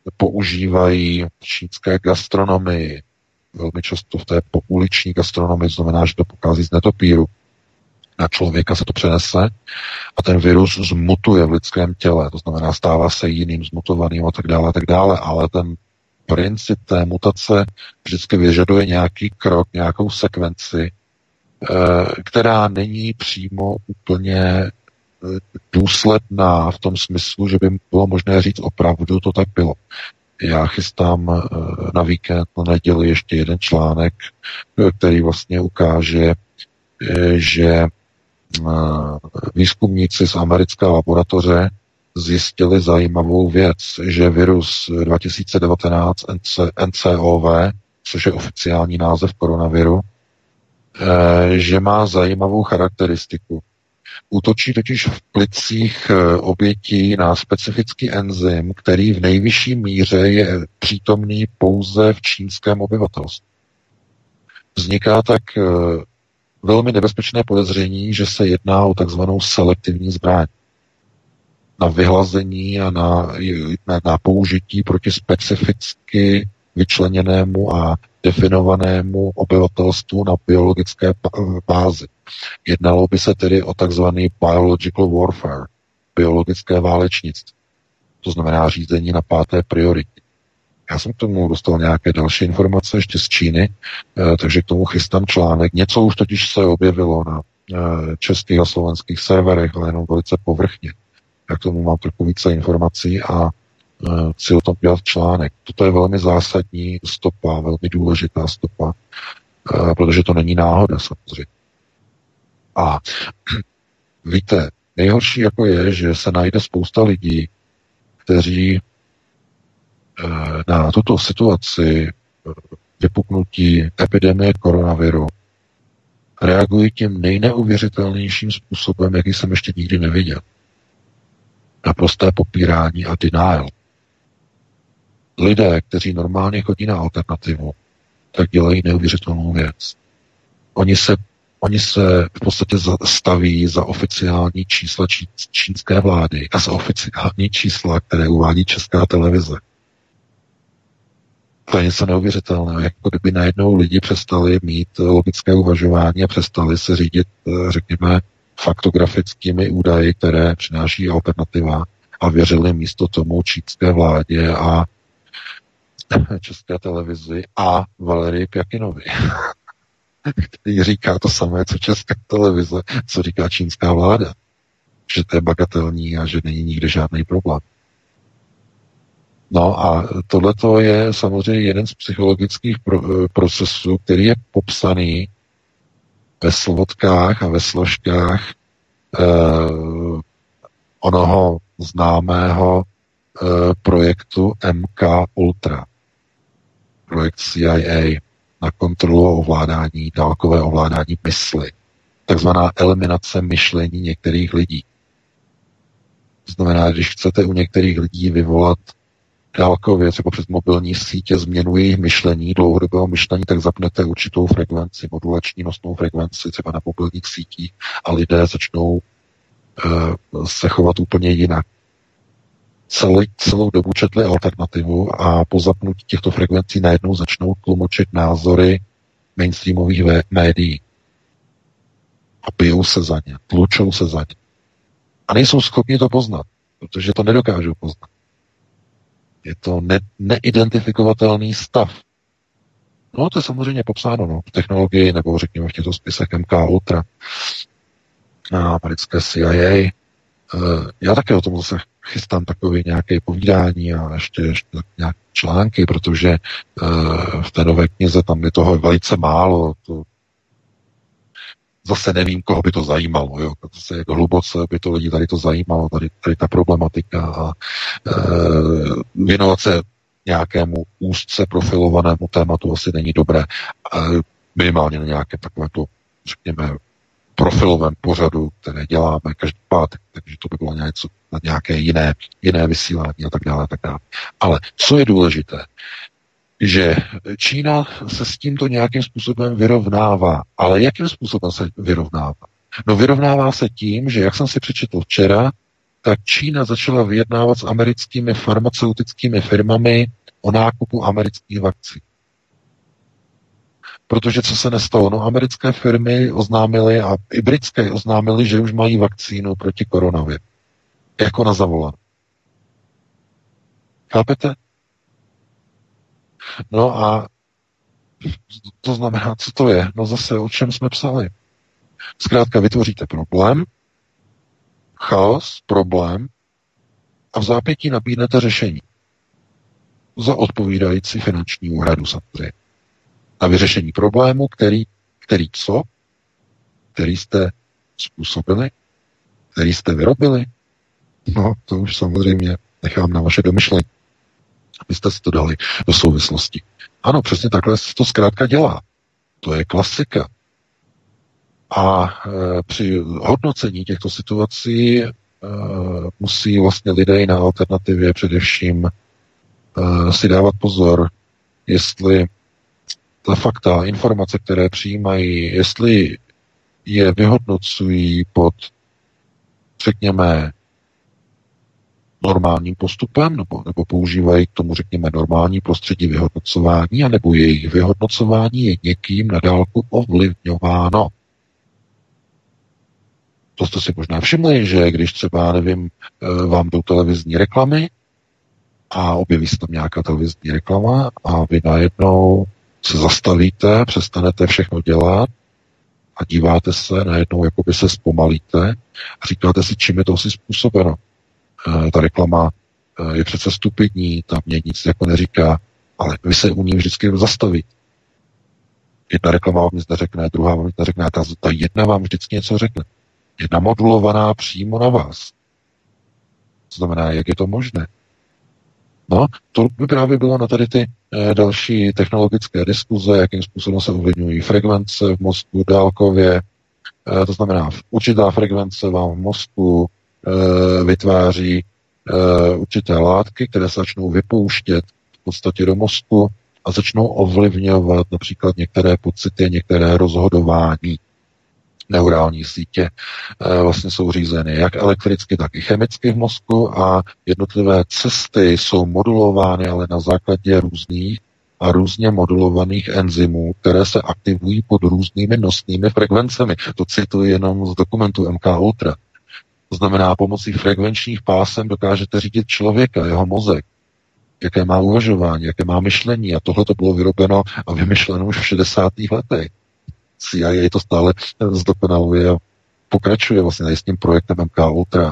S3: používají čínské gastronomii, velmi často v té pouliční gastronomii, znamená, že to pochází z netopíru. Na člověka se to přenese a ten virus zmutuje v lidském těle, to znamená, stává se jiným, zmutovaným a tak dále, a tak dále, ale ten princip té mutace vždycky vyžaduje nějaký krok, nějakou sekvenci, která není přímo úplně důsledná v tom smyslu, že by bylo možné říct opravdu, to tak bylo. Já chystám na víkend, na neděli ještě jeden článek, který vlastně ukáže, že výzkumníci z americké laboratoře zjistili zajímavou věc, že virus dva tisíce devatenáct N C O V, což je oficiální název koronaviru, že má zajímavou charakteristiku. Útočí totiž v plicích obětí na specifický enzym, který v nejvyšší míře je přítomný pouze v čínském obyvatelstvu. Vzniká tak velmi nebezpečné podezření, že se jedná o takzvanou selektivní zbraň na vyhlazení a na, na, na použití proti specificky vyčleněnému a definovanému obyvatelstvu na biologické bázi. Jednalo by se tedy o takzvaný biological warfare, biologické válečnictví. To znamená řízení na páté prioritě. Já jsem k tomu dostal nějaké další informace ještě z Číny, takže k tomu chystám článek. Něco už totiž se objevilo na českých a slovenských serverech, ale jenom velice povrchně. Já k tomu mám trochu více informací a chci o tom dělat článek. Toto je velmi zásadní stopa, velmi důležitá stopa, protože to není náhoda samozřejmě. A víte, nejhorší jako je, že se najde spousta lidí, kteří na tuto situaci vypuknutí epidemie koronaviru reagují tím nejneuvěřitelnějším způsobem, jaký jsem ještě nikdy neviděl. Naprosté popírání a denial. Lidé, kteří normálně chodí na alternativu, tak dělají neuvěřitelnou věc. Oni se, oni se v podstatě staví za oficiální čísla čí, čínské vlády a za oficiální čísla, které uvádí Česká televize. To je něco neuvěřitelného, jako kdyby najednou lidi přestali mít logické uvažování a přestali se řídit, řekněme, faktografickými údaji, které přináší alternativa a věřili místo tomu čínské vládě a České televizi a Valerii Pjakinovi, který říká to samé, co Česká televize, co říká čínská vláda, že to je bagatelní a že není nikde žádný problém. No a tohleto je samozřejmě jeden z psychologických pro, procesů, který je popsaný ve slovotkách a ve složkách eh, onoho známého eh, projektu M K Ultra. Projekt C I A na kontrolu a ovládání, dálkové ovládání mysli. Takzvaná eliminace myšlení některých lidí. To znamená, když chcete u některých lidí vyvolat dálkově, třeba přes mobilní sítě, změnu jejich myšlení, dlouhodobého myšlení, tak zapnete určitou frekvenci, modulační nosnou frekvenci, třeba na mobilních sítích a lidé začnou uh, se chovat úplně jinak. Celý, celou dobu četli alternativu a po zapnutí těchto frekvencí najednou začnou tlumočit názory mainstreamových médií. A pijou se za ně, tlučou se za ně. A nejsou schopni to poznat, protože to nedokážou poznat. Je to ne, neidentifikovatelný stav. No to je samozřejmě popsáno no, v technologii, nebo řekněme v těchto spisech M K Ultra, a americké C I A. Já také o tom zase chystám takové nějaké povídání a ještě, ještě nějaké články, protože v té nové knize tam je toho velice málo. To zase nevím, koho by to zajímalo. Jo? Zase jak hluboce by to lidi tady to zajímalo, tady, tady ta problematika a e, věnovat se nějakému úzce profilovanému tématu asi není dobré. E, minimálně na nějaké takovéto, řekněme, profilovém pořadu, které děláme každý pátek, takže to by bylo něco na nějaké jiné, jiné vysílání a tak dále, a tak dále. Ale co je důležité, že Čína se s tímto nějakým způsobem vyrovnává. Ale jakým způsobem se vyrovnává? No vyrovnává se tím, že, jak jsem si přečetl včera, tak Čína začala vyjednávat s americkými farmaceutickými firmami o nákupu amerických vakcín. Protože co se nestalo? No, americké firmy oznámily a i britské oznámily, že už mají vakcínu proti koronaviru. Jako na zavolan. Chápete? No a to znamená, co to je? No zase, o čem jsme psali? Zkrátka vytvoříte problém, chaos, problém a v zápětí nabídnete řešení. Za odpovídající finanční úhradu samozřejmě. Na vyřešení problému, který, který co? Který jste způsobili? Který jste vyrobili? No, to už samozřejmě nechám na vaše domyšlení. Abyste si to dali do souvislosti. Ano, přesně takhle se to zkrátka dělá. To je klasika. A e, při hodnocení těchto situací e, musí vlastně lidé na alternativě především e, si dávat pozor, jestli ta fakta, informace, které přijímají, jestli je vyhodnocují pod, řekněme, normálním postupem, nebo, nebo používají k tomu, řekněme, normální prostředí vyhodnocování, anebo jejich vyhodnocování je někým na dálku ovlivňováno. To jste si možná všimli, že když třeba, nevím, vám jdou televizní reklamy a objeví se tam nějaká televizní reklama a vy najednou se zastavíte, přestanete všechno dělat a díváte se, najednou jakoby se zpomalíte a říkáte si, čím je to asi způsobeno. E, ta reklama e, je přece stupidní, tam mě nic jako neříká, ale vy se u ní vždycky zastavíte. Jedna reklama vám nic neřekne, druhá vám nic neřekne, ta, ta jedna vám vždycky něco řekne. Je namodulovaná přímo na vás. To znamená, jak je to možné? No, to by právě bylo na tady ty e, další technologické diskuze, jakým způsobem se ovlivňují frekvence v mozku dálkově. E, to znamená, určitá frekvence vám v mozku e, vytváří e, určité látky, které se začnou vypouštět v podstatě do mozku a začnou ovlivňovat například některé pocity, některé rozhodování. Neurální sítě e, vlastně jsou řízeny jak elektricky, tak i chemicky v mozku a jednotlivé cesty jsou modulovány, ale na základě různých a různě modulovaných enzymů, které se aktivují pod různými nosnými frekvencemi. To cituji jenom z dokumentu M K Ultra. To znamená, pomocí frekvenčních pásem dokážete řídit člověka, jeho mozek, jaké má uvažování, jaké má myšlení a tohle to bylo vyrobeno a vymyšleno už v šedesátých letech. C I A to stále zdokonaluje a pokračuje vlastně s tím projektem M K Ultra.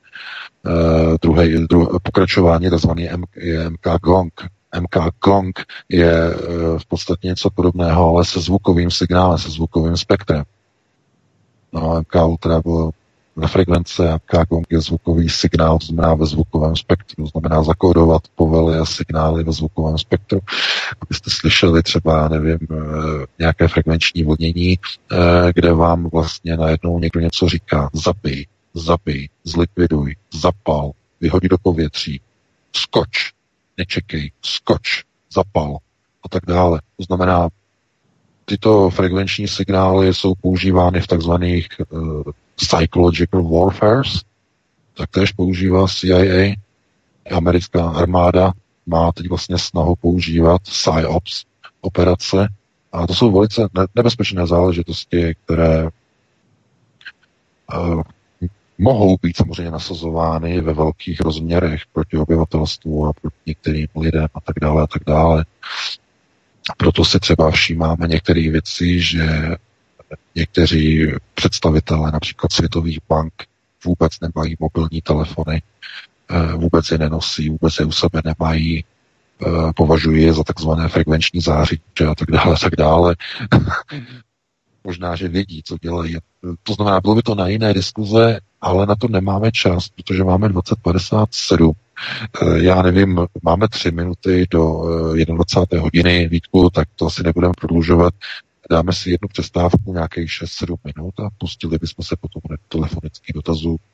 S3: Uh, druhé, druhé, pokračování takzvaný M, je M K Gong. M K Gong je uh, v podstatě něco podobného, ale se zvukovým signálem, se zvukovým spektrem. No, M K Ultra bylo na frekvence, M K Gong je zvukový signál, to znamená ve zvukovém spektru, to znamená zakódovat povely a signály ve zvukovém spektru. Abyste slyšeli třeba, nevím, nějaké frekvenční vlnění, kde vám vlastně najednou někdo něco říká, zabij, zabij, zlikviduj, zapal, vyhodí do povětří, skoč, nečekej, skoč, zapal a tak dále. To znamená, tyto frekvenční signály jsou používány v takzvaných uh, psychological warfares, tak též používá C I A. Americká armáda má teď vlastně snahu používat PsyOps operace a to jsou velice nebezpečné záležitosti, které uh, mohou být samozřejmě nasazovány ve velkých rozměrech proti obyvatelstvu a proti některým lidem a tak dále a tak dále. Proto si třeba všímáme některé věci, že někteří představitelé například světových bank vůbec nemají mobilní telefony, vůbec je nenosí, vůbec je u sebe nemají, považují je za takzvané frekvenční zářiče a tak dále, tak dále. Možná, že vědí, co dělají. To znamená, bylo by to na jiné diskuze, ale na to nemáme čas, protože máme dvacet padesát sedm. Já nevím, máme tři minuty do dvacáté hodiny, Vítku, tak to asi nebudeme prodlužovat. Dáme si jednu přestávku, nějakých šest sedm minut a pustili bychom se potom do telefonických dotazů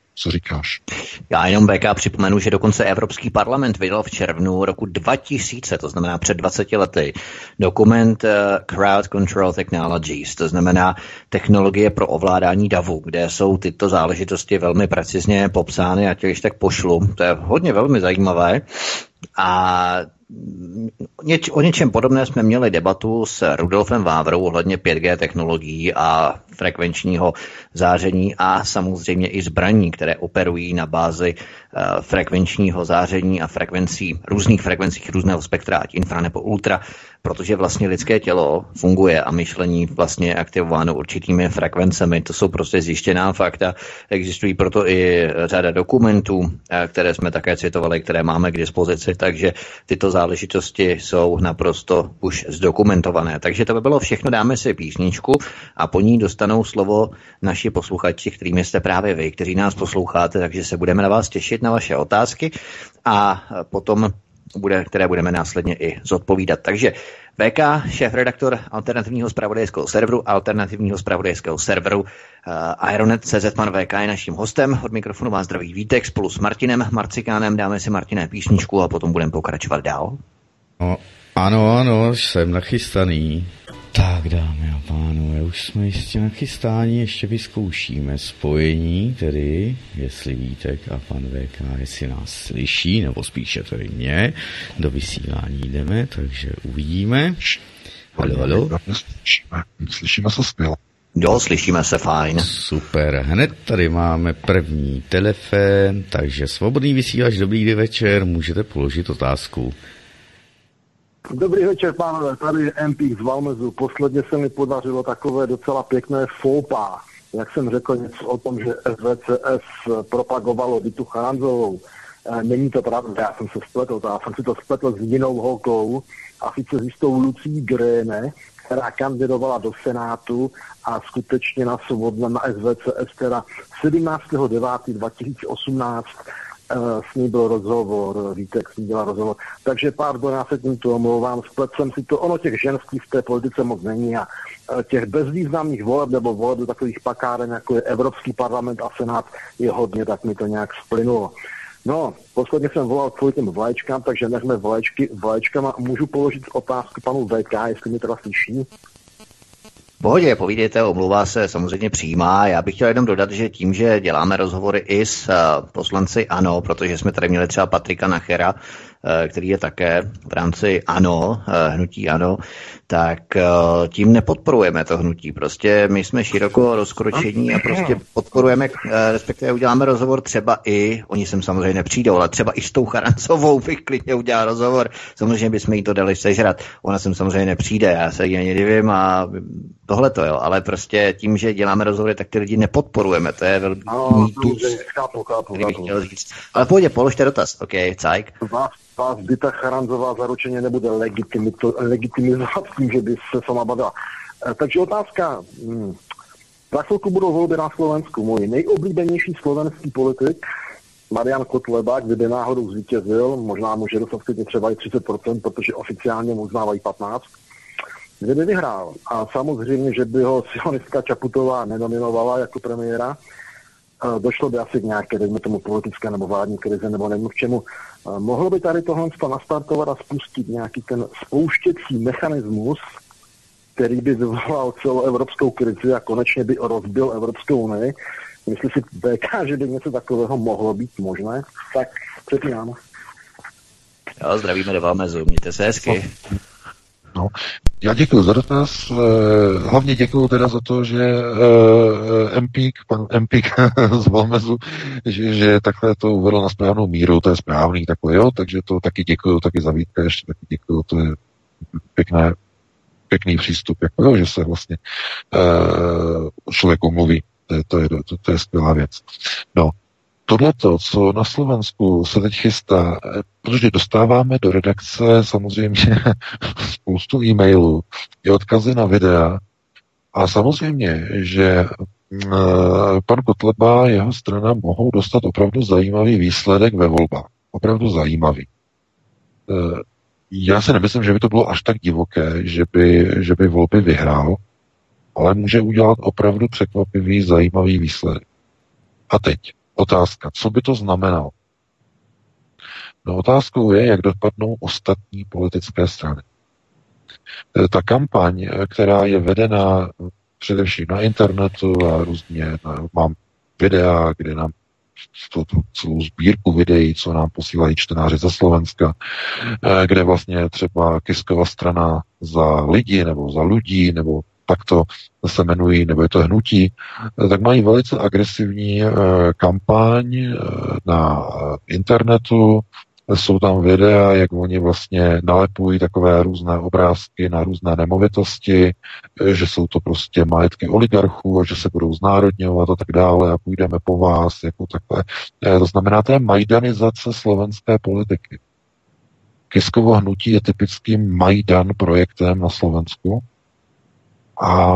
S3: Co říkáš?
S1: Já jenom B K připomenu, že dokonce Evropský parlament vydal v červnu roku dva tisíce, to znamená před dvaceti lety, dokument uh, Crowd Control Technologies, to znamená technologie pro ovládání davu, kde jsou tyto záležitosti velmi precizně popsány, a když tak pošlu. To je hodně velmi zajímavé. A něč, o něčem podobné jsme měli debatu s Rudolfem Vávrou ohledně pět G technologií a frekvenčního záření a samozřejmě i zbraní, které operují na bázi uh, frekvenčního záření a frekvencí, různých frekvencích různého spektra, ať infra nebo ultra, protože vlastně lidské tělo funguje a myšlení vlastně je aktivováno určitými frekvencemi. To jsou prostě zjištěná fakta. Existují proto i řada dokumentů, které jsme také citovali, které máme k dispozici, takže tyto záležitosti jsou naprosto už zdokumentované. Takže to by bylo všechno, dáme si písničku a po ní dostanou slovo naši posluchači, kterými jste právě vy, kteří nás posloucháte, takže se budeme na vás těšit, na vaše otázky a potom bude, které budeme následně i zodpovídat. Takže V K, šéf-redaktor alternativního zpravodajského serveru, alternativního zpravodajského serveru uh, Ironet tečka cé zet, pan V K je naším hostem. Od mikrofonu vás zdraví Vítek spolu s Martinem Marcikánem. Dáme si, Martiné, písničku a potom budeme pokračovat dál.
S2: No, ano, ano, jsem nachystaný. Tak, dámy a pánové, už jsme jistě nachystáni, ještě vyzkoušíme spojení, tedy jestli Vítek a pan V K, jestli nás slyší, nebo spíše tedy mě, do vysílání jdeme, takže uvidíme. Halo, halo.
S3: Slyšíme, slyšíme se skvěle.
S1: Jo, slyšíme se fajn.
S2: Super, hned tady máme první telefon, takže svobodný vysílač, dobrý večer, můžete položit otázku.
S4: Dobrý večer, pánové, tady je M P z Valmezu. Posledně se mi podařilo takové docela pěkné fópa. Jak jsem řekl něco o tom, že S V C S propagovalo Ditu Charanzovou. Není to pravda, já jsem se spletl, já jsem si to spletl s jinou holkou, a sice s jistou Lucí Gréne, která kandidovala do Senátu a skutečně na svobodná na S V C S, teda sedmnáctého devátého dva tisíce osmnáct s ní byl rozhovor, Vítek s ní dělal rozhovor. Takže pardon, já se tímto omlouvám, splet jsem si to, ono těch ženský v té politice moc není a těch bezvýznamných voleb nebo voleb do takových pakáren, jako je Evropský parlament a Senát, je hodně, tak mi to nějak splynulo. No, posledně jsem volal kvůli těm vlaječkám, takže nechme vlaječky vlaječkama. Můžu položit otázku panu V K, jestli mě teda slyší?
S1: V pohodě, povídejte, omlouvá se, samozřejmě přijímá. Já bych chtěl jenom dodat, že tím, že děláme rozhovory i s uh, poslanci ANO, protože jsme tady měli třeba Patrika Nachera, uh, který je také v rámci ANO, uh, hnutí ANO, tak uh, tím nepodporujeme to hnutí. Prostě my jsme široko rozkročení a prostě podporujeme, uh, respektive uděláme rozhovor třeba i, oni sem samozřejmě nepřijdou, ale třeba i s tou Charanzovou bych klidně udělal rozhovor. Samozřejmě bychom jí to dali sežrat. Ona sem samozřejmě nepřijde, já se jí ani divím a tohle to jo, ale prostě tím, že děláme rozhovory, tak ty lidi nepodporujeme, to je velký mýtus, který bych chtěl říct. Ale pojďte, položte dotaz, ok, cajk.
S4: Vás, vás Dita Charanzová zaručeně nebude legitimizovat tím, že by se sama bavila. Takže otázka, hmm. za chvilku budou volby na Slovensku. Můj nejoblíbenější slovenský politik, Marian Kotleba, kdyby náhodou zvítězil, možná může dostat třeba i třicet procent, protože oficiálně mu uznávají patnáct procent, kdyby vyhrál. A samozřejmě, že by ho sionistka Čaputová nenominovala jako premiéra, došlo by asi k nějaké, dejme tomu, politické nebo vládní krize, nebo nevím k čemu. Mohlo by tady tohle nastartovat a spustit nějaký ten spouštěcí mechanismus, který by vyvolal celou evropskou krizi a konečně by rozbil Evropskou unii. Myslí si V K, že by něco takového mohlo být možné? Tak přepínám.
S1: Jo, zdravíme do Valmezu, mějte se hezky.
S3: No, já děkuji za dotaz, hlavně děkuji teda za to, že Empík, pan Empík z Valmezu, že, že takhle to uvedl na správnou míru, to je správný takhle, jo, takže to taky děkuji, taky za Vítka ještě taky děkuji, to je pěkné, pěkný přístup, jako jo, že se vlastně uh, člověku mluví, to je, to, je, to, to je skvělá věc. No, tohleto, co na Slovensku se teď chystá, protože dostáváme do redakce samozřejmě spoustu e-mailů, i odkazy na videa a samozřejmě, že pan Kotleba a jeho strana mohou dostat opravdu zajímavý výsledek ve volbách. Opravdu zajímavý. Já si nemyslím, že by to bylo až tak divoké, že by, že by volby vyhrál, ale může udělat opravdu překvapivý, zajímavý výsledek. A teď Otázka, co by to znamenalo? No otázkou je, jak dopadnou ostatní politické strany. Ta kampaň, která je vedena především na internetu a různě, mám videa, kde nám tu, tu celou sbírku videí, co nám posílají čtenáři ze Slovenska, kde vlastně třeba Kiskova strana za lidi, nebo za lidí, nebo takto se jmenují, nebo je to hnutí, tak mají velice agresivní kampaň na internetu. Jsou tam videa, jak oni vlastně nalepují takové různé obrázky na různé nemovitosti, že jsou to prostě majetky oligarchů a že se budou znárodňovat a tak dále a půjdeme po vás, jako takhle. To znamená, to je majdanizace slovenské politiky. Kiskovo hnutí je typickým Majdan projektem na Slovensku a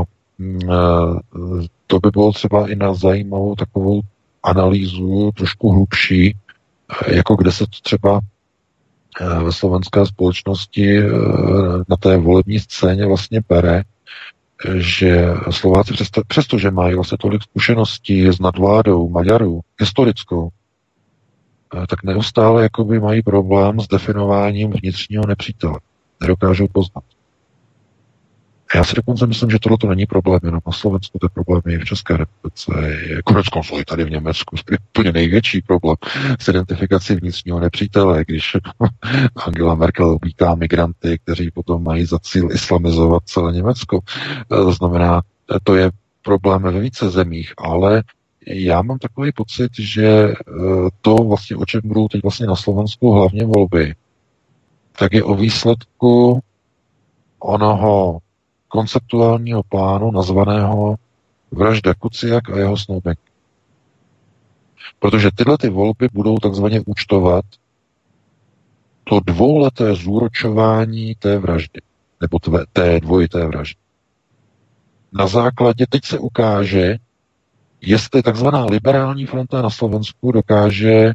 S3: to by bylo třeba i na zajímavou takovou analýzu, trošku hlubší, jako kde se to třeba ve slovenské společnosti na té volební scéně vlastně bere, že Slováci přesto, přestože mají vlastně tolik zkušeností s nadvládou Maďarů, historickou, tak neustále jakoby mají problém s definováním vnitřního nepřítele. Nedokážou poznat. Já si dokonce myslím, že tohle to není problém jenom na Slovensku, to je problém i v České republice. Konec konců i tady v Německu je úplně největší problém s identifikací vnitřního nepřítele, když Angela Merkel obítá migranty, kteří potom mají za cíl islamizovat celé Německo. To znamená, to je problém ve více zemích, ale já mám takový pocit, že to vlastně, o čem budou teď vlastně na Slovensku hlavně volby, tak je o výsledku onoho konceptuálního plánu nazvaného Vražda Kuciak a jeho snoubenky. Protože tyhle ty volby budou takzvaně účtovat to dvouleté zúročování té vraždy, nebo tvé, té dvojité vraždy. Na základě, teď se ukáže, jestli takzvaná liberální fronta na Slovensku dokáže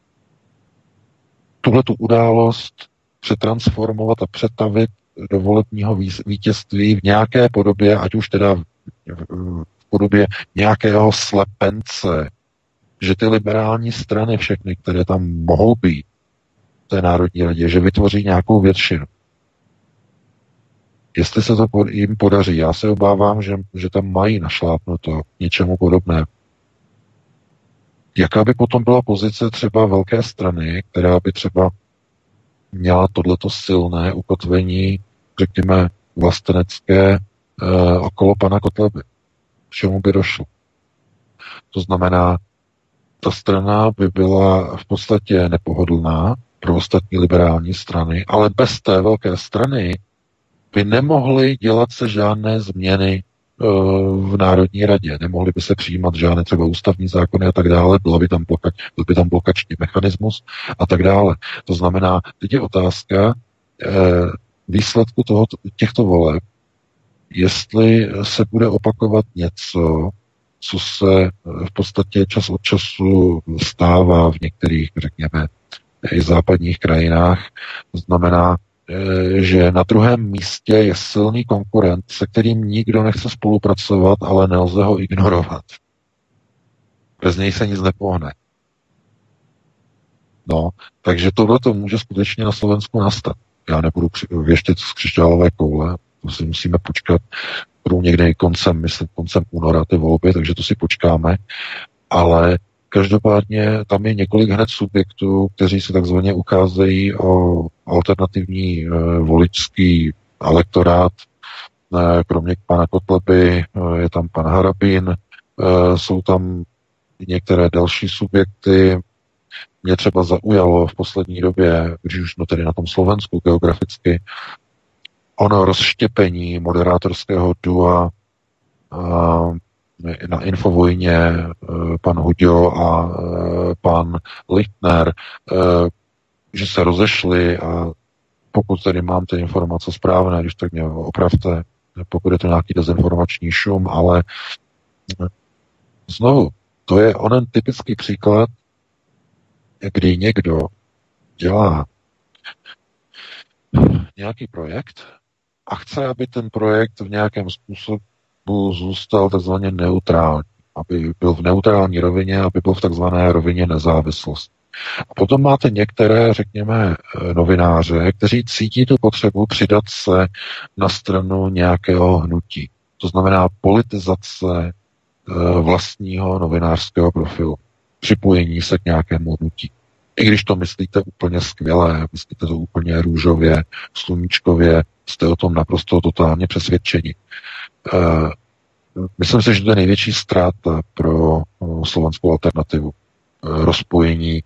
S3: tuhletu událost přetransformovat a přetavit do volebního vítězství v nějaké podobě, ať už teda v podobě nějakého slepence, že ty liberální strany všechny, které tam mohou být v té Národní radě, že vytvoří nějakou většinu. Jestli se to jim podaří, já se obávám, že, že tam mají našlápnuto něčemu podobné. Jaká by potom byla pozice třeba velké strany, která by třeba měla tohleto silné ukotvení, řekněme, vlastenecké eh, okolo pana Kotleby. K čemu by došlo? To znamená, ta strana by byla v podstatě nepohodlná pro ostatní liberální strany, ale bez té velké strany by nemohly dělat se žádné změny eh, v Národní radě. Nemohly by se přijímat žádné třeba ústavní zákony a tak dále, byla by tam blokač, byl by tam blokační mechanismus a tak dále. To znamená, teď je otázka eh, výsledku toho, těchto voleb, jestli se bude opakovat něco, co se v podstatě čas od času stává v některých, řekněme, i západních krajinách. To znamená, že na druhém místě je silný konkurent, se kterým nikdo nechce spolupracovat, ale nelze ho ignorovat. Bez něj se nic nepohne. No, takže tohle to může skutečně na Slovensku nastat. Já nebudu věštět z křišťálové koule, to si musíme počkat. Budou někde koncem, myslím, koncem února ty volby, takže to si počkáme. Ale každopádně tam je několik hned subjektů, kteří se takzvaně ucházejí o alternativní e, voličský elektorát. E, kromě pana Kotleby e, je tam pan Harabín, e, jsou tam některé další subjekty. Mě třeba zaujalo v poslední době, když už no tedy na tom Slovensku geograficky, ono rozštěpení moderátorského dua a, na Infovojně pan Huďo a pan Lichtner, že se rozešli a pokud tedy mám ty informace správné, když tak mě opravte, pokud je to nějaký dezinformační šum, ale znovu, to je onen typický příklad, kdy někdo dělá nějaký projekt a chce, aby ten projekt v nějakém způsobu zůstal takzvaně neutrální. aby byl v neutrální rovině, aby byl v takzvané rovině nezávislost. A potom máte některé, řekněme, novináře, kteří cítí tu potřebu přidat se na stranu nějakého hnutí. To znamená politizace vlastního novinářského profilu. Připojení se k nějakému hnutí. I když to myslíte úplně skvěle, myslíte to úplně růžově, sluníčkově, jste o tom naprosto totálně přesvědčeni. Myslím si, že to je největší ztráta pro slovenskou alternativu. Rozpojení,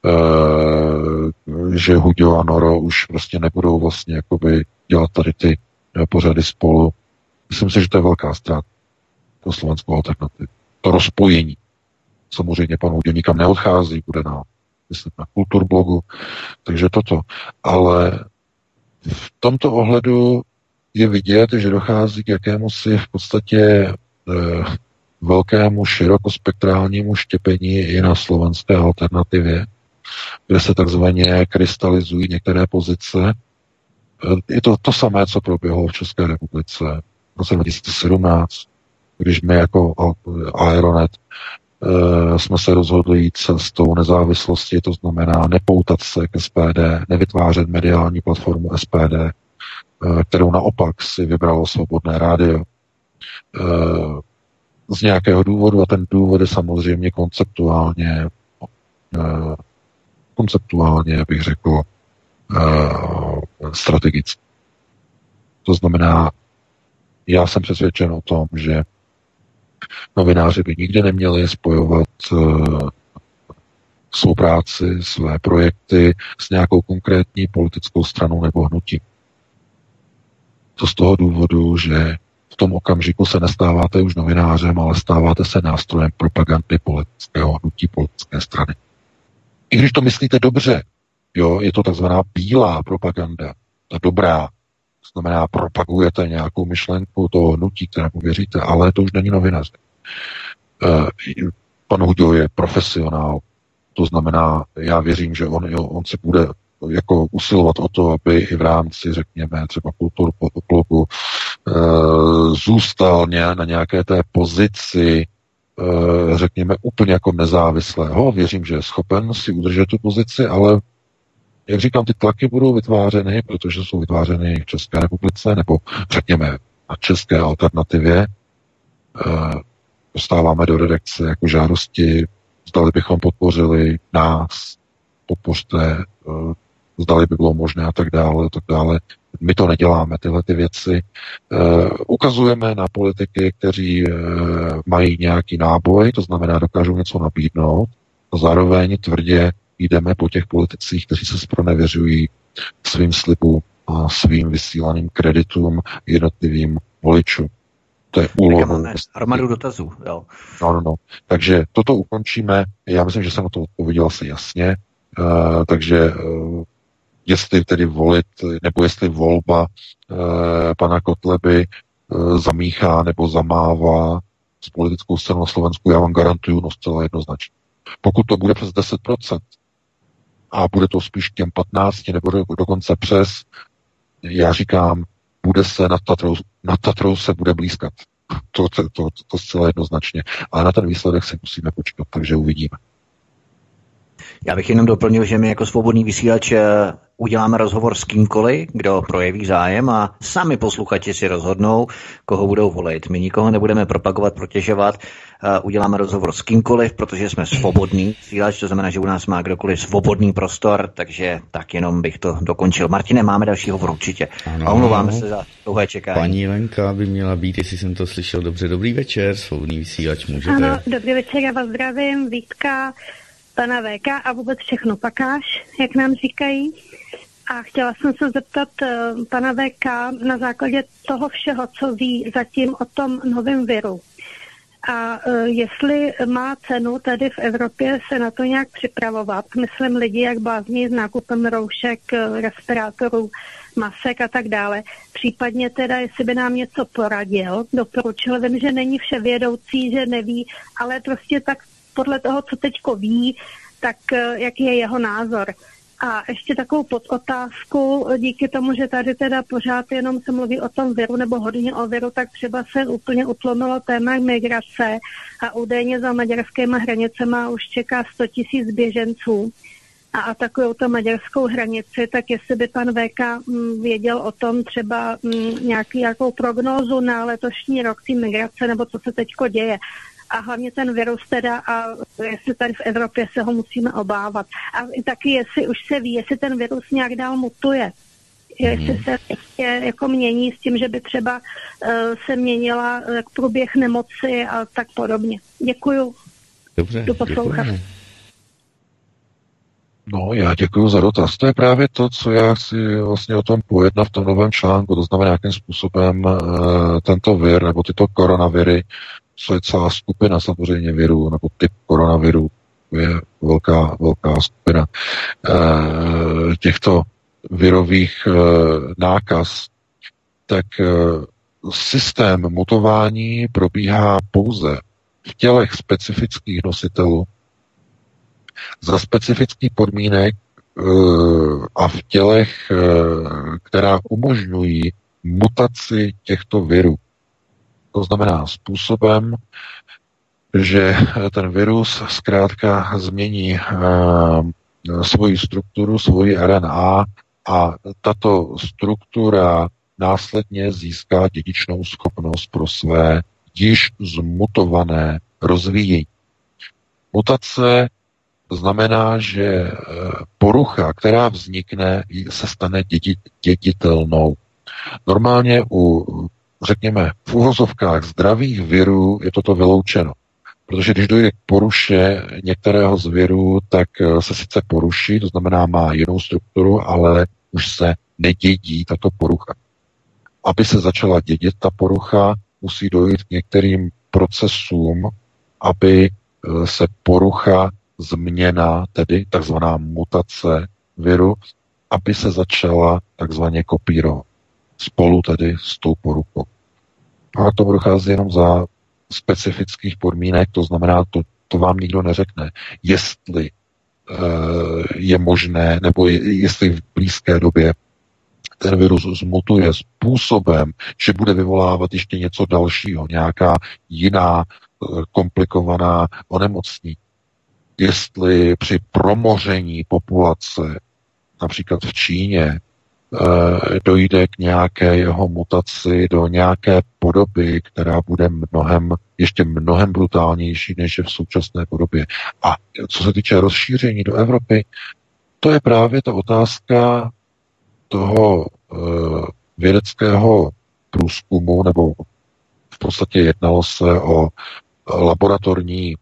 S3: že Huďo a Noro už prostě nebudou vlastně jakoby dělat tady ty pořady spolu. Myslím si, že to je velká ztráta pro slovenskou alternativu. To rozpojení. Samozřejmě pan Huďo nikam neodchází, bude na, myslím, na kulturblogu, takže toto. Ale v tomto ohledu je vidět, že dochází k jakémusi v podstatě eh, velkému širokospektrálnímu štěpení i na slovenské alternativě, kde se takzvaně krystalizují některé pozice. Je to to samé, co proběhlo v České republice v roce dva tisíce sedmnáct, když my jako Aeronet e, jsme se rozhodli jít cestou nezávislosti, to znamená nepoutat se k S P D, nevytvářet mediální platformu S P D, e, kterou naopak si vybralo Svobodné rádio. E, z nějakého důvodu, a ten důvod je samozřejmě konceptuálně, e, konceptuálně, bych řekl, e, strategický. To znamená, já jsem přesvědčen o tom, že novináři by nikdy neměli spojovat uh, svou práci, své projekty s nějakou konkrétní politickou stranou nebo hnutím. To z toho důvodu, že v tom okamžiku se nestáváte už novinářem, ale stáváte se nástrojem propagandy politického hnutí, politické strany. I když to myslíte dobře, jo, je to takzvaná bílá propaganda, ta dobrá. To znamená, propagujete nějakou myšlenku toho hnutí, kterému věříte, ale to už není novinář. Pan Huďo je profesionál, to znamená, já věřím, že on, jo, on se bude jako usilovat o to, aby i v rámci, řekněme, třeba kulturblogu zůstal na nějaké té pozici, řekněme, úplně jako nezávislého. Věřím, že je schopen si udržet tu pozici, ale jak říkám, ty tlaky budou vytvářeny, protože jsou vytvářeny v České republice, nebo řekněme na české alternativě. Dostáváme do redakce jako žádosti, zdali bychom podpořili nás, podpořte, zdali by bylo možné a tak dále, tak dále. My to neděláme, tyhle ty věci. Ukazujeme na politiky, kteří mají nějaký náboj, to znamená, dokážou něco nabídnout, a zároveň tvrdě jdeme po těch politicích, kteří se zpronevěřují svým slibům a svým vysílaným kreditům jednotlivým voličům. To je úloha.
S1: Armadu dotazů, jo.
S3: No, no, no. Takže toto ukončíme. Já myslím, že jsem na to odpověděl asi jasně. Uh, takže uh, jestli tedy volit, nebo jestli volba uh, pana Kotleby uh, zamíchá nebo zamává s politickou stranou na Slovensku, já vám garantuju, no zcela jednoznačně. Pokud to bude přes deset procent, a bude to spíš k těm patnácti nebo do, dokonce přes, já říkám, bude se nad Tatrou, nad Tatrou se bude blízkat. To, to, to, to zcela jednoznačně. Ale na ten výsledek si musíme počkat, takže uvidíme.
S1: Já bych jenom doplnil, že my jako svobodný vysílač uděláme rozhovor s kýmkoliv, kdo projeví zájem a sami posluchači si rozhodnou, koho budou volit. My nikoho nebudeme propagovat, protěžovat, uděláme rozhovor s kýmkoliv, protože jsme svobodný vysílač, to znamená, že u nás má kdokoliv svobodný prostor, takže tak jenom bych to dokončil. Martine, máme další hovor určitě. Ano, a omlouváme se za dlouhé čekání.
S2: Paní Lenka by měla být, jestli jsem to slyšel dobře. Dobrý večer, svobodný vysílač, můžete.
S5: Ano, dobrý večer, já vás zdravím, Vítka, pana V K a vůbec všechno pakáš, jak nám říkají. A chtěla jsem se zeptat uh, pana V K na základě toho všeho, co ví zatím o tom novém viru. A uh, jestli má cenu tady v Evropě se na to nějak připravovat, myslím lidi, jak blázní s nákupem roušek, respirátorů, masek a tak dále. Případně teda, jestli by nám něco poradil, doporučil. Vím, že není vševědoucí, že neví, ale prostě tak podle toho, co teďko ví, tak jaký je jeho názor. A ještě takovou podotázku, díky tomu, že tady teda pořád jenom se mluví o tom viru nebo hodně o viru, tak třeba se úplně utlomilo téma migrace a údajně za maďarskými hranicema už čeká sto tisíc běženců a atakují to maďarskou hranici, tak jestli by pan V K věděl o tom třeba nějaký, nějakou prognózu na letošní rok té migrace nebo co se teďko děje. A hlavně ten virus teda a jestli tady v Evropě se ho musíme obávat. A taky jestli už se ví, jestli ten virus nějak dál mutuje. Jestli se ještě jako mění s tím, že by třeba uh, se měnila uh, průběh nemoci a tak podobně. Děkuju.
S2: Dobře,
S5: Jdu poslouchat.
S2: děkujeme.
S3: No, já děkuji za dotaz. To je právě to, co já chci vlastně o tom pojednat v tom novém článku. To znamená, jakým způsobem uh, tento vir nebo tyto koronaviry, co je celá skupina samozřejmě virů, nebo typ koronavirů, je velká, velká skupina uh, těchto virových uh, nákaz, tak uh, systém mutování probíhá pouze v tělech specifických nositelů, za specifických podmínek uh, a v tělech, uh, která umožňují mutaci těchto virů. To znamená způsobem, že ten virus zkrátka změní uh, svoji strukturu, svoji R N A a tato struktura následně získá dědičnou schopnost pro své již zmutované rozvíjení. Mutace znamená, že porucha, která vznikne, se stane dědi, děditelnou. Normálně u, řekněme, v uvozovkách zdravých virů je toto vyloučeno. Protože když dojde k poruše některého z virů, tak se sice poruší, to znamená má jinou strukturu, ale už se nedědí tato porucha. Aby se začala dědit ta porucha, musí dojít k některým procesům, aby se porucha změna, tedy takzvaná mutace viru, aby se začala takzvaně kopírovat. Spolu tedy s tou poruchou. A to dochází jenom za specifických podmínek, to znamená, to, to vám nikdo neřekne, jestli e, je možné, nebo je, jestli v blízké době ten virus zmutuje způsobem, že bude vyvolávat ještě něco dalšího, nějaká jiná e, komplikovaná onemocnění. Jestli při promoření populace, například v Číně, dojde k nějaké jeho mutaci do nějaké podoby, která bude mnohem, ještě mnohem brutálnější, než je v současné podobě. A co se týče rozšíření do Evropy, to je právě ta otázka toho vědeckého průzkumu, nebo v podstatě jednalo se o laboratorní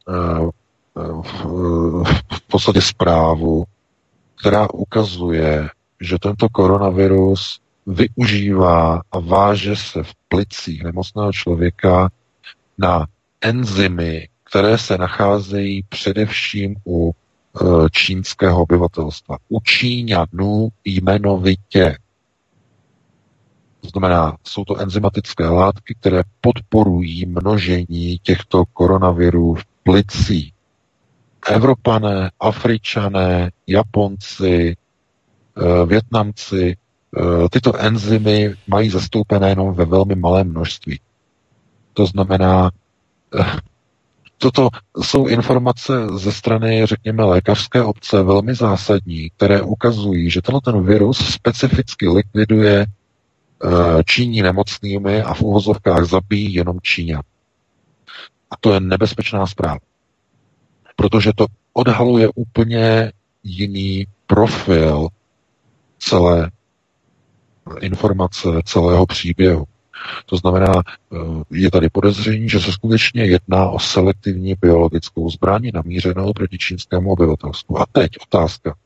S3: v podstatě zprávu, která ukazuje, že tento koronavirus využívá a váže se v plicích nemocného člověka na enzymy, které se nacházejí především u e, čínského obyvatelstva. U Číňanů jmenovitě. To znamená, jsou to enzymatické látky, které podporují množení těchto koronavirů v plicích. Evropané, Afričané, Japonci, Vietnamci, tyto enzymy mají zastoupené jenom ve velmi malém množství. To znamená, toto jsou informace ze strany, řekněme, lékařské obce velmi zásadní, které ukazují, že tenhle ten virus specificky likviduje Číní nemocnými a v uvozovkách zabíjí jenom Číňan. A to je nebezpečná zpráva. Protože to odhaluje úplně jiný profil celé informace, celého příběhu. To znamená, je tady podezření, že se skutečně jedná o selektivní biologickou zbraň namířenou proti čínskému obyvatelstvu. A teď otázka.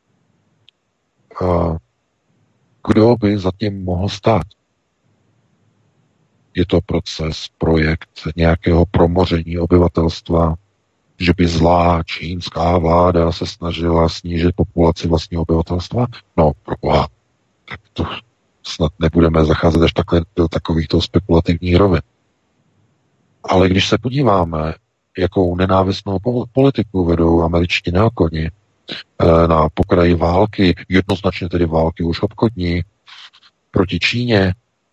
S3: Kdo by zatím mohl stát? Je to proces, projekt nějakého promoření obyvatelstva, že by zlá čínská vláda se snažila snížit populaci vlastního obyvatelstva? No, proboha, tak to snad nebudeme zacházet až takhle do takovýchto spekulativních rovin. Ale když se podíváme, jakou nenávistnou politiku vedou američtí neokoni, na pokraji války, jednoznačně tedy války už obchodní proti Číně,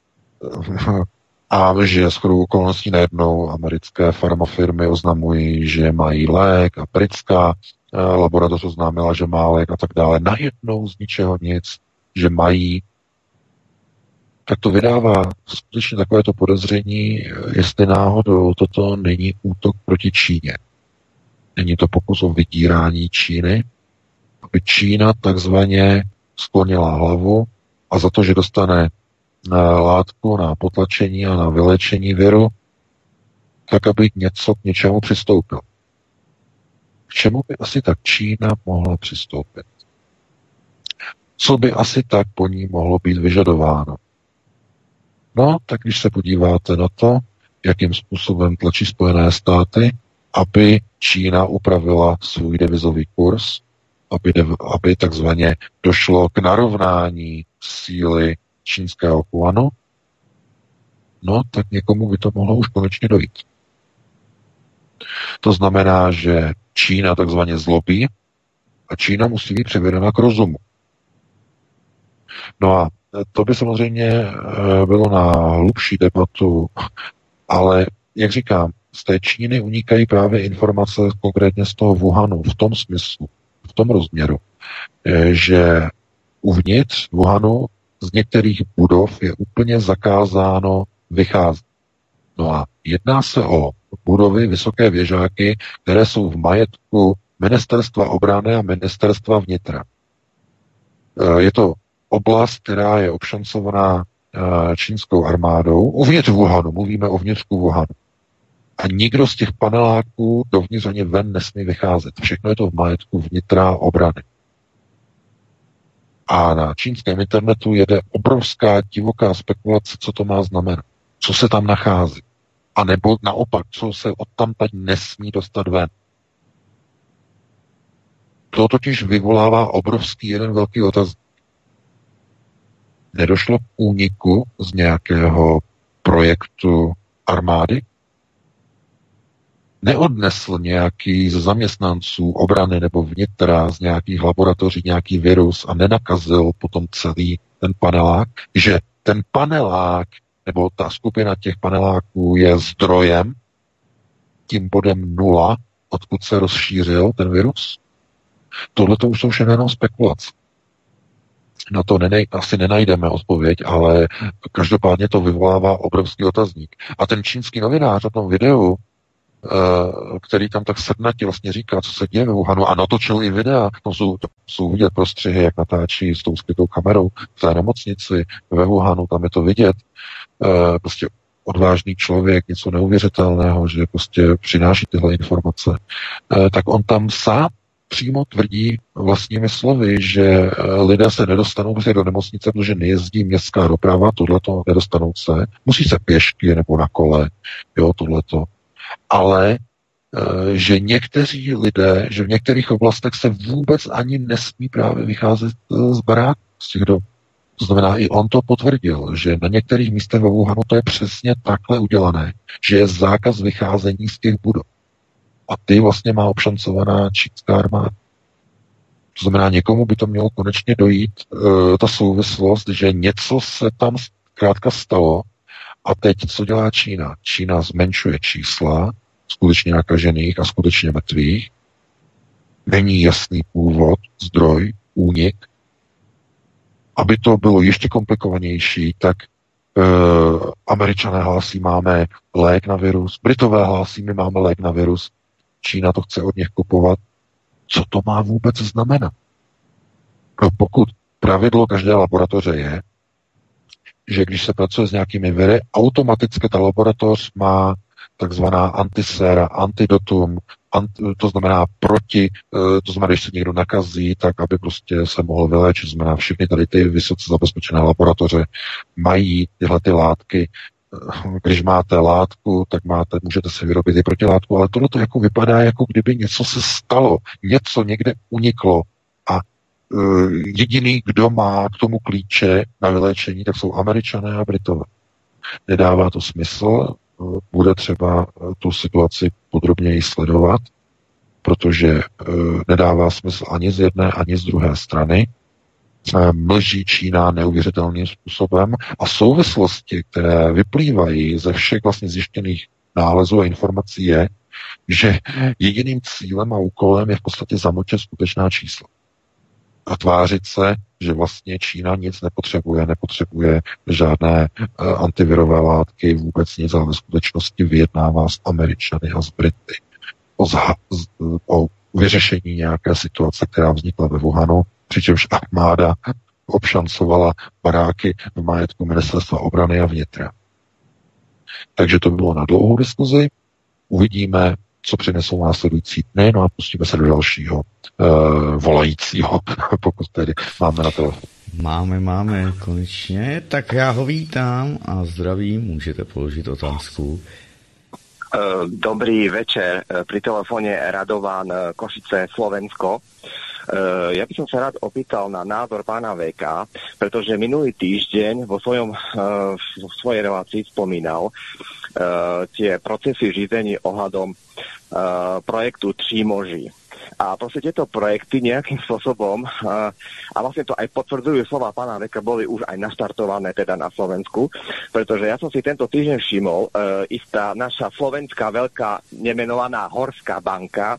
S3: a že shodou okolností najednou americké farmafirmy oznamují, že mají lék a britská laboratoř oznámila, že má lék a tak dále. Najednou z ničeho nic, že mají, tak to vydává skutečně takovéto podezření, jestli náhodou toto není útok proti Číně. Není to pokus o vydírání Číny, aby Čína takzvaně sklonila hlavu a za to, že dostane látku na potlačení a na vylečení viru, tak aby něco k něčemu přistoupil. K čemu by asi tak Čína mohla přistoupit? Co by asi tak po ní mohlo být vyžadováno? No, tak když se podíváte na to, jakým způsobem tlačí Spojené státy, aby Čína upravila svůj devizový kurz, aby, dev, aby takzvaně došlo k narovnání síly čínského juanu, no, tak někomu by to mohlo už konečně dojít. To znamená, že Čína takzvaně zlobí a Čína musí být přivedena k rozumu. No a to by samozřejmě bylo na hlubší debatu, ale jak říkám, z té Číny unikají právě informace konkrétně z toho Wuhanu v tom smyslu, v tom rozměru, že uvnitř Wuhanu z některých budov je úplně zakázáno vycházet. No a jedná se o budovy, vysoké věžáky, které jsou v majetku Ministerstva obrany a Ministerstva vnitra. Je to oblast, která je obšancovaná čínskou armádou. Uvnitř Wuhanu, mluvíme o vnitřku Wuhanu. A nikdo z těch paneláků dovnitř ani ven nesmí vycházet. Všechno je to v majetku vnitra obrany. A na čínském internetu jede obrovská divoká spekulace, co to má znamenat. Co se tam nachází. A nebo naopak, co se odtamtud nesmí dostat ven. To totiž vyvolává obrovský jeden velký otazník. Nedošlo k úniku z nějakého projektu armády? Neodnesl nějaký z zaměstnanců obrany nebo vnitra z nějakých laboratoří nějaký virus a nenakazil potom celý ten panelák, že ten panelák nebo ta skupina těch paneláků je zdrojem, tím bodem nula, odkud se rozšířil ten virus? Tohle to už jsou všechno jenom spekulace. Na to nenej, asi nenajdeme odpověď, ale každopádně to vyvolává obrovský otazník. A ten čínský novinář na tom videu, který tam tak srdnatě vlastně říká, co se děje ve Wuhanu, a natočil i videa, tam jsou, tam jsou vidět prostřihy, jak natáčí s tou skrytou kamerou v té nemocnici ve Wuhanu, tam je to vidět. Prostě odvážný člověk, něco neuvěřitelného, že prostě přináší tyhle informace. Tak on tam sám přímo tvrdí vlastními slovy, že lidé se nedostanou do nemocnice, protože nejezdí městská doprava, tohleto nedostanou se, musí se pěšky nebo na kole, jo, tohleto. Ale že někteří lidé, že v některých oblastech se vůbec ani nesmí právě vycházet z baráku, z těch domů. To znamená, i on to potvrdil, že na některých místech ve Wuhanu to je přesně takhle udělané, že je zákaz vycházení z těch budov. A ty vlastně má obšancovaná čínská armáda. To znamená, někomu by to mělo konečně dojít, e, ta souvislost, že něco se tam zkrátka stalo a teď co dělá Čína? Čína zmenšuje čísla skutečně nakažených a skutečně mrtvých. Není jasný původ, zdroj, únik. Aby to bylo ještě komplikovanější, tak e, Američané hlásí, máme lék na virus, Britové hlásí, my máme lék na virus, Čína to chce od nich kupovat. Co to má vůbec znamenat? No, pokud pravidlo každé laboratoře je, že když se pracuje s nějakými viry, automaticky ta laboratoř má takzvaná antiséra, antidotum, anti, to znamená proti, to znamená, když se někdo nakazí, tak aby prostě se mohl vyléčit, to znamená všechny tady ty vysoce zabezpečené laboratoře mají tyhle ty látky. Když máte látku, tak máte, můžete si vyrobit i protilátku, ale tohle to jako vypadá, jako kdyby něco se stalo, něco někde uniklo a uh, jediný, kdo má k tomu klíče na vyléčení, tak jsou Američané a Britové. Nedává to smysl, uh, bude třeba tu situaci podrobněji sledovat, protože e, nedává smysl ani z jedné, ani z druhé strany. E, mlží Čína neuvěřitelným způsobem a souvislosti, které vyplývají ze všech vlastně zjištěných nálezů a informací je, že jediným cílem a úkolem je v podstatě zamlčet skutečná čísla. A tvářit se, že vlastně Čína nic nepotřebuje, nepotřebuje žádné uh, antivirové látky, vůbec nic, ale ve skutečnosti vyjednává s Američany a s Brity o, zha- z, o vyřešení nějaké situace, která vznikla ve Wuhanu, přičemž armáda obšancovala baráky v majetku ministerstva obrany a vnitra. Takže to bylo na dlouhou diskuzi. Uvidíme, co přinesou následující dny, no a pustíme se do dalšího uh, volajícího, pokud tedy máme na telefonu.
S2: Máme, máme, konečně. Tak já ho vítám a zdravím, můžete položit otázku.
S6: Dobrý večer, pri telefóne Radovan, Košice, Slovensko. Ja by som sa rád opýtal na názor pána vé ká, pretože minulý týždeň vo, svojom, vo svojej relácii spomínal tie procesy řízení ohľadom projektu Tří moří. A proste tieto projekty nejakým spôsobom, a vlastne to aj potvrdzujú slova pána Veka, boli už aj naštartované teda na Slovensku, pretože ja som si tento týždeň všimol, istá naša slovenská veľká nemenovaná Horská banka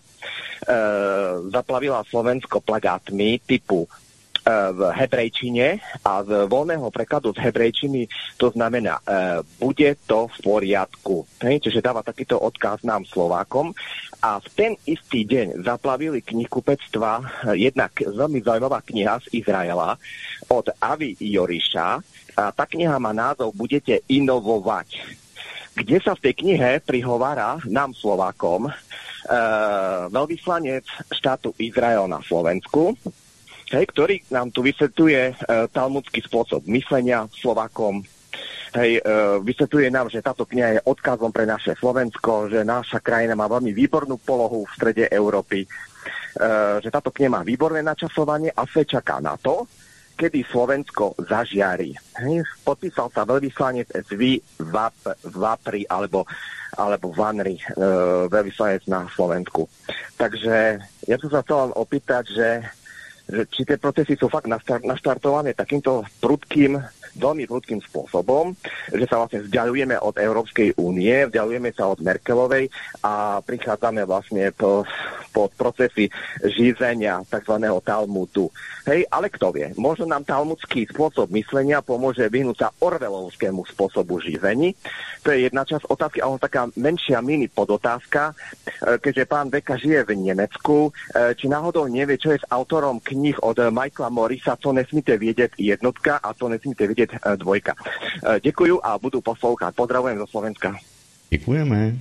S6: zaplavila Slovensko plagátmi typu v hebrejčine a z voľného prekladu z hebrejčiny to znamená uh, bude to v poriadku. Hej, čiže dáva takýto odkaz nám Slovákom a v ten istý deň zaplavili knihkupectva jedna veľmi zaujímavá kniha z Izraela od Avi Joriša a tá kniha má názov Budete inovovať, kde sa v tej knihe prihovára nám Slovákom uh, veľvyslanec štátu Izrael na Slovensku, hej, ktorý nám tu vysvetľuje e, talmudský spôsob myslenia Slovákom. Hej, e, vysvetľuje nám, že táto kniha je odkazom pre naše Slovensko, že naša krajina má veľmi výbornú polohu v strede Európy, e, že táto kniha má výborné načasovanie a sa čaká na to, kedy Slovensko zažiari. Hej, podpísal sa veľvyslanec Zvi Vap, Vapri alebo, alebo Vanri, e, veľvyslanec na Slovensku. Takže ja som sa chcel opýtať, že že či tie procesy sú fakt naštartované takýmto prudkým, veľmi prudkým spôsobom, že sa vlastne vzdialujeme od Európskej únie, vzdialujeme sa od Merkelovej a prichádzame vlastne po, po procesy žízenia tzv. Talmudu. Hej, ale kto vie, možno nám talmudský spôsob myslenia pomôže vyhnúť sa orwellovskému spôsobu žízení. To je jedna časť otázky, ale taká menšia mini podotázka, keďže pán Veka žije v Nemecku, či náhodou nevie, čo je s autorom kníh od Michaela Morrisa, Co nesmíte vědět jednotka a Co nesmíte vědět dvojka. Děkuju a budu poslouchat. Pozdravujem zo Slovenska.
S2: Děkujeme.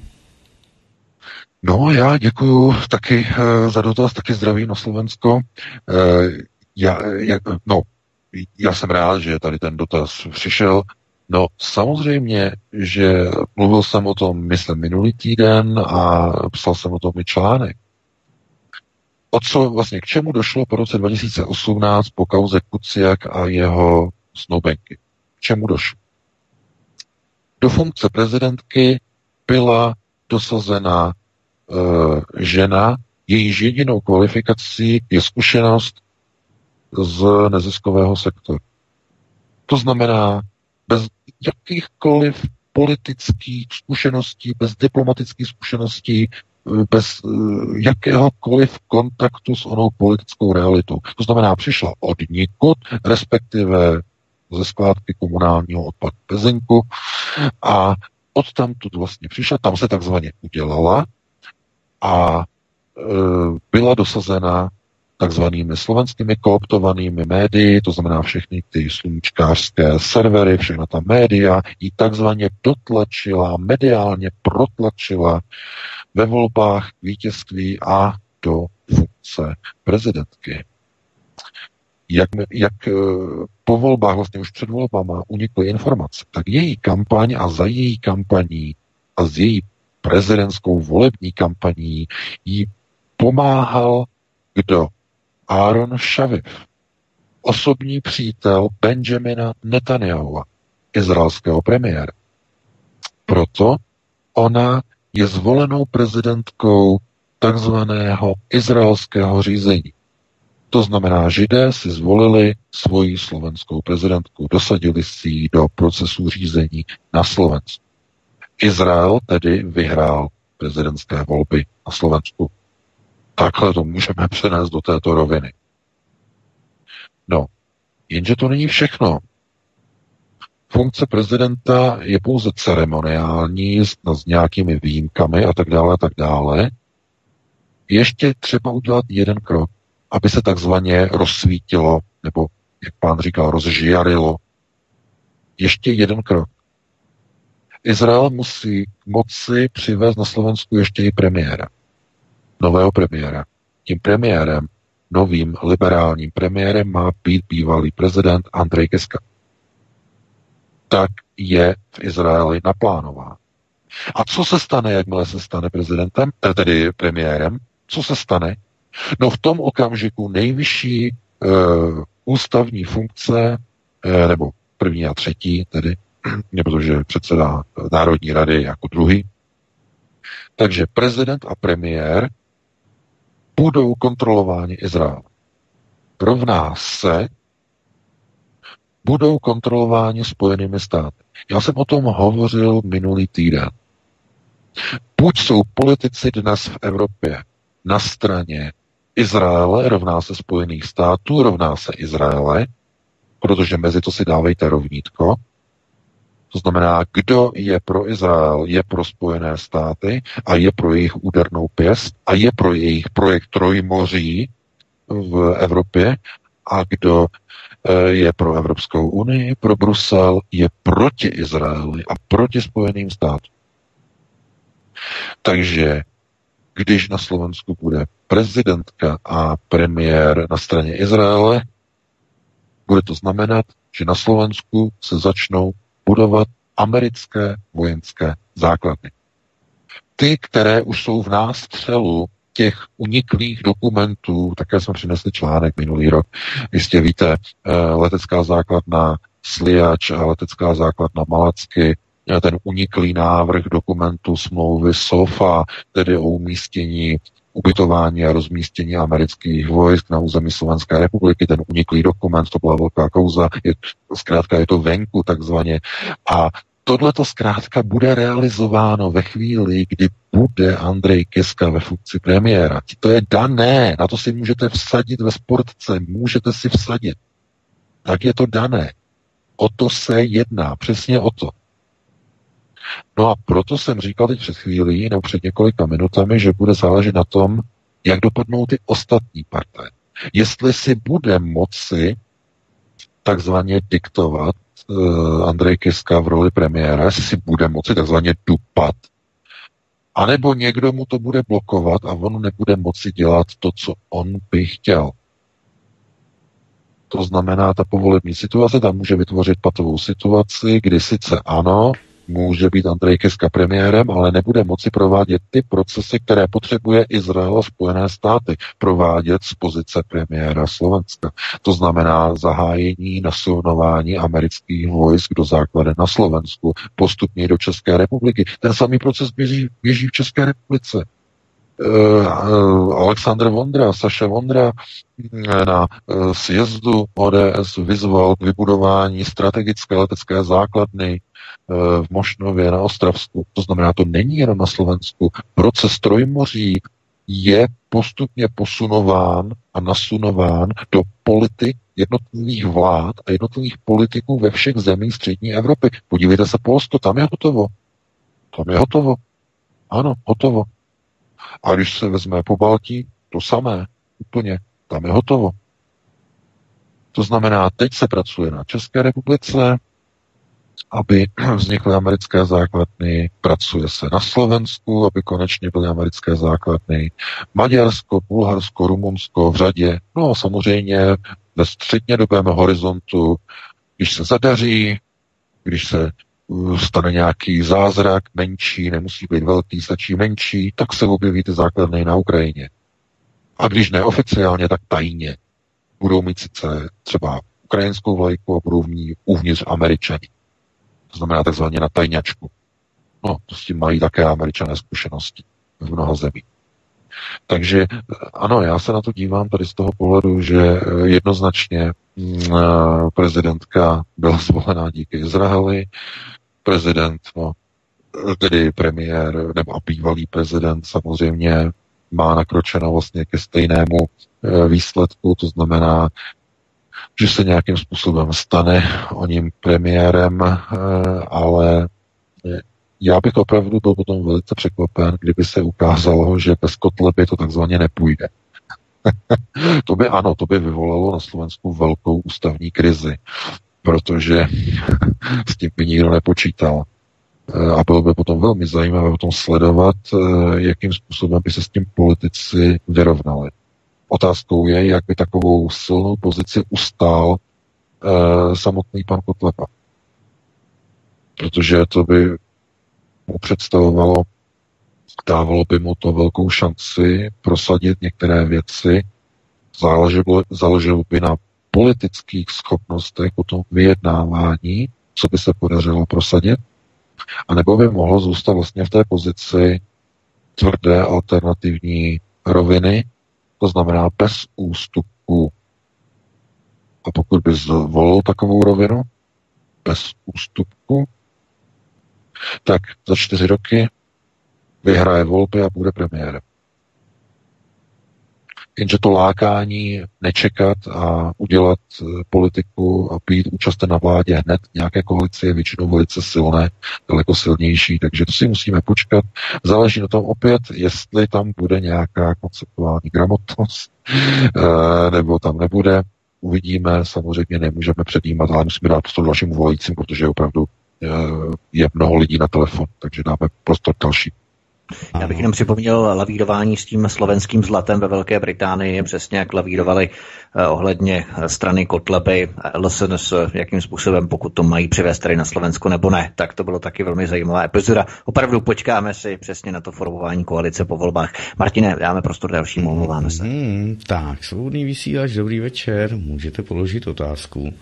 S3: No, já děkuju taky uh, za dotaz, taky zdravím na Slovensko. Uh, já, já, no, já jsem rád, že tady ten dotaz přišel. No, samozřejmě, že mluvil jsem o tom, myslím, minulý týden a psal jsem o tom i článek. O co vlastně, k čemu došlo po roce dva tisíce osmnáct po kauze Kuciak a jeho snoubenky? K čemu došlo? Do funkce prezidentky byla dosazena e, žena, jejíž jedinou kvalifikací je zkušenost z neziskového sektoru. To znamená, bez jakýchkoliv politických zkušeností, bez diplomatických zkušeností, bez jakéhokoliv kontaktu s onou politickou realitou. To znamená, přišla od nikud, respektive ze skládky komunálního odpadu Pezinku a odtamtud vlastně přišla, tam se takzvaně udělala a e, byla dosazena takzvanými slovenskými kooptovanými médii, to znamená všechny ty sluníčkářské servery, všechna ta média, ji takzvaně dotlačila, mediálně protlačila ve volbách k vítězství a do funkce prezidentky. Jak, jak po volbách, vlastně už před volbama unikly informace, tak její kampaň a za její kampaní a s její prezidentskou volební kampaní jí pomáhal kdo? Aaron Šaviv, osobní přítel Benjamina Netanyahua, izraelského premiéra. Proto ona je zvolenou prezidentkou takzvaného izraelského řízení. To znamená, Židé si zvolili svoji slovenskou prezidentku, dosadili si ji do procesu řízení na Slovensku. Izrael tedy vyhrál prezidentské volby na Slovensku. Takhle to můžeme přenést do této roviny. No, jenže to není všechno. Funkce prezidenta je pouze ceremoniální s, s nějakými výjimkami a tak dále a tak dále. Ještě třeba udělat jeden krok, aby se takzvaně rozsvítilo, nebo, jak pán říkal, rozžiarilo. Ještě jeden krok. Izrael musí k moci přivést na Slovensku ještě i premiéra. Nového premiéra. Tím premiérem, novým liberálním premiérem má být bývalý prezident Andrej Kiska. Tak je v Izraeli naplánován. A co se stane, jakmile se stane prezidentem, tedy premiérem? Co se stane? No v tom okamžiku nejvyšší uh, ústavní funkce, uh, nebo první a třetí tedy, protože předseda Národní rady jako druhý, takže prezident a premiér budou kontrolováni Izraelem. Rovná se budou kontrolováni Spojenými státy. Já jsem o tom hovořil minulý týden. Buď jsou politici dnes v Evropě na straně Izraele, rovná se Spojených států, rovná se Izraele, protože mezi to si dávejte rovnítko. To znamená, kdo je pro Izrael, je pro Spojené státy a je pro jejich údernou pěst a je pro jejich projekt Trojmoří v Evropě a kdo je pro Evropskou unii, pro Brusel, je proti Izraeli a proti Spojeným státům. Takže když na Slovensku bude prezidentka a premiér na straně Izraele, bude to znamenat, že na Slovensku se začnou budovat americké vojenské základny. Ty, které už jsou v nástřelu těch uniklých dokumentů, také jsme přinesli článek minulý rok. Jistě víte, letecká základna Sliač a letecká základna Malacky, ten uniklý návrh dokumentu smlouvy SOFA, tedy o umístění, ubytování a rozmístění amerických vojsk na území Slovenské republiky, ten uniklý dokument, to byla velká kauza, je, zkrátka je to venku takzvaně. A tohle to zkrátka bude realizováno ve chvíli, kdy bude Andrej Kiska ve funkci premiéra. To je dané, na to si můžete vsadit ve sportce, můžete si vsadit. Tak je to dané. O to se jedná, přesně o to. No a proto jsem říkal teď před chvílí, nebo před několika minutami, že bude záležet na tom, jak dopadnou ty ostatní partaje. Jestli si bude moci takzvaně diktovat uh, Andrej Kiska v roli premiéra, jestli si bude moci takzvaně dupat, anebo někdo mu to bude blokovat a on nebude moci dělat to, co on by chtěl. To znamená, ta povolební situace tam může vytvořit patovou situaci, kdy sice ano, může být Andrej Kiska premiérem, ale nebude moci provádět ty procesy, které potřebuje Izrael a Spojené státy provádět z pozice premiéra Slovenska. To znamená zahájení nasunování amerických vojsk do základen na Slovensku, postupně do České republiky. Ten samý proces běží, běží v České republice. Uh, Aleksandr Vondra, Saša Vondra na uh, sjezdu O D S vyzval k vybudování strategické letecké základny uh, v Mošnově na Ostravsku. To znamená, to není jenom na Slovensku. Proces Trojmoří je postupně posunován a nasunován do politik jednotlivých vlád a jednotlivých politiků ve všech zemích střední Evropy. Podívejte se, Polsko, tam je hotovo. Tam je hotovo. Ano, hotovo. A když se vezme po Baltí, to samé, úplně, tam je hotovo. To znamená, teď se pracuje na České republice, aby vznikly americké základny, pracuje se na Slovensku, aby konečně byly americké základny, Maďarsko, Bulharsko, Rumunsko v řadě, no a samozřejmě ve střednědobém horizontu, když se zadaří, když se stane nějaký zázrak, menší, nemusí být velký, stačí menší, tak se objeví ty základny na Ukrajině. A když neoficiálně, tak tajně. Budou mít sice třeba ukrajinskou vlajku a budou v ní uvnitř Američani. To znamená takzvaně na tajňačku. No, to s tím mají také Američané zkušenosti v mnoha zemí. Takže ano, já se na to dívám tady z toho pohledu, že jednoznačně prezidentka byla zvolená díky Izraeli, prezident, no, tedy premiér nebo bývalý prezident samozřejmě má nakročeno vlastně ke stejnému výsledku, to znamená, že se nějakým způsobem stane o ním premiérem, ale já bych opravdu byl potom velice překvapen, kdyby se ukázalo, že bez Kotleby to takzvaně nepůjde. To by ano, to by vyvolalo na Slovensku velkou ústavní krizi, protože s tím by nikdo nepočítal. A bylo by potom velmi zajímavé potom sledovat, jakým způsobem by se s tím politici vyrovnali. Otázkou je, jak by takovou silnou pozici ustál eh, samotný pan Kotleba. Protože to by mu představovalo, dávalo by mu to velkou šanci prosadit některé věci, záleželo, záleželo by na politických schopnostech, potom vyjednávání, co by se podařilo prosadit, anebo by mohlo zůstat vlastně v té pozici tvrdé alternativní roviny, to znamená bez ústupku. A pokud by zvolil takovou rovinu, bez ústupku, tak za čtyři roky vyhraje volby a bude premiérem. Jenže to lákání nečekat a udělat politiku a být účasten na vládě hned nějaké koalice je většinou velice silné, daleko silnější, takže to si musíme počkat. Záleží na tom opět, jestli tam bude nějaká konceptuální gramotnost, nebo tam nebude. Uvidíme, samozřejmě nemůžeme předjímat, ale musíme dát prostor dalším volajícím, protože opravdu je mnoho lidí na telefon, takže dáme prostor další.
S1: Já bych jenom připomněl lavírování s tím slovenským zlatem ve Velké Británii, přesně jak lavírovali eh, ohledně strany Kotleby, L S N S, jakým způsobem, pokud to mají přivést tady na Slovensko nebo ne, tak to bylo taky velmi zajímavá epizoda. Opravdu počkáme si přesně na to formování koalice po volbách. Martine, dáme prostor dalšímu, omlouváme se.
S2: Hmm, tak, svobodný vysílač, dobrý večer, můžete položit otázku.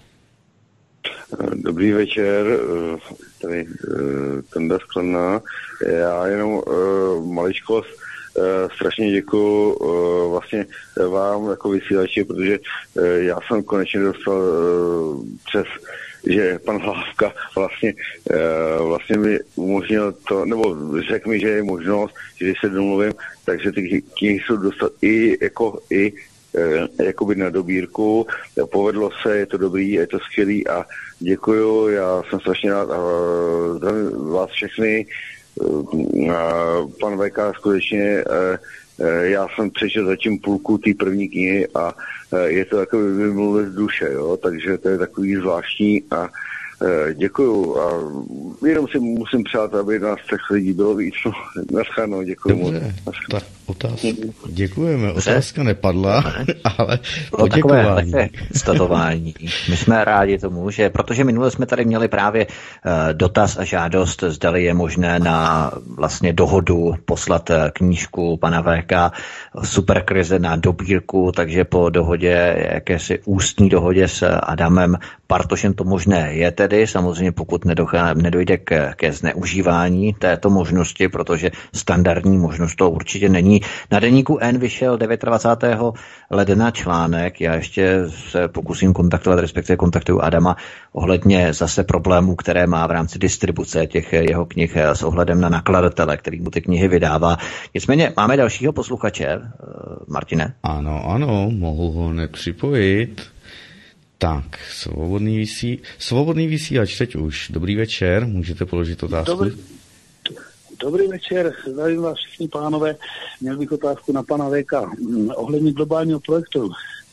S7: Dobrý večer, tady Tenda Sklená. Já jenom uh, maličkost, uh, strašně děkuju uh, vlastně vám jako vysílači, protože uh, já jsem konečně dostal uh, přes, že pan Hlávka vlastně, uh, vlastně mi umožnil to, nebo řekl mi, že je možnost, že když se domluvím, takže ty knihy jsou dostat i jako i uh, jakoby na dobírku. Povedlo se, je to dobrý, je to skvělý a děkuju, já jsem strašně rád a zdravím vás všechny. Pan V K skutečně, já jsem přečetl zatím půlku té první knihy a je to takový vymluv z duše, jo? Takže to je takový zvláštní a děkuju a jenom si musím přát, aby nás těch lidí bylo víc. Naschledanou, děkuju moc.
S2: Ta otázka, děkujeme, otázka nepadla, ale
S1: poděkování. Statování. My jsme rádi tomu, že protože minule jsme tady měli právě dotaz a žádost, zdali je možné na vlastně dohodu poslat knížku pana V K Superkrize na dobírku, takže po dohodě, jakési ústní dohodě s Adamem Bartošem to možné je tedy, samozřejmě pokud nedochá, nedojde k, ke zneužívání této možnosti, protože standardní možnost to určitě není. Na deníku N vyšel dvacátého devátého ledna článek, já ještě se pokusím kontaktovat, respektive kontaktuju Adama ohledně zase problémů, které má v rámci distribuce těch jeho knih s ohledem na nakladatele, který mu ty knihy vydává. Nicméně máme dalšího posluchače, Martine.
S2: Ano, ano, mohu ho nepřipojit. Tak, svobodný, vysí... svobodný vysílač teď už. Dobrý večer, můžete položit otázku.
S8: Dobrý, dobrý večer, zdravím vás všichni pánové. Měl bych otázku na pana V K. Ohledně globálního projektu.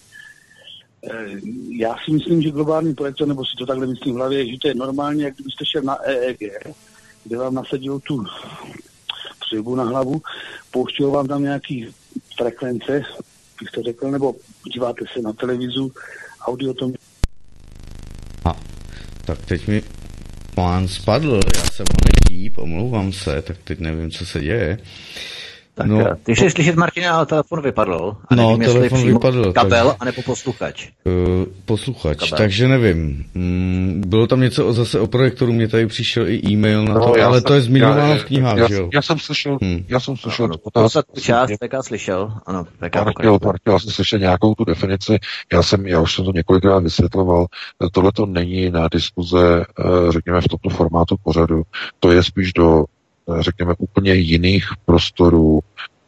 S8: Já si myslím, že globální projektor, nebo si to takhle myslím v hlavě, že to je normálně, jak kdybyste šel na E E G, kde vám nasadil tu přilbu na hlavu, pouštěl vám tam nějaký frekvence, bych to řekl, nebo díváte se na televizu, audio tom.
S2: A, tak teď mi plán spadl, já jsem ho nechýb, omlouvám se, tak teď nevím, co se děje.
S1: Tak
S2: no,
S1: ty jsi slyšet, Martina, ale telefon vypadl. A
S2: no,
S1: nevím,
S2: telefon vypadl.
S1: Kabel,
S2: tak...
S1: anebo posluchač.
S2: Uh, posluchač, kabel. Takže nevím. Mm, bylo tam něco o, zase o projektoru, mě tady přišel i e-mail na to, no, ale jsem, to je zmiňováno já, v knihách,
S3: já,
S2: že jo?
S3: Já jsem slyšel, hmm. já jsem slyšel...
S1: No, no, tu část V K slyšel, ano, V K
S3: Martil, Martil, já jsem slyšel nějakou tu definici, já jsem, já už jsem to několikrát vysvětloval, tohle to není na diskuze, řekněme, v tomto formátu pořadu, to je spíš do, řekněme, úplně jiných prostorů,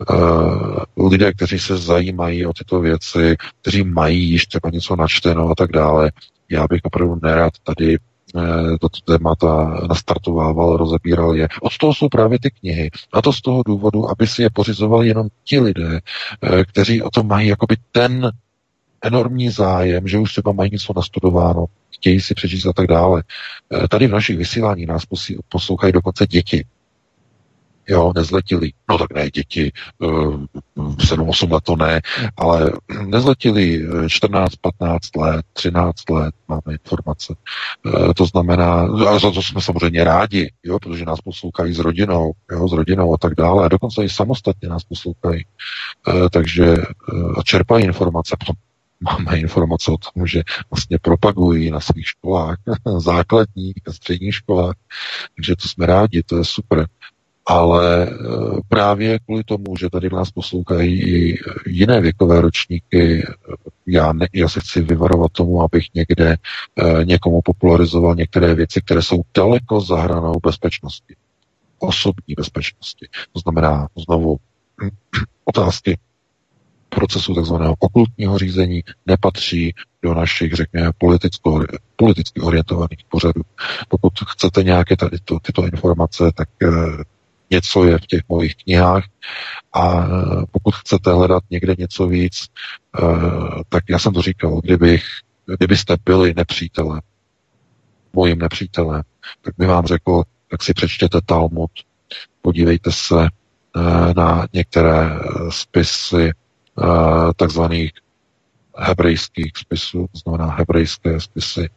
S3: Uh, lidé, kteří se zajímají o tyto věci, kteří mají již třeba něco načteno a tak dále. Já bych opravdu nerad tady uh, toto témata nastartovával, rozebíral je. Od toho jsou právě ty knihy. A to z toho důvodu, aby si je pořizovali jenom ti lidé, uh, kteří o to mají jakoby ten enormní zájem, že už třeba mají něco nastudováno, chtějí si přečíst a tak dále. Uh, tady v našich vysílání nás poslouchají dokonce děti. Jo, nezletili. No tak ne, děti, sedm osm let to ne, ale nezletili čtrnáct patnáct let, třináct let, máme informace. To znamená, a za to jsme samozřejmě rádi, jo, protože nás poslouchají s rodinou, jo, s rodinou a tak dále, a dokonce i samostatně nás poslouchají. Takže čerpají informace, potom máme informace o tom, že vlastně propagují na svých školách, základních a středních školách, takže to jsme rádi, to je super. Ale právě kvůli tomu, že tady nás poslouchají i jiné věkové ročníky, já, ne, já se chci vyvarovat tomu, abych někde eh, někomu popularizoval některé věci, které jsou daleko za hranou bezpečnosti. Osobní bezpečnosti. To znamená znovu otázky procesu takzvaného okultního řízení nepatří do našich, řekněme, politicky orientovaných pořadů. Pokud chcete nějaké tady to, tyto informace, tak eh, něco je v těch mojich knihách a pokud chcete hledat někde něco víc, tak já jsem to říkal, kdybych, kdybyste byli nepřítelem, mojím nepřítelem, tak bych vám řekl, tak si přečtěte Talmud, podívejte se na některé spisy takzvaných hebrejských spisů, to znamená hebrejské spisy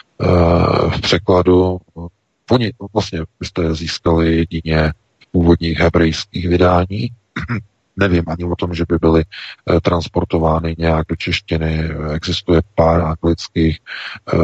S3: v překladu. Oni vlastně byste získali jedině původních hebrejských vydání. Nevím ani o tom, že by byly e, transportovány nějak do češtiny. Existuje pár anglických e,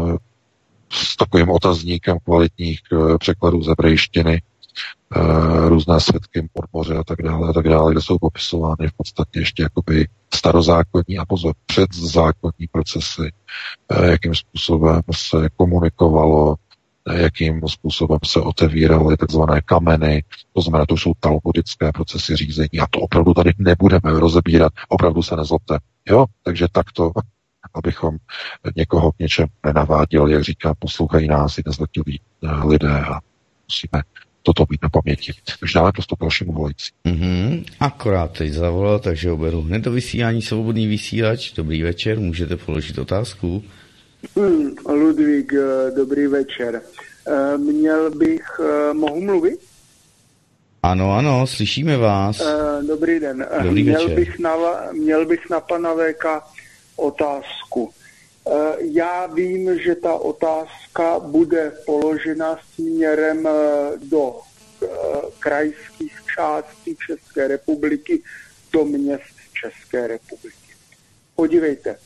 S3: s takovým otazníkem kvalitních e, překladů z hebrejštiny, e, různé svědky od moře a tak dále, a tak dále, kde jsou popisovány v podstatě ještě jakoby starozákonní a pozor, předzákonní procesy, e, jakým způsobem se komunikovalo, jakým způsobem se otevíraly takzvané kameny, to znamená, to jsou talmudické procesy řízení a to opravdu tady nebudeme rozebírat, opravdu se nezlobte. Jo, takže takto, abychom někoho k něčemu nenaváděli, jak říká, poslouchají nás i nezletilí lidé a musíme toto mít na paměti. Takže dáme prostě dalšímu volající.
S2: Mm-hmm, akorát teď zavolal, takže oberu hned do vysílání, svobodný vysílač. Dobrý večer, můžete položit otázku.
S9: Hmm, Ludvík, dobrý večer. Měl bych, mohu mluvit?
S2: Ano, ano, slyšíme vás.
S9: Dobrý den.
S2: Dobrý
S9: měl
S2: večer.
S9: Bych na, měl bych na pana V K otázku. Já vím, že ta otázka bude položena směrem do krajských částí České republiky, do měst České republiky. Podívejte,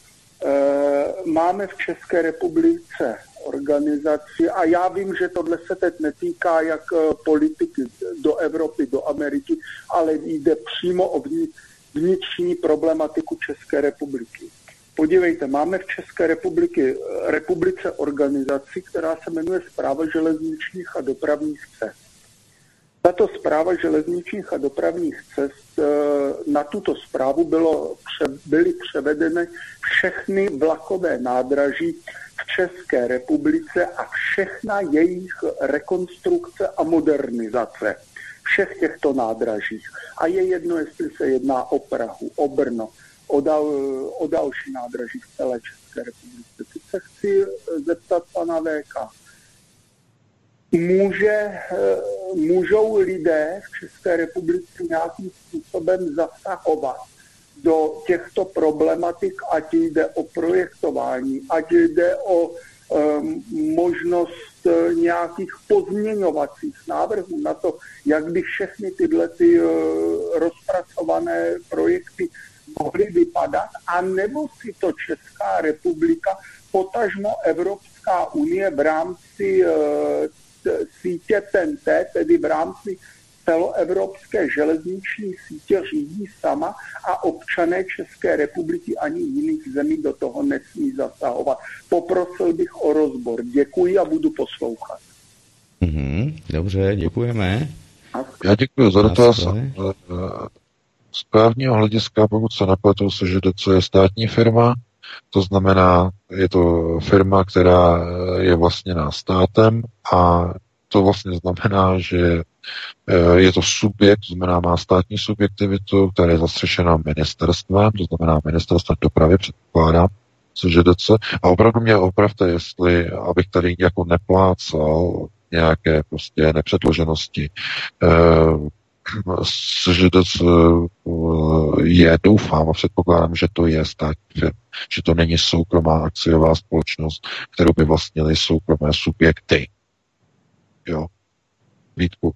S9: máme v České republice organizaci a já vím, že tohle se teď netýká jak politiky do Evropy, do Ameriky, ale jde přímo o vnitřní problematiku České republiky. Podívejte, máme v České republiky, republice organizaci, která se jmenuje Správa železničních a dopravních cest. Tato Správa železničních a dopravních cest, na tuto správu bylo, byly převedeny všechny vlakové nádraží v České republice a všechna jejich rekonstrukce a modernizace všech těchto nádraží. A je jedno, jestli se jedná o Prahu, o Brno, o, dal, o další nádraží v celé České republice. Teď se chci zeptat pana V K. Může, můžou lidé v České republice nějakým způsobem zasahovat do těchto problematik, ať jde o projektování, ať jde o um, možnost e, nějakých pozměňovacích návrhů na to, jak by všechny tyhle ty e, rozpracované projekty mohly vypadat, a nebo si to Česká republika, potažmo Evropská unie v rámci e, t, sítě T N T, tedy v rámci celoevropské železniční sítě řídí sama a občané České republiky ani jiných zemí do toho nesmí zasahovat. Poprosil bych o rozbor. Děkuji a budu poslouchat.
S2: Mm-hmm, dobře, děkujeme.
S3: Já děkuji za dotaz. Z právního hlediska, pokud se nepletu, se, že to je státní firma, to znamená, je to firma, která je vlastněná státem, a to vlastně znamená, že je to subjekt, to znamená, má státní subjektivitu, která je zastřešena ministerstvem, to znamená ministerstvem dopravy, předpokládám, C Ž D C. A opravdu mě opravte, jestli, abych tady jako neplácal nějaké prostě nepředloženosti. C Ž D C je, doufám a předpokládám, že to je státní firma, že to není soukromá akciová společnost, kterou by vlastnili soukromé subjekty. Jo. Vítku,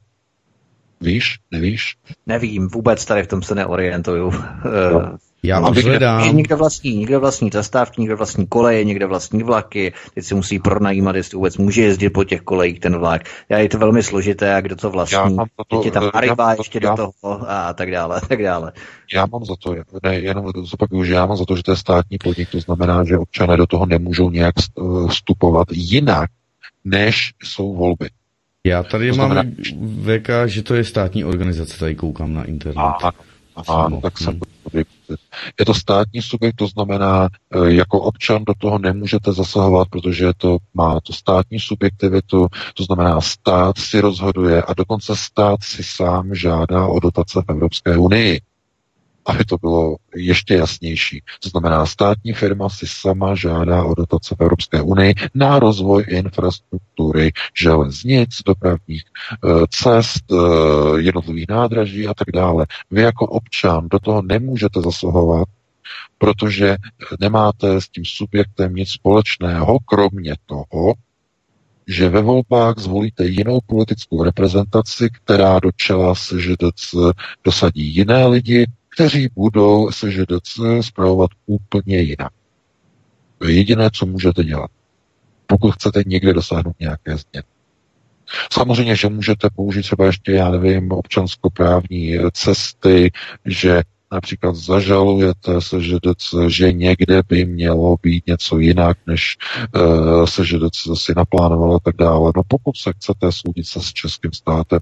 S3: víš, nevíš?
S1: Nevím, vůbec tady v tom se neorientuju.
S2: No. Já už hledám.
S1: Někde vlastní, někde vlastní zastávky, někde vlastní koleje, někde vlastní vlaky, teď si musí pronajímat, jestli vůbec může jezdit po těch kolejích ten vlak. Já je to velmi složité, a kdo to vlastní, teď je tam Arriva ještě já, do toho a tak dále, tak dále.
S3: Já mám za to, ne, jenom zopakuju, že já mám za to, že to je státní podnik, to znamená, že občané do toho nemůžou nějak vstupovat jinak, než jsou volby.
S2: Já tady to mám znamená, V K, že to je státní organizace, tady koukám na internet.
S3: Aha, aha, no, tak jsem hmm. Je to státní subjekt, to znamená, jako občan do toho nemůžete zasahovat, protože to má to státní subjektivitu, to znamená, stát si rozhoduje a dokonce stát si sám žádá o dotace v Evropské unii. Aby to bylo ještě jasnější. To znamená, státní firma si sama žádá o dotace v Evropské unii na rozvoj infrastruktury železnic, dopravních cest, jednotlivých nádraží a tak dále. Vy jako občan do toho nemůžete zasahovat, protože nemáte s tím subjektem nic společného, kromě toho, že ve volbách zvolíte jinou politickou reprezentaci, která do čela S Ž D C dosadí jiné lidi, kteří budou S Ž D C spravovat úplně jinak. To je jediné, co můžete dělat, pokud chcete někde dosáhnout nějaké změny. Samozřejmě, že můžete použít třeba ještě, já nevím, občanskoprávní cesty, že například zažalujete S Ž D C, že někde by mělo být něco jinak, než uh, S Ž D C si naplánovalo a tak dále. No pokud se chcete soudit se s českým státem,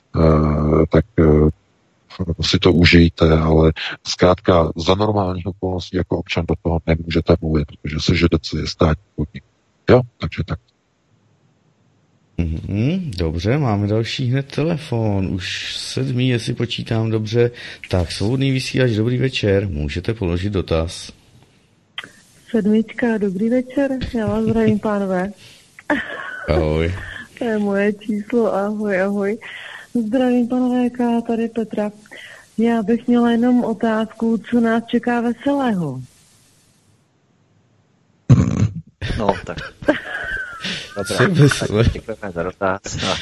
S3: uh, tak uh, si to užijte, ale zkrátka za normálních okolností jako občan do toho nemůžete mluvit, protože S Ž D C je státní podnik. Jo, takže tak.
S2: Mm-hmm, dobře, máme další hned telefon, už sedmý, jestli počítám dobře. Tak, svobodný vysílač, dobrý večer, můžete položit dotaz.
S10: Sedmička, dobrý večer, já vás zdravím, pánové.
S2: Ahoj.
S10: To je moje číslo, ahoj, ahoj. Zdravím, pana V K, tady Petra. Já bych měla jenom otázku, co nás čeká veselého.
S1: No, tak.
S2: Jsem veselé.
S1: Děkujeme za dotaz.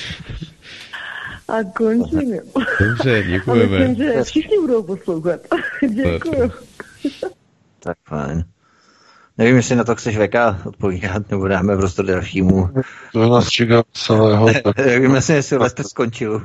S10: A končím.
S2: Dobře, děkujeme.
S10: A myslím, že všichni budou poslouchat. Děkuju.
S1: Tak fajn. Nevím, jestli na to chceš V K odpovídat, nebo dáme prostor dalšímu.
S3: To nás čeká veselého. Tak...
S1: Myslím, jestli Lester skončil.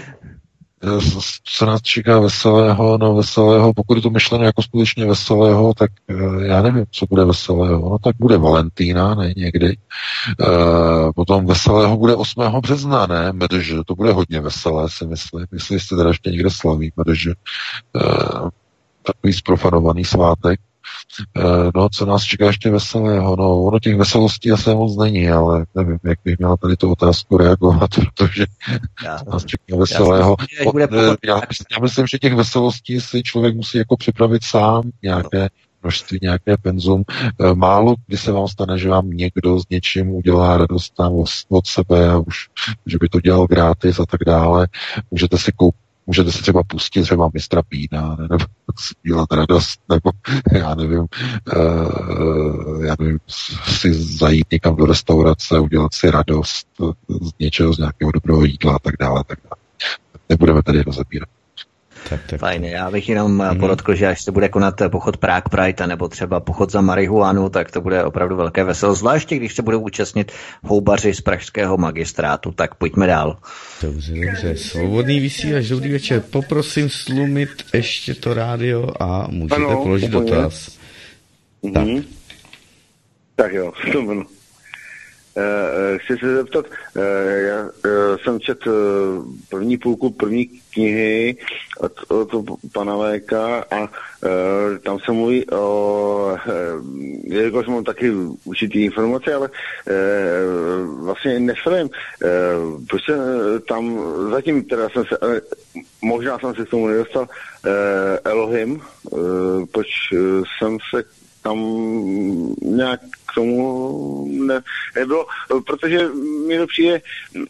S3: Co nás čeká veselého? No veselého, pokud je to myšleno jako skutečně veselého, tak já nevím, co bude veselého. No tak bude Valentína, ne, někdy. E, potom veselého bude osmého března, ne, Medeže, to bude hodně veselé, si myslím. Myslím, že teda ještě někde slaví Medeže. E, takový zprofanovaný svátek. No, co nás čeká ještě veselého? No, ono těch veselostí asi moc není, ale nevím, jak bych měla tady tu otázku reagovat, protože já, nás čeká veselého. Já, Od, já, já myslím, že těch veselostí si člověk musí jako připravit sám nějaké množství, nějaké penzum. Málo kdy se vám stane, že vám někdo s něčím udělá radost tam od sebe a už, že by to dělal gratis a tak dále. Můžete si koupit můžete si třeba pustit třeba mistra Pína, nebo si dělat radost, nebo já nevím, uh, já nevím, si zajít někam do restaurace, udělat si radost z něčeho, z nějakého dobrého jídla a tak dále, tak dále. Nebudeme tady rozebírat.
S1: Tak, tak. Fajn, já bych jenom hmm. podotkl, že až se bude konat pochod Prague Pride, nebo třeba pochod za marihuanu, tak to bude opravdu velké veselo, zvláště když se budou účastnit houbaři z pražského magistrátu, tak pojďme dál.
S2: Dobře, dobře, svobodný vysílač, dobrý večer, poprosím slumit ještě to rádio a můžete ano, položit úplně. Dotaz.
S7: Mm-hmm. Tak. Tak jo, slumím. Uh, chci se zeptat, uh, já uh, jsem četl uh, první půlku první knihy od, od pana Véka a uh, tam se mluví o, uh, jelikož mám taky určitý informace, ale uh, vlastně nefilím, uh, proč se uh, tam zatím teda jsem se, uh, možná jsem se k tomu nedostal, uh, Elohim, uh, proč uh, jsem se tam nějak k tomu ne, nebylo, protože mi to přijde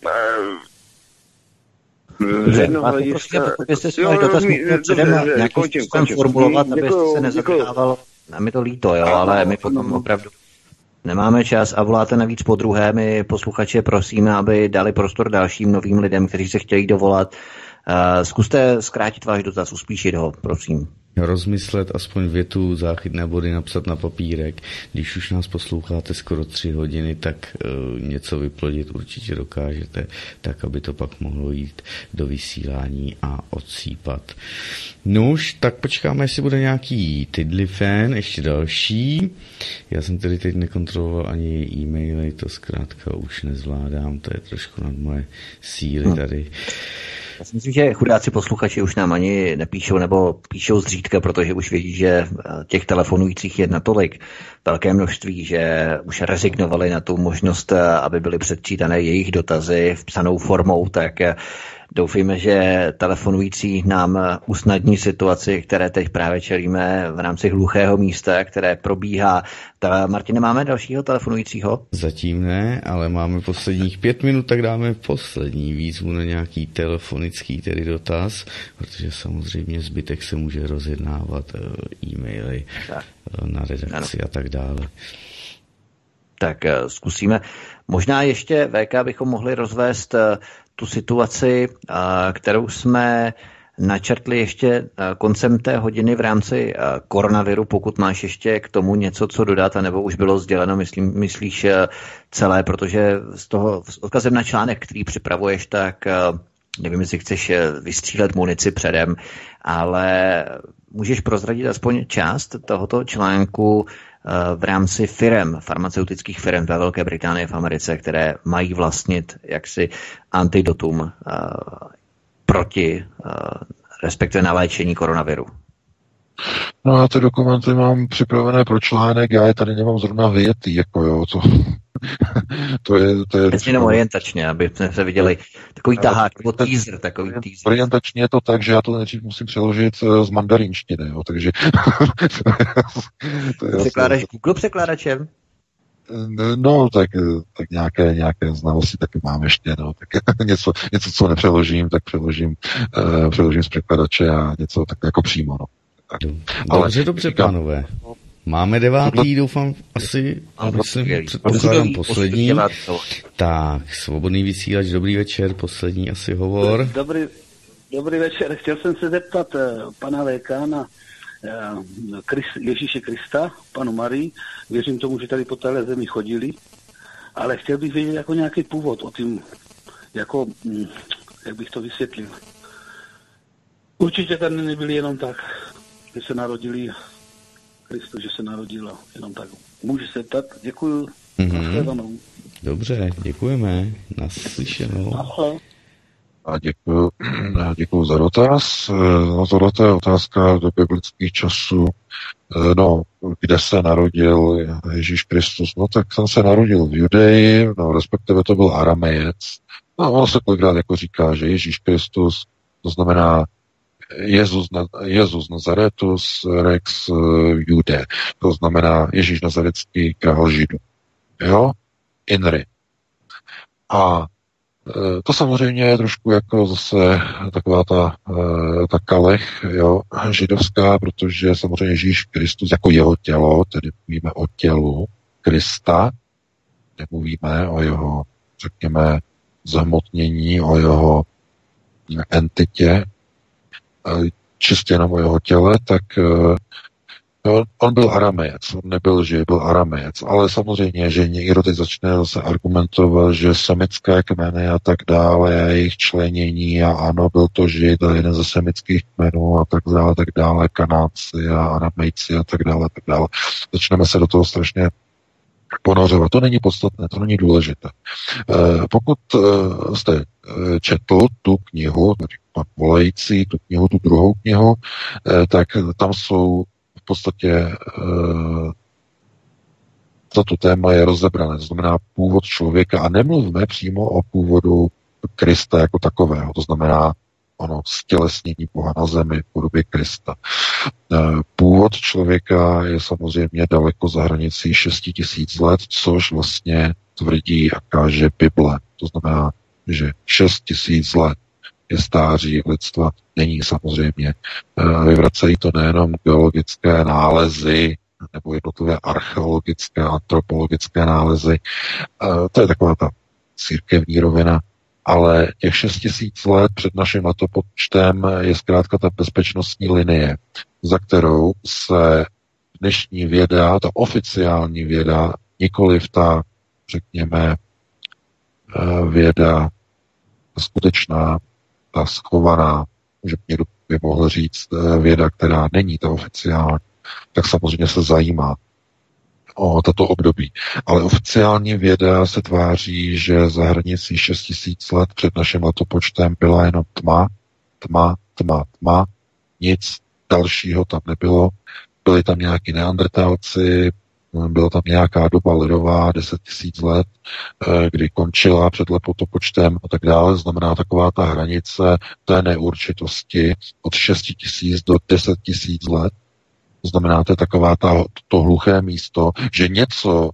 S7: uh, z jednoho hlediska...
S1: Pokud byste si mohli dotaz předem nějakým způsobem formulovat, abyste se nezabývával, nám je to líto, jo, ale my potom opravdu nemáme čas a voláte navíc po druhé. My posluchače prosíme, aby dali prostor dalším novým lidem, kteří se chtějí dovolat. Uh, zkuste zkrátit váš dotaz, uspíšit ho, prosím.
S2: Rozmyslet aspoň větu, záchytné body napsat na papírek. Když už nás posloucháte skoro tři hodiny, tak uh, něco vyplodit určitě dokážete, tak aby to pak mohlo jít do vysílání a odsýpat. Nuž, tak počkáme, jestli bude nějaký Tidlifan, ještě další. Já jsem tedy teď nekontroloval ani e-maily, to zkrátka už nezvládám, to je trošku nad moje síly tady.
S1: Já si myslím, že chudáci posluchači už nám ani nepíšou, nebo píšou zřídka, protože už vědí, že těch telefonujících je natolik velké množství, že už rezignovali na tu možnost, aby byly předčítané jejich dotazy v psanou formou, tak doufejme, že telefonující nám usnadní situaci, které teď právě čelíme v rámci hluchého místa, které probíhá. Ta, Martine, máme dalšího telefonujícího?
S2: Zatím ne, ale máme posledních pět minut, tak dáme poslední výzvu na nějaký telefonický tedy dotaz, protože samozřejmě zbytek se může rozjednávat e-maily tak. na redakci ano. a tak dále.
S1: Tak zkusíme. Možná ještě, V K, bychom mohli rozvést tu situaci, kterou jsme načrtli ještě koncem té hodiny v rámci koronaviru, pokud máš ještě k tomu něco, co dodat, anebo už bylo sděleno, myslím, myslíš celé, protože z toho, s odkazem na článek, který připravuješ, tak nevím, jestli chceš vystřílet munici předem, ale můžeš prozradit aspoň část tohoto článku v rámci firem, farmaceutických firem ve Velké Británii v Americe, které mají vlastnit jaksi antidotum uh, proti, uh, respektive na léčení koronaviru.
S3: No já ty dokumenty mám připravené pro článek, já je tady nemám zrovna vyjetý, jako jo, to, to je... To je
S1: jenom orientačně, aby jsme se viděli takový tahák, nebo teaser, takový teaser.
S3: Orientačně je to tak, že já to nejdřív musím přeložit z mandarinštiny, jo, takže...
S1: to je Překládaš asi... Google překládačem?
S3: No, tak, tak nějaké, nějaké znalosti taky mám ještě, no, tak něco, něco, co nepřeložím, tak přeložím, uh, přeložím z překladače a něco tak jako přímo, no. Tak.
S2: Dobře, dobře, pánové. Máme devátý, doufám, asi, myslím, předpokládám poslední. Tak, svobodný vysílač, dobrý večer, poslední asi hovor.
S8: Dobrý, dobrý večer, chtěl jsem se zeptat uh, pana Véka na uh, Christ, Ježíše Krista, panu Marii. Věřím tomu, že tady po téhle zemi chodili, ale chtěl bych vědět jako nějaký původ o tím, jako, hm, jak bych to vysvětlil. Určitě tady nebyli jenom tak, že se narodili Kristus, že se narodila jenom tak. Můžu se ptat? Děkuju.
S2: Mm-hmm. Dobře, děkujeme. Naslyšenou.
S3: A děkuju, děkuju za dotaz. No tohle je otázka do biblických časů. No, kde se narodil Ježíš Kristus? No tak jsem se narodil v Judeji, no respektive to byl Aramejec. No ono se kolikrát jako říká, že Ježíš Kristus, to znamená Jezus, Jezus Nazaretus Rex Jude. To znamená Ježíš Nazarecký král Židů. Jo? Inry. A to samozřejmě je trošku jako zase taková ta, ta kalech, jo, židovská, protože samozřejmě Ježíš Kristus jako jeho tělo, tedy mluvíme o tělu Krista, nemluvíme o jeho, řekněme, zhmotnění, o jeho entitě, čistě jenom o jeho těle, tak no, on byl Aramejec, on nebyl Žid, byl Aramejec, ale samozřejmě, že někdo teď začne zase argumentovat, že semické kmeny a tak dále a jejich členění a ano, byl to Žid a jeden ze semických kmenů a tak dále, tak dále, Kanánci a Aramejci a tak dále, tak dále. Začneme se do toho strašně ponořovat. To není podstatné, to není důležité. Pokud jste četl tu knihu, pan volající, tu knihu, tu druhou knihu, tak tam jsou v podstatě toto téma je rozebrané, to znamená původ člověka a nemluvíme přímo o původu Krista jako takového, to znamená ono stělesnění Boha na zemi v podobě Krista. Původ člověka je samozřejmě daleko za hranicí šesti tisíc let, což vlastně tvrdí a káže Bible. To znamená, že šest tisíc let je stáří lidstva. Není samozřejmě. Vyvracejí to nejenom geologické nálezy nebo jednotlivé archeologické, antropologické nálezy. To je taková ta církevní rovina. Ale těch šest tisíc let před naším letopočtem je zkrátka ta bezpečnostní linie, za kterou se dnešní věda, ta oficiální věda, nikoliv ta, řekněme, věda skutečná, ta schovaná, že někdo by mohl říct věda, která není ta oficiální, tak samozřejmě se zajímá o tato období. Ale oficiální věda se tváří, že za hranicí šest tisíc let před naším letopočtem byla jenom tma, tma, tma, tma, nic dalšího tam nebylo. Byli tam nějaký neandertálci, byla tam nějaká doba ledová, deset tisíc let, kdy končila před letopočtem a tak dále. Znamená taková ta hranice té neurčitosti od šest tisíc do deset tisíc let. To znamená, to je taková ta, to hluché místo, že něco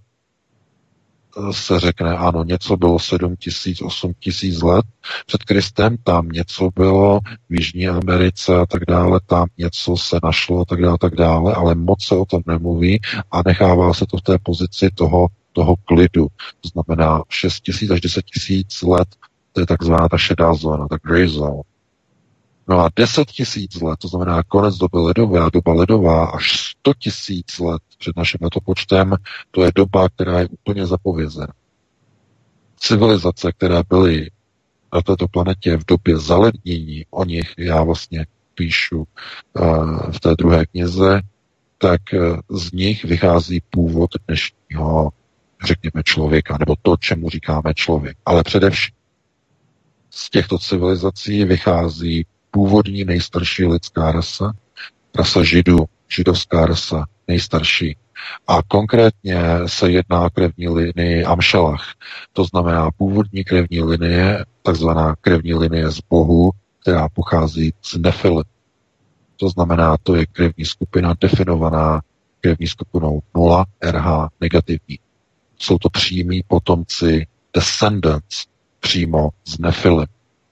S3: se řekne, ano, něco bylo sedm tisíc, osm tisíc let před Kristem, tam něco bylo v Jižní Americe a tak dále, tam něco se našlo a tak dále, tak dále, ale moc se o tom nemluví a nechává se to v té pozici toho, toho klidu. To znamená šest tisíc až deset tisíc let, to je takzvaná ta šedá zóna, ta grey zone. No a deset tisíc let, to znamená konec doby ledové a doba ledová až sto tisíc let před naším letopočtem, to je doba, která je úplně zapovězena. Civilizace, které byly na této planetě v době zalednění, o nich já vlastně píšu uh, v té druhé knize, tak uh, z nich vychází původ dnešního, řekněme, člověka, nebo to, čemu říkáme člověk. Ale především z těchto civilizací vychází původní nejstarší lidská rasa, rasa židů, židovská rasa, nejstarší. A konkrétně se jedná o krevní linii Amšelach. To znamená původní krevní linie, takzvaná krevní linie z Bohu, která pochází z Nefilim. To znamená, to je krevní skupina definovaná krevní skupinou nula, R H negativní. Jsou to přímí potomci descendants přímo z Nefilim.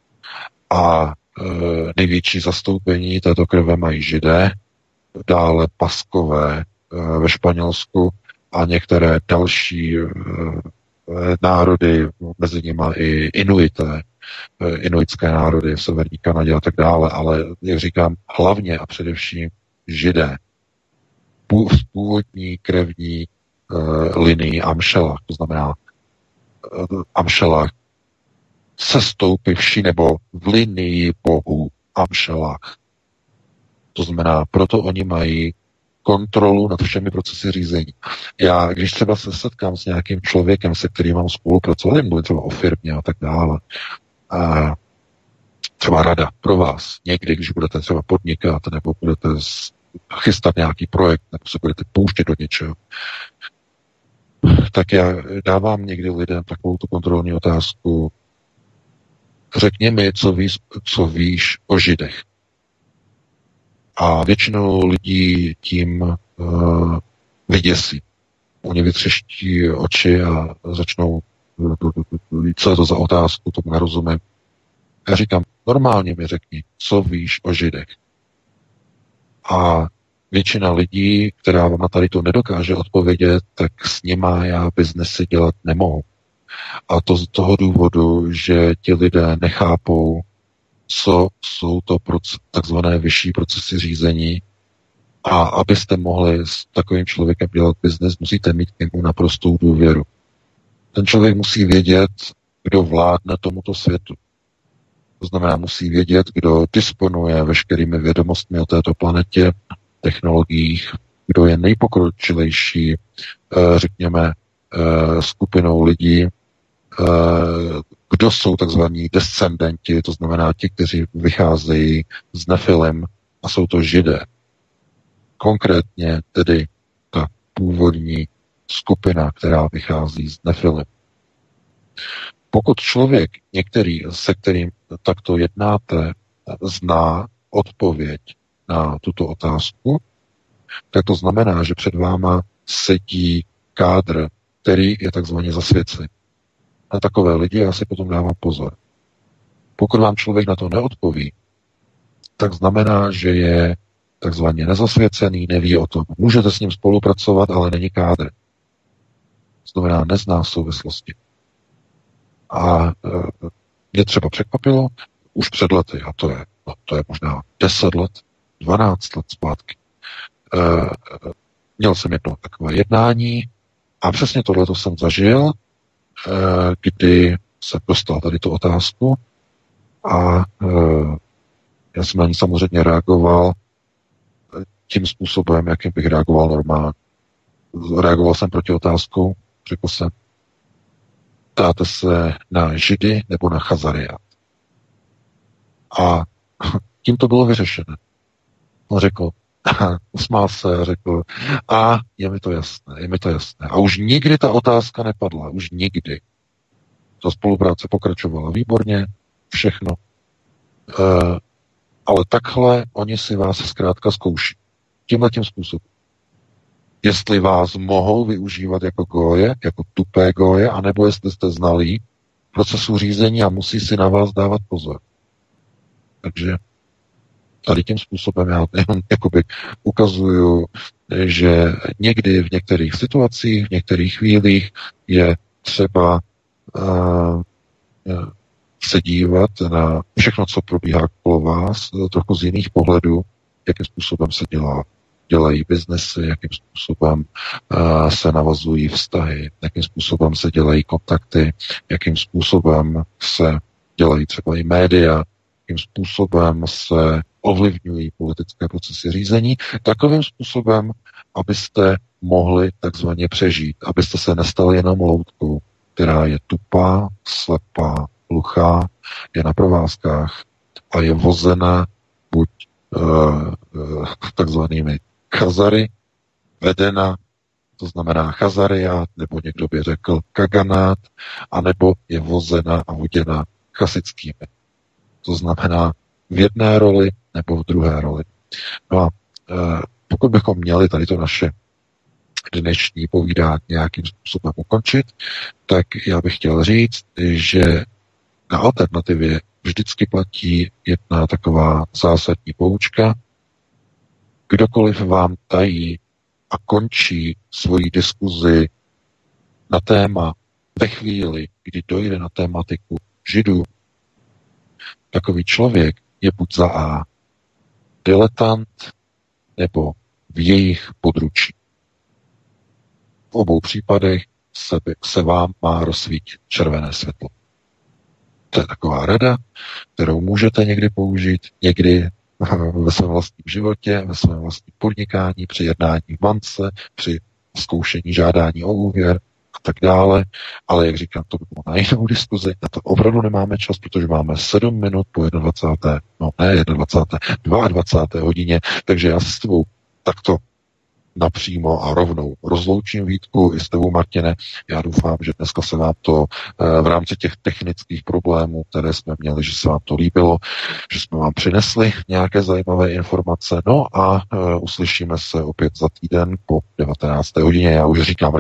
S3: A největší zastoupení této krve mají Židé, dále Paskové ve Španělsku a některé další národy, mezi nimi i Inuité, inuitské národy v severní Kanadě a tak dále, ale jak říkám, hlavně a především Židé. V původní krevní linii Amšelach, to znamená Amšelach, sestoupivší nebo v linii Bohu Amšelach. To znamená, proto oni mají kontrolu nad všemi procesy řízení. Já, když třeba se setkám s nějakým člověkem, se kterým mám spolupracovat, mluvím třeba o firmě a tak dále, a třeba rada pro vás, někdy, když budete třeba podnikat, nebo budete chystat nějaký projekt, nebo se budete pouštět do něčeho, tak já dávám někdy lidem takovou tu kontrolní otázku. Řekni mi, co víš, co víš o Židech. A většinou lidí tím uh, vyděsí. Oni vytřeští oči a začnou co je to za otázku, tomu nerozumím. Já říkám, normálně mi řekni, co víš o Židech. A většina lidí, která vám na tady to nedokáže odpovědět, tak s nima já biznesy dělat nemohu. A to z toho důvodu, že ti lidé nechápou, co jsou to proces, takzvané vyšší procesy řízení. A abyste mohli s takovým člověkem dělat biznes, musíte mít k němu naprostou důvěru. Ten člověk musí vědět, kdo vládne tomuto světu. To znamená, musí vědět, kdo disponuje veškerými vědomostmi o této planetě, technologiích, kdo je nejpokročilejší, řekněme, skupinou lidí, kdo jsou takzvaní descendenti, to znamená ti, kteří vycházejí z Nefilim a jsou to Židé. Konkrétně tedy ta původní skupina, která vychází z Nefilim. Pokud člověk některý, se kterým takto jednáte, zná odpověď na tuto otázku, tak to znamená, že před váma sedí kádr, který je takzvaně zasvěcený. Na takové lidi já si potom dávám pozor. Pokud vám člověk na to neodpoví, tak znamená, že je takzvaně nezasvěcený, neví o tom. Můžete s ním spolupracovat, ale není kádr. To znamená, nezná souvislosti. A e, mě třeba překvapilo už před lety, a to je, no, to je možná deset let, dvanáct let zpátky. E, měl jsem jedno takové jednání a přesně tohleto jsem zažil, e, kdy jsem dostal tady tu otázku a e, já jsem na ní samozřejmě reagoval tím způsobem, jakým bych reagoval normálně. Reagoval jsem proti otázkou, řekl jsem, ptáte se na Židy nebo na Chazariát. A tím to bylo vyřešené. On řekl, usmál se a řekl, a je mi to jasné, je mi to jasné. A už nikdy ta otázka nepadla, už nikdy. Ta spolupráce pokračovala výborně, všechno. E, ale takhle oni si vás zkrátka zkouší. Tímhletím způsobem. Jestli vás mohou využívat jako goje, jako tupé goje, anebo jestli jste znalí procesu řízení a musí si na vás dávat pozor. Takže tady tím způsobem já jenom jakoby ukazuju, že někdy v některých situacích, v některých chvílích je třeba uh, se dívat na všechno, co probíhá kolem vás, trochu z jiných pohledů, jakým způsobem se dělá dělají biznesy, jakým způsobem uh, se navazují vztahy, jakým způsobem se dělají kontakty, jakým způsobem se dělají třeba i média, jakým způsobem se ovlivňují politické procesy řízení, takovým způsobem, abyste mohli takzvaně přežít, abyste se nestali jenom loutkou, která je tupá, slepá, hluchá, je na provázkách a je vozena buď uh, uh, takzvanými Chazary, vedena, to znamená Chazariát, nebo někdo by řekl Kaganát, anebo je vozena a voděna chasickými. To znamená v jedné roli nebo v druhé roli. No a e, pokud bychom měli tady to naše dnešní povídání nějakým způsobem ukončit, tak já bych chtěl říct, že na alternativě vždycky platí jedna taková zásadní poučka. Kdokoliv vám tají a končí svoji diskuzi na téma ve chvíli, kdy dojde na tématiku Židů, takový člověk je buď za A diletant, nebo v jejich područí. V obou případech se, se vám má rozsvítit červené světlo. To je taková rada, kterou můžete někdy použít, někdy ve svém vlastním životě, ve svém vlastním podnikání, při jednání v bance, při zkoušení žádání o úvěr a tak dále. Ale jak říkám, to by bylo na jinou diskuzi. Na to opravdu nemáme čas, protože máme sedm minut po jednadvacáté No ne jednadvacáté dvacáté druhé hodině, takže já se s tebou takto napřímo a rovnou rozloučím, Vítku, i s tebou, Martine. Já doufám, že dneska se vám to v rámci těch technických problémů, které jsme měli, že se vám to líbilo, že jsme vám přinesli nějaké zajímavé informace. No a uh, uslyšíme se opět za týden po devatenácté hodině. Já už říkám raději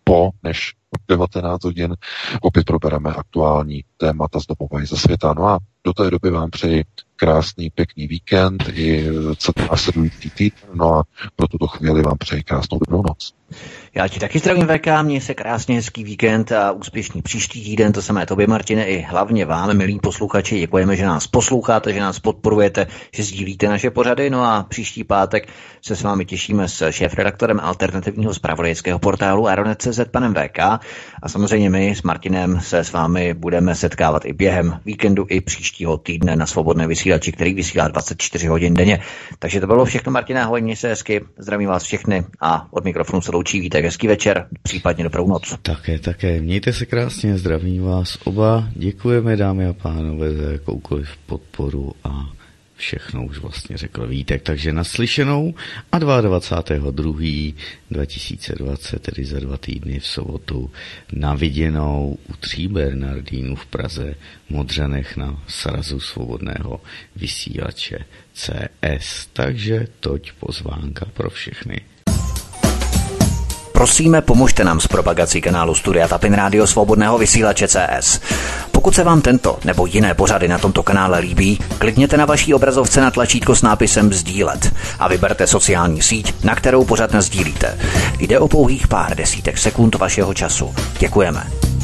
S3: po, než devatenáct hodin opět probereme aktuální témata z domového ze světa. No a do té doby vám přeji krásný, pěkný víkend i celý následující týden. No a pro tuto chvíli vám přeji krásnou dobrou noc.
S1: Já ti taky zdravím, V K, měj se krásně, hezký víkend a úspěšný příští týden, to samé tobě, Martine, i hlavně vám, milí posluchači, děkujeme, že nás posloucháte, že nás podporujete, že sdílíte naše pořady, no a příští pátek se s vámi těšíme s šéfredaktorem alternativního zpravodajského portálu Aeronet tečka cé zet panem V K a samozřejmě my s Martinem se s vámi budeme setkávat i během víkendu i příštího týdne na svobodné vysílači, který vysílá dvacet čtyři hodin denně. Takže to bylo všechno, Martina, ahoj, měj se hezky, zdravím vás všechny a od mikrofonu se loučí Vítek, hezký večer, případně dobrou noc.
S2: Také, také, mějte se krásně, zdravím vás oba, děkujeme, dámy a pánové, za jakoukoliv podporu a všechno už vlastně řekl Vítek, takže naslyšenou a dvacátého druhého dva tisíce dvacet, tedy za dva týdny v sobotu, na viděnou u Tří Bernardínů v Praze, Modřanech na srazu svobodného vysílače C S. Takže toť pozvánka pro všechny.
S1: Prosíme, pomožte nám s propagací kanálu Studia Tapin Rádio Svobodného vysílače C S. Pokud se vám tento nebo jiné pořady na tomto kanále líbí, klikněte na vaší obrazovce na tlačítko s nápisem sdílet a vyberte sociální síť, na kterou pořad nasdílíte. Jde o pouhých pár desítek sekund vašeho času. Děkujeme.